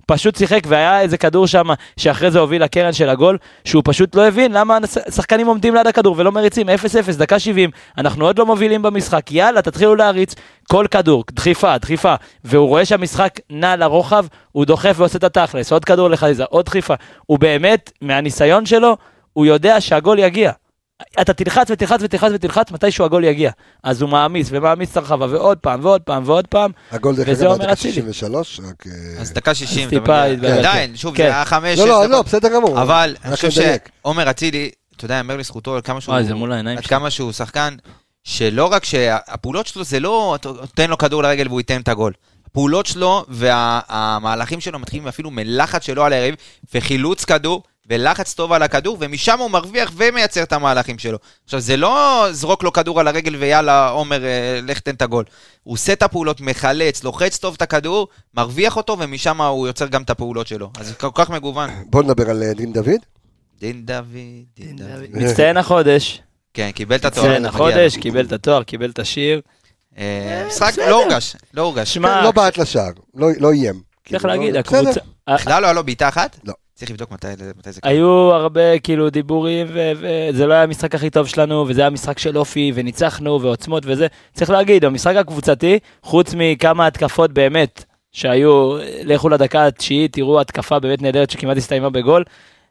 פשוט שיחק, והיה איזה כדור שם, שאחרי זה הוביל לקרן של הגול, שהוא פשוט לא הבין למה השחקנים עומדים ליד הכדור ולא מריצים, אפס אפס, דקה שבעים, אנחנו עוד לא מובילים במשחק, יאללה, תתחילו להריץ, כל כדור, דחיפה, דחיפה, והוא רואה שהמשחק נע לרוחב, הוא דוחף ועושה את התכלס, עוד כדור לחזיזה, עוד דחיפה, הוא באמת, מהניסיון שלו, הוא יודע שהגול יגיע. אתה תלחץ ותלחץ ותלחץ ותלחץ מתישהו הגול יגיע. אז הוא מאמיס ומאמיס הרחבה ועוד פעם ועוד פעם ועוד פעם. הגול דרך אגב דקה שישים ושלוש. אז דקה שישים. עדיין, שוב, זה היה חמש. לא, לא, לא, בסדר גמור. אבל אני חושב שעומר אצילי, אתה יודע, אמר לזכותו על כמה שהוא שחקן, שלא רק שהפעולות שלו זה לא, תן לו כדור לרגל והוא ייתן את הגול. הפעולות שלו והמהלכים שלו מתחילים אפילו מלחץ שלו על היריב, וחילוץ כדור, ולחץ טוב על הכדור, ומשם הוא מרוויח ומייצר את המהלכים שלו. עכשיו, זה לא זרוק לו כדור על הרגל ויאללה, עומר, לך תן את הגול. הוא עושה את הפעולות, מחלץ, לוחץ טוב את הכדור, מרוויח אותו, ומשם הוא יוצר גם את הפעולות שלו. אז זה כל כך מגוון. בוא נדבר על דין דוד. דין דוד, דין דוד. מצטיין החודש. כן, קיבל את התואר. מצטיין החודש, קיבל את התואר, קיבל את השיר. משחק לא הורגש, לא הורגש. לא בעט לשער, לא איים. צריך להגיד, הקבוצה... בכלל לא היה לו בעיטה אחת? לא. צריך לבדוק מתי זה קרה. היו הרבה כאילו דיבורים, וזה לא היה המשחק הכי טוב שלנו, וזה היה משחק של אופי, וניצחנו, ועוצמות וזה. צריך להגיד, המשחק הקבוצתי, חוץ מכמה התקפות באמת, שהיו, לכו לדקה התשיעית, תראו התקפה באמת נהדרת שכמעט הסתיימה בגול,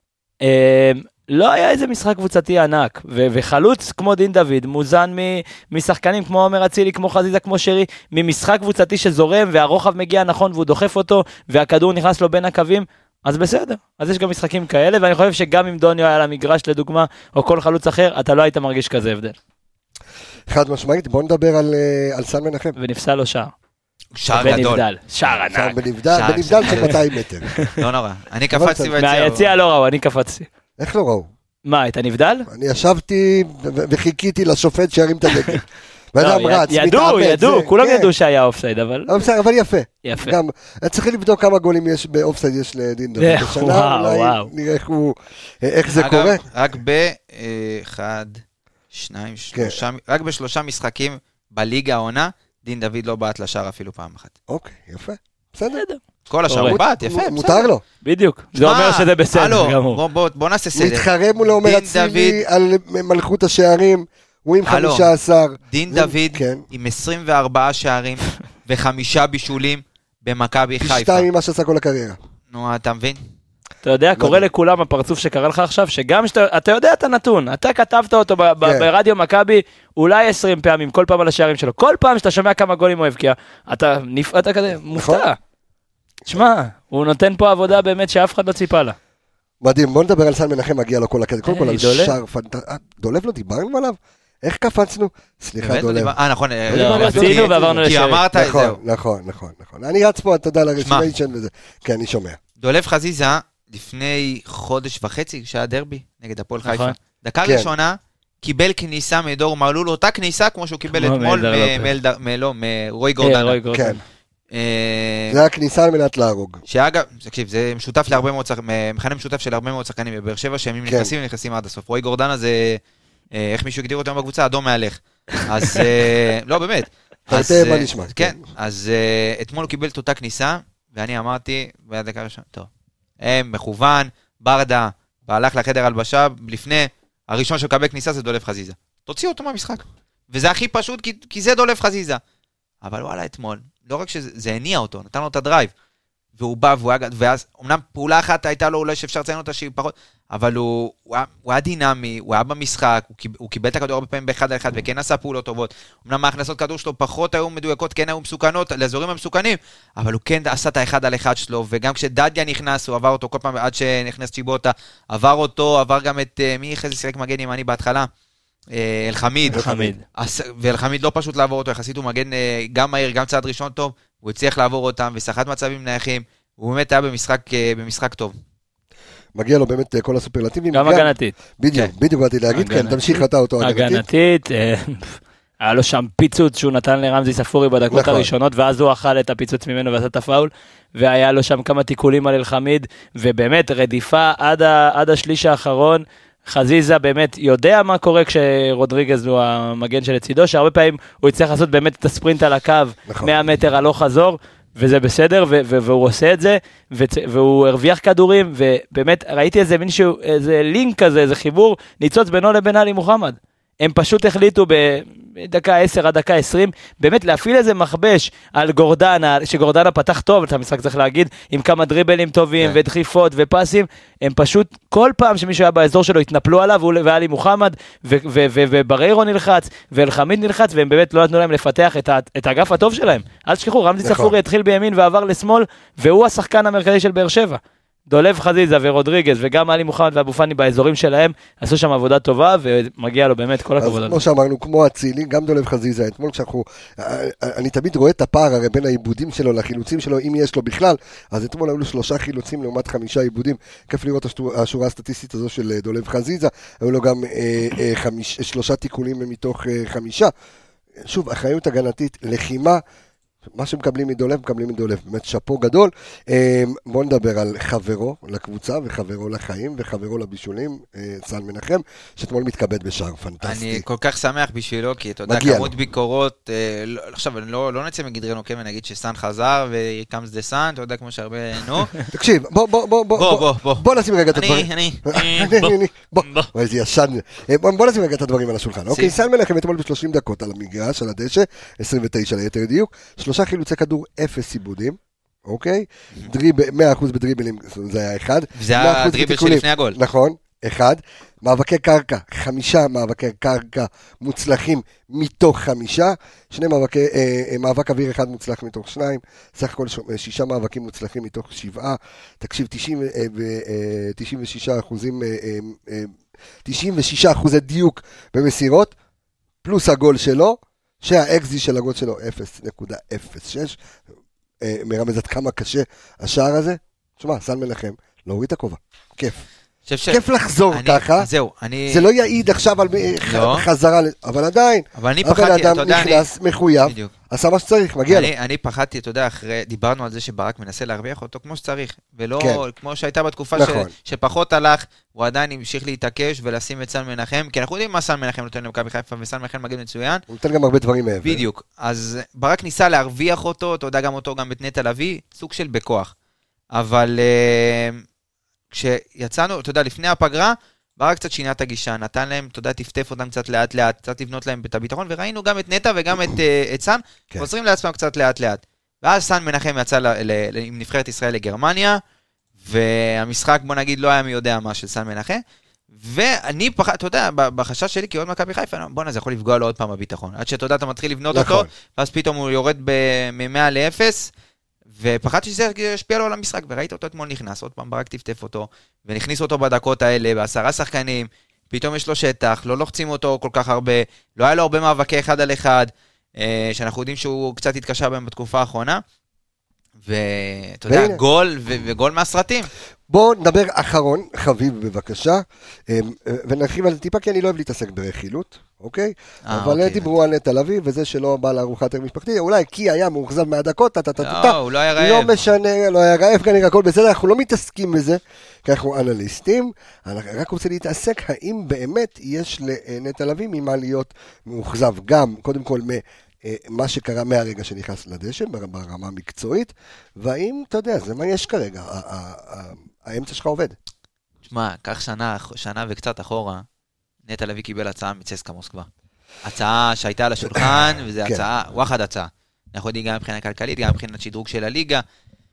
לא היה איזה משחק קבוצתי ענק, וחלוץ כמו דין דוד, מוזן משחקנים כמו עומר אצילי, כמו חזיזה, כמו שרי, ממשחק קבוצתי שזורם, והרוחב מגיע נכון, והוא דוחף אותו, והכדור נכנס לו בין הקווים, אז בסדר, אז יש גם משחקים כאלה, ואני חושב שגם אם דוניו היה למגרש לדוגמה, או כל חלוץ אחר, אתה לא היית מרגיש כזה הבדל. חד משמעית, בוא נדבר על, על סן מנחם. ונפסל לו שער. שער גדול. שער ענק. שער בנבדל, בנבדל של מאתיים מטר. לא נורא, אני קפצתי ביציע. מהיציע לא ראו, אני קפצתי. איך לא ראו? מה, אתה נבדל? אני ישבתי וחיכיתי לשופט שירים את הדגל. ואדם רץ, ידעו, ידעו, כולם ידעו שהיה אופסייד, אבל... אבל יפה. יפה. גם, צריך לבדוק כמה גולים יש באופסייד יש לדין דוד. וואו, וואו. נראה איך זה קורה. רק באחד, שניים, שלושה, רק בשלושה משחקים בליגה העונה, דין דוד לא בעט לשער אפילו פעם אחת. אוקיי, יפה. בסדר. כל השער הוא בעט, יפה. מותר לו. בדיוק. זה אומר שזה בסדר גמור. בוא נעשה סדר. מתחרה מול עומר אצילי על מלכות השערים. הוא עם חמישה עשר. דין דוד עם עשרים וארבעה שערים וחמישה בישולים במכבי חיפה. שתיים ממה שעשה כל הקריירה. נו, אתה מבין? אתה יודע, קורא לכולם הפרצוף שקרה לך עכשיו, שגם שאתה יודע את הנתון, אתה כתבת אותו ברדיו מכבי אולי עשרים פעמים, כל פעם על השערים שלו. כל פעם שאתה שומע כמה גולים הוא הבקיע, אתה כזה מופתע. שמע, הוא נותן פה עבודה באמת שאף אחד לא ציפה לה. מדהים, בוא נדבר על סן מנחם, מגיע לו כל הכזה. קודם כל על שער פנטסטי. דולב לא דיברנו עליו? איך קפצנו? סליחה, דולב. אה, נכון. רצינו ועברנו לשרי. כי אמרת את זה. נכון, נכון, נכון. אני רץ פה, אתה יודע, לרשימיישן וזה. כן, אני שומע. דולב חזיזה, לפני חודש וחצי, שהיה דרבי, נגד הפועל חיפה. דקה ראשונה, קיבל כניסה מדור מלול, אותה כניסה כמו שהוא קיבל אתמול מרוי גורדנה. כן. זה הכניסה על מנת להרוג. שאגב, תקשיב, זה משותף להרבה מאוד שחקנים, מכנה משותף של הרבה מאוד שחקנים בבאר שבע, שהם נכנסים ונכנסים עד הסוף. רוי גורדנה זה, איך מישהו הגדיר אותם בקבוצה, אדום מהלך. אז, לא, באמת. תראה מה נשמע. כן, אז אתמול הוא קיבל את אותה כניסה, ואני אמרתי, ביד דקה ראשונה, טוב, הם מכוון, ברדה, והלך לחדר הלבשה, לפני, הראשון שקבל כניסה זה דולב חזיזה. תוציא אותו מהמשחק. וזה הכי פשוט, כי, כי זה דולב חזיזה. אבל וואלה, אתמול, לא רק שזה הניע אותו, נתן לו את הדרייב, והוא בא, והוא היה, ואז, אמנם פעולה אחת הייתה לו אולי שאפשר לציין אותה שהיא פחות, אבל הוא, הוא, היה, הוא היה דינמי, הוא היה במשחק, הוא, קיב, הוא קיבל את הכדור הרבה פעמים באחד על אחד, וכן עשה פעולות טובות, אמנם ההכנסות כדור שלו פחות היו מדויקות, כן היו מסוכנות, לאזורים המסוכנים, אבל הוא כן עשה את האחד על אחד שלו, וגם כשדדיה נכנס, הוא עבר אותו כל פעם, עד שנכנס צ'יבוטה, עבר אותו, עבר גם את, מי אחרי זה שיחק מגן ימני בהתחלה? אלחמיד, ואלחמיד לא פשוט לעבור אותו, יחסית הוא מגן גם מהיר, גם צעד ראשון טוב, הוא הצליח לעבור אותם, ושחט מצבים נייחים, הוא באמת היה במשחק, במשחק טוב. מגיע לו באמת כל הסופרלטיבים. גם הגנתית. בדיוק, בדיוק באתי להגיד, כן, תמשיך אתה אותו הגנתית. הגנתית, היה לו שם פיצוץ שהוא נתן לרמזי ספורי בדקות הראשונות, ואז הוא אכל את הפיצוץ ממנו ועשה את הפאול, והיה לו שם כמה תיקולים על אלחמיד, ובאמת רדיפה עד השליש האחרון, חזיזה באמת יודע מה קורה כשרודריגז הוא המגן של לצידו, שהרבה פעמים הוא יצטרך לעשות באמת את הספרינט על הקו, נכון. מאה מטר הלוך חזור, וזה בסדר, ו- ו- והוא עושה את זה, ו- והוא הרוויח כדורים, ובאמת ראיתי איזה מישהו, איזה לינק כזה, איזה חיבור, ניצוץ בינו לבין עלי מוחמד. הם פשוט החליטו בדקה עשר עד דקה עשרים, באמת להפעיל איזה מחבש על גורדנה, שגורדנה פתח טוב, את המשחק צריך להגיד, עם כמה דריבלים טובים, ודחיפות ופסים, הם פשוט, כל פעם שמישהו היה באזור שלו, התנפלו עליו, ועלי מוחמד, ובריירו נלחץ, ואלחמיד נלחץ, והם באמת לא נתנו להם לפתח את האגף הטוב שלהם. אל תשכחו, רמזי ספורי התחיל בימין ועבר לשמאל, והוא השחקן המרכזי של באר שבע. דולב חזיזה ורודריגז וגם עלי מוחמד ואבו פאני באזורים שלהם עשו שם עבודה טובה ומגיע לו באמת כל הכבוד. אז כמו שאמרנו, כמו הצילי, גם דולב חזיזה אתמול כשאנחנו, אני תמיד רואה את הפער הרי בין העיבודים שלו לחילוצים שלו, אם יש לו בכלל, אז אתמול היו לו שלושה חילוצים לעומת חמישה עיבודים, כיף לראות השורה הסטטיסטית הזו של דולב חזיזה, היו לו גם שלושה תיקולים מתוך חמישה, שוב, אחריות הגנתית, לחימה, מה שמקבלים מדולב, מקבלים מדולב, באמת שפו גדול. בואו נדבר על חברו לקבוצה, וחברו לחיים, וחברו לבישולים, סן מנחם, שאתמול מתכבד בשער פנטסטי. אני כל כך שמח בשבילו, כי אתה יודע, כמות ביקורות, עכשיו, לא נצא מגדרנו, כן, ונגיד שסן חזר, וקמס דה סן, אתה יודע, כמו שהרבה, נו. תקשיב, בוא, בוא, בוא, בוא, בוא, בוא נשים רגע את הדברים. אני, אני, אני, בוא, בוא, איזה ישן. בוא נשים רגע את הדברים על השולחן. אוקיי, סן מנחם אתמול ב-שלושים דקות על המגרש, על הדשא, עשרים ותשע ליתר דיוק, שלושה חילוצי כדור, אפס עיבודים, אוקיי? דריבל, מאה אחוז בדריבלים, זה היה אחד. זה הדריבל שלפני הגול. נכון, אחד. מאבקי קרקע, חמישה מאבקי קרקע מוצלחים מתוך חמישה, שני מאבקי, אה, מאבק אוויר אחד מוצלח מתוך שניים, סך הכל שישה מאבקים מוצלחים מתוך שבעה, תקשיב, תשעים, אה, אה, תשעים ושישה אחוזים, אה, אה, תשעים ושישה אחוזי דיוק במסירות, פלוס הגול שלו, שהאקזי של הגול שלו אפס נקודה אפס שש, מרמז עד כמה קשה השער הזה. תשמע, סן מנחם, להוריד את הכובע, כיף. כיף לחזור ככה, זה לא יעיד עכשיו על חזרה, אבל עדיין, אבל אדם נכנס, מחויב, עשה מה שצריך, מגיע לו. אני פחדתי, אתה יודע, דיברנו על זה שברק מנסה להרוויח אותו כמו שצריך, ולא כמו שהייתה בתקופה שפחות הלך, הוא עדיין המשיך להתעקש ולשים את סן מנחם, כי אנחנו יודעים מה סן מנחם נותן למכבי חיפה, וסן מנחם מגן מצוין. הוא נותן גם הרבה דברים מעבר. בדיוק, אז ברק ניסה להרוויח אותו, אתה יודע גם אותו, גם את נטע לביא, סוג של בכוח. אבל כשיצאנו, אתה יודע, לפני הפגרה, ברק קצת שינה את הגישה, נתן להם, אתה יודע, תפתף אותם קצת לאט לאט, קצת לבנות להם את הביטחון, וראינו גם את נטע וגם את, את סן, חוזרים לעצמם קצת לאט לאט. ואז סן מנחם יצא עם נבחרת ישראל לגרמניה, והמשחק, בוא נגיד, לא היה מי יודע מה של סן מנחם, ואני פחד, אתה יודע, בחשש שלי, כי עוד מכבי חיפה, בוא נזה, יכול לפגוע לו עוד פעם בביטחון, עד שאתה יודע, אתה מתחיל לבנות אותו, ואז פתאום הוא יורד מ-מאה לאפס, ופחדתי שזה ישפיע לו על המשחק, וראית אותו אתמול נכנס, עוד פעם ברק טפטף אותו, ונכניס אותו בדקות האלה, בעשרה שחקנים, פתאום יש לו שטח, לא לוחצים אותו כל כך הרבה, לא היה לו הרבה מאבקי אחד על אחד, שאנחנו יודעים שהוא קצת התקשה בהם בתקופה האחרונה, ואתה יודע, גול, וגול מהסרטים. בואו נדבר אחרון, חביב בבקשה, ונרחיב על זה טיפה, כי אני לא אוהב להתעסק ברכילות, אוקיי? אבל דיברו על נטע לביא, וזה שלא בא לארוחת ערב משפחתי, אולי כי היה מאוכזב מהדקות, לא, הוא לא היה רעב. לא משנה, לא היה רעב, כנראה הכל בסדר, אנחנו לא מתעסקים בזה, כי אנחנו אנליסטים, אני רק רוצה להתעסק, האם באמת יש לנטע לביא ממה להיות מאוכזב, גם, קודם כל, מה שקרה מהרגע שנכנס לדשא, ברמה המקצועית, והאם, אתה יודע, זה מה יש כרגע, האמצע שלך עובד. תשמע, כך שנה, שנה וקצת אחורה, נטע לביא קיבל הצעה מצסקה מוסקבה. הצעה שהייתה על השולחן, וזו הצעה, וואחד הצעה. אנחנו יודעים גם מבחינה כלכלית, גם מבחינת שדרוג של הליגה,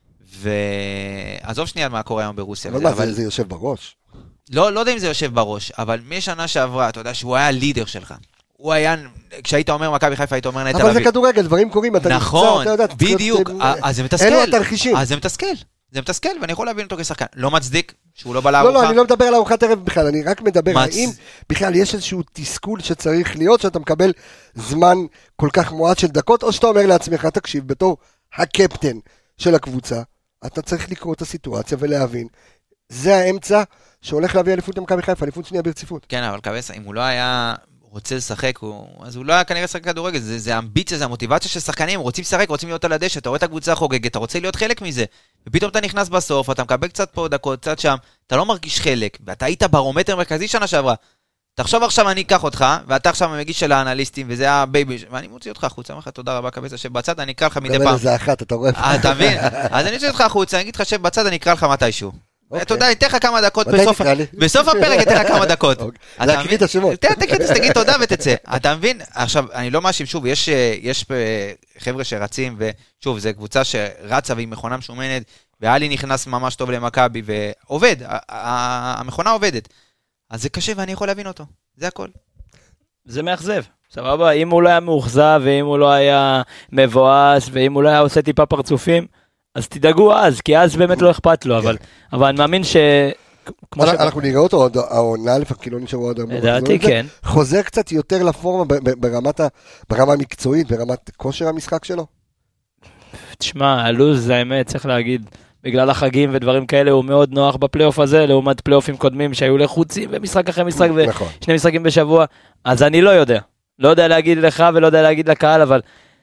ועזוב שנייה מה קורה היום ברוסיה. אבל מה, זה יושב בראש? לא, לא יודע אם זה יושב בראש, אבל משנה שעברה, אתה יודע שהוא היה לידר שלך. הוא היה, כשהיית אומר מכבי חיפה, היית אומר נטע לביא. אבל זה כדורגל, דברים קורים, אתה נמצא, נכון, אתה יודע, בדיוק, אז זה מתסכל. אלו התרחישים. אז זה מתסכל. זה מתסכל, ואני יכול להבין אותו כשחקן. לא מצדיק, שהוא לא בא לארוחה. לא, לא, אני לא מדבר על ארוחת ערב בכלל, אני רק מדבר, האם בכלל יש איזשהו תסכול שצריך להיות, שאתה מקבל זמן כל כך מועט של דקות, או שאתה אומר לעצמך, תקשיב, בתור הקפטן של הקבוצה, אתה צריך לקרוא את הסיטואציה ולהבין, זה האמצע שהולך להביא אליפות למכבי חיפה, אליפות שנייה ברציפות. כן, אבל קבסה, אם הוא לא היה רוצה לשחק, אז הוא לא היה כנראה לשחק כדורגל, זה, זה האמביציה, זה המוטיבציה של שחקנים, רוצים לשחק, רוצים להיות על הדשא, אתה רואה את הקבוצה חוגגת, אתה רוצה להיות חלק מזה, ופתאום אתה נכנס בסוף, אתה מקבל קצת פה דקות, קצת שם, אתה לא מרגיש חלק, ואתה היית ברומטר מרכזי שנה שעברה, תחשוב עכשיו אני אקח אותך, ואתה עכשיו מגיש של האנליסטים, וזה הבייבי, ואני מוציא אותך החוצה, אני אומר לך תודה רבה קבסה שבצד, אני אקרא לך מדי פעם. גם איזה אחת, אתה רואה? אתה מבין? אז אני מוציא אותך החוצה, אני אגיד לך שבצד, אני אקרא לך מתישהו. אתה יודע, אני אתן לך כמה דקות בסוף הפרק, אתן לך כמה דקות. להקריא את השמות. תקריא, תגיד תודה ותצא. אתה מבין? עכשיו, אני לא מאשים, שוב, יש חבר'ה שרצים, ושוב, זו קבוצה שרצה והיא מכונה משומנת, ואלי נכנס ממש טוב למכבי, ועובד, המכונה עובדת. אז זה קשה ואני יכול להבין אותו, זה הכל. זה מאכזב, סבבה, אם הוא לא היה מאוכזב, ואם הוא לא היה מבואס, ואם הוא לא היה עושה טיפה פרצופים, אז תדאגו אז, כי אז באמת לא אכפת לו, אבל, אבל אני מאמין ש... אנחנו נראה אותו, העונה לפעמים, כי לא נשארו עוד... לדעתי כן. חוזר קצת יותר לפורמה ברמה המקצועית, ברמת כושר המשחק שלו? תשמע, הלוז, האמת, צריך להגיד... בגלל החגים ודברים כאלה, הוא מאוד נוח בפלייאוף הזה, לעומת פלייאופים קודמים שהיו לחוצים, ומשחק אחרי משחק, נכון. ושני משחקים בשבוע, אז אני לא יודע. לא יודע להגיד לך ולא יודע להגיד לקהל, אבל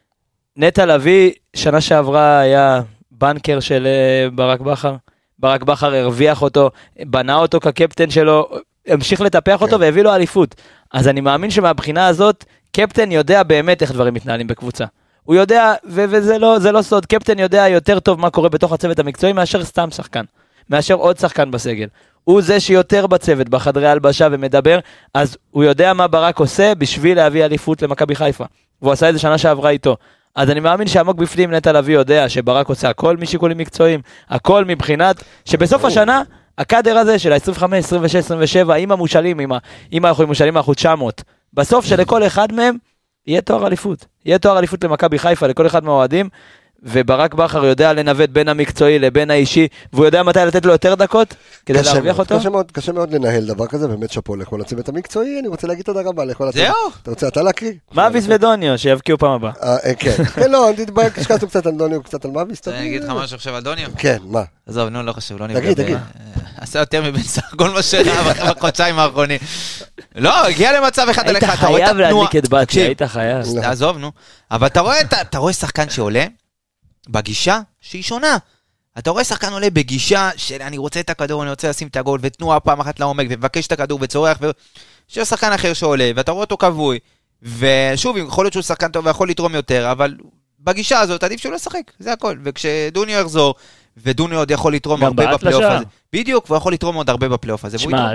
נטע לביא, שנה שעברה היה בנקר של ברק בכר, ברק בכר הרוויח אותו, בנה אותו כקפטן שלו, המשיך לטפח אותו והביא לו אליפות. אז אני מאמין שמהבחינה הזאת, קפטן יודע באמת איך דברים מתנהלים בקבוצה. הוא יודע, ו- וזה לא, זה לא סוד, קפטן יודע יותר טוב מה קורה בתוך הצוות המקצועי, מאשר סתם שחקן, מאשר עוד שחקן בסגל. הוא זה שיותר בצוות, בחדרי הלבשה ומדבר, אז הוא יודע מה ברק עושה בשביל להביא אליפות למכבי חיפה. והוא עשה את זה שנה שעברה איתו. אז אני מאמין שעמוק בפנים נטע לביא יודע שברק עושה הכל משיקולים מקצועיים, הכל מבחינת, שבסוף השנה, הקאדר הזה של ה-עשרים וחמש, עשרים ושש, עשרים ושבע, עם המושלים, עם, ה- עם אנחנו מושלים אנחנו תשע מאות, בסוף שלכל אחד מהם, יהיה תואר אליפות. יהיה תואר אליפות למכבי חיפה, לכל אחד מהאוהדים, וברק בכר יודע לנווט בין המקצועי לבין האישי, והוא יודע מתי לתת לו יותר דקות, כדי להרוויח אותו. קשה מאוד, קשה מאוד לנהל דבר כזה, באמת שפו לכל הצוות המקצועי, אני רוצה להגיד תודה רבה לכל הצוות. זהו. אתה רוצה אתה להקריא? מאביס ודוניו, שיבקיעו פעם הבאה. כן, כן, לא, קשקשנו קצת על דוניו, קצת על מאביס. אני אגיד לך משהו עכשיו על דוניו? כן, מה? עזוב, נו, לא חשוב, לא נבגע. תגיד, תגיד. עשה יותר מבין סך כל מה שלה בחודשיים האחרונים. לא, הגיע למצב אחד על אחד. היית חייב להדליק את בטי, היית חייב. עזוב, נו. אבל אתה רואה שחקן שעולה, בגישה שהיא שונה. אתה רואה שחקן עולה בגישה של אני רוצה את הכדור, אני רוצה לשים את הגול, ותנועה פעם אחת לעומק, ובקש את הכדור וצורח, שיש שחקן אחר שעולה, ואתה רואה אותו כבוי, ושוב, יכול להיות שהוא שחקן טוב ויכול לתרום יותר, אבל בגישה הזאת עדיף שהוא לא ישחק, זה הכל. וכשדוניו יחזור, ודוניו עוד יכול לתרום הרבה בפלייאוף הזה. בדיוק, והוא יכול לתרום עוד הרבה בפלייאוף הזה. שמה,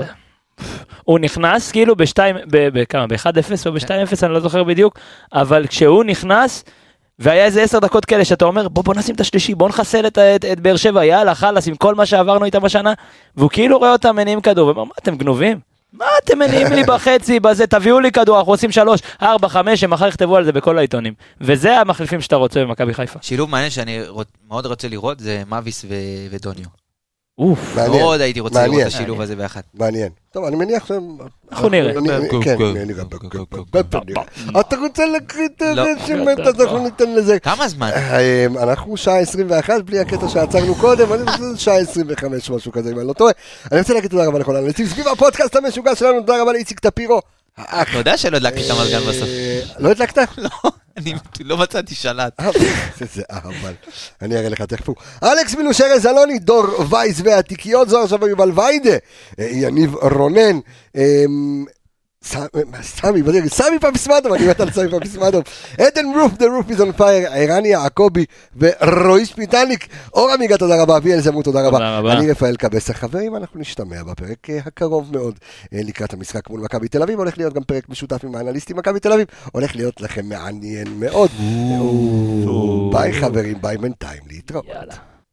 הוא נכנס כאילו בשתיים, בכמה, ב-אחד אפס או ב-שתיים אפס, אני לא זוכר בדיוק, אבל כשהוא נכנס, והיה איזה עשר דקות כאלה שאתה אומר, בוא בוא נשים את השלישי, בוא נחסל את, את, את באר שבע, יאללה, חלס, עם כל מה שעברנו איתם השנה, והוא כאילו רואה אותם מניעים כדור, ואומר, מה אתם גנובים? מה אתם מניעים לי בחצי, בזה, תביאו לי כדור, אנחנו עושים שלוש, ארבע, חמש, שמחר יכתבו על זה בכל העיתונים. וזה המחליפים שאתה רוצה במכבי חיפה. שילוב מעניין שאני מאוד רוצה לראות, זה מאביס ו- ודוניו. אוף, מאוד הייתי רוצה לראות את השילוב הזה באחד. מעניין. טוב, אני מניח ש... אנחנו נראה. כן, נראה. אתה רוצה להקריא את זה שמעת, אז אנחנו ניתן לזה. כמה זמן? אנחנו שעה עשרים ואחת, בלי הקטע שעצרנו קודם, אני חושב שעה עשרים וחמש, משהו כזה, אם אני לא טועה. אני רוצה להגיד תודה רבה לכל האנשים, סביב הפודקאסט המשוגע שלנו, תודה רבה לאיציק טפירו. אתה יודע שלא הדלקתי את המזגן בסוף. לא הדלקת? לא, אני לא מצאתי שלט. זה אבל, אני אראה לך תכף. אלכס מילוש ארז אלוני, דור וייס והתיקיות, זו עכשיו יובל ויידה, יניב רונן, סמי, סמי פפיסמדום, אני מת על סמי פפיסמדום, עדן רוף, The Roof is on Fire, ערני יעקובי ורועי שפיטניק, אור עמיגה, תודה רבה, אביאל זמות, תודה רבה, אני רפאל קבסה, חברים, אנחנו נשתמע בפרק הקרוב מאוד לקראת המשחק מול מכבי תל אביב, הולך להיות גם פרק משותף עם האנליסטים מכבי תל אביב, הולך להיות לכם מעניין מאוד, ביי חברים, ביי בינתיים, להתראות.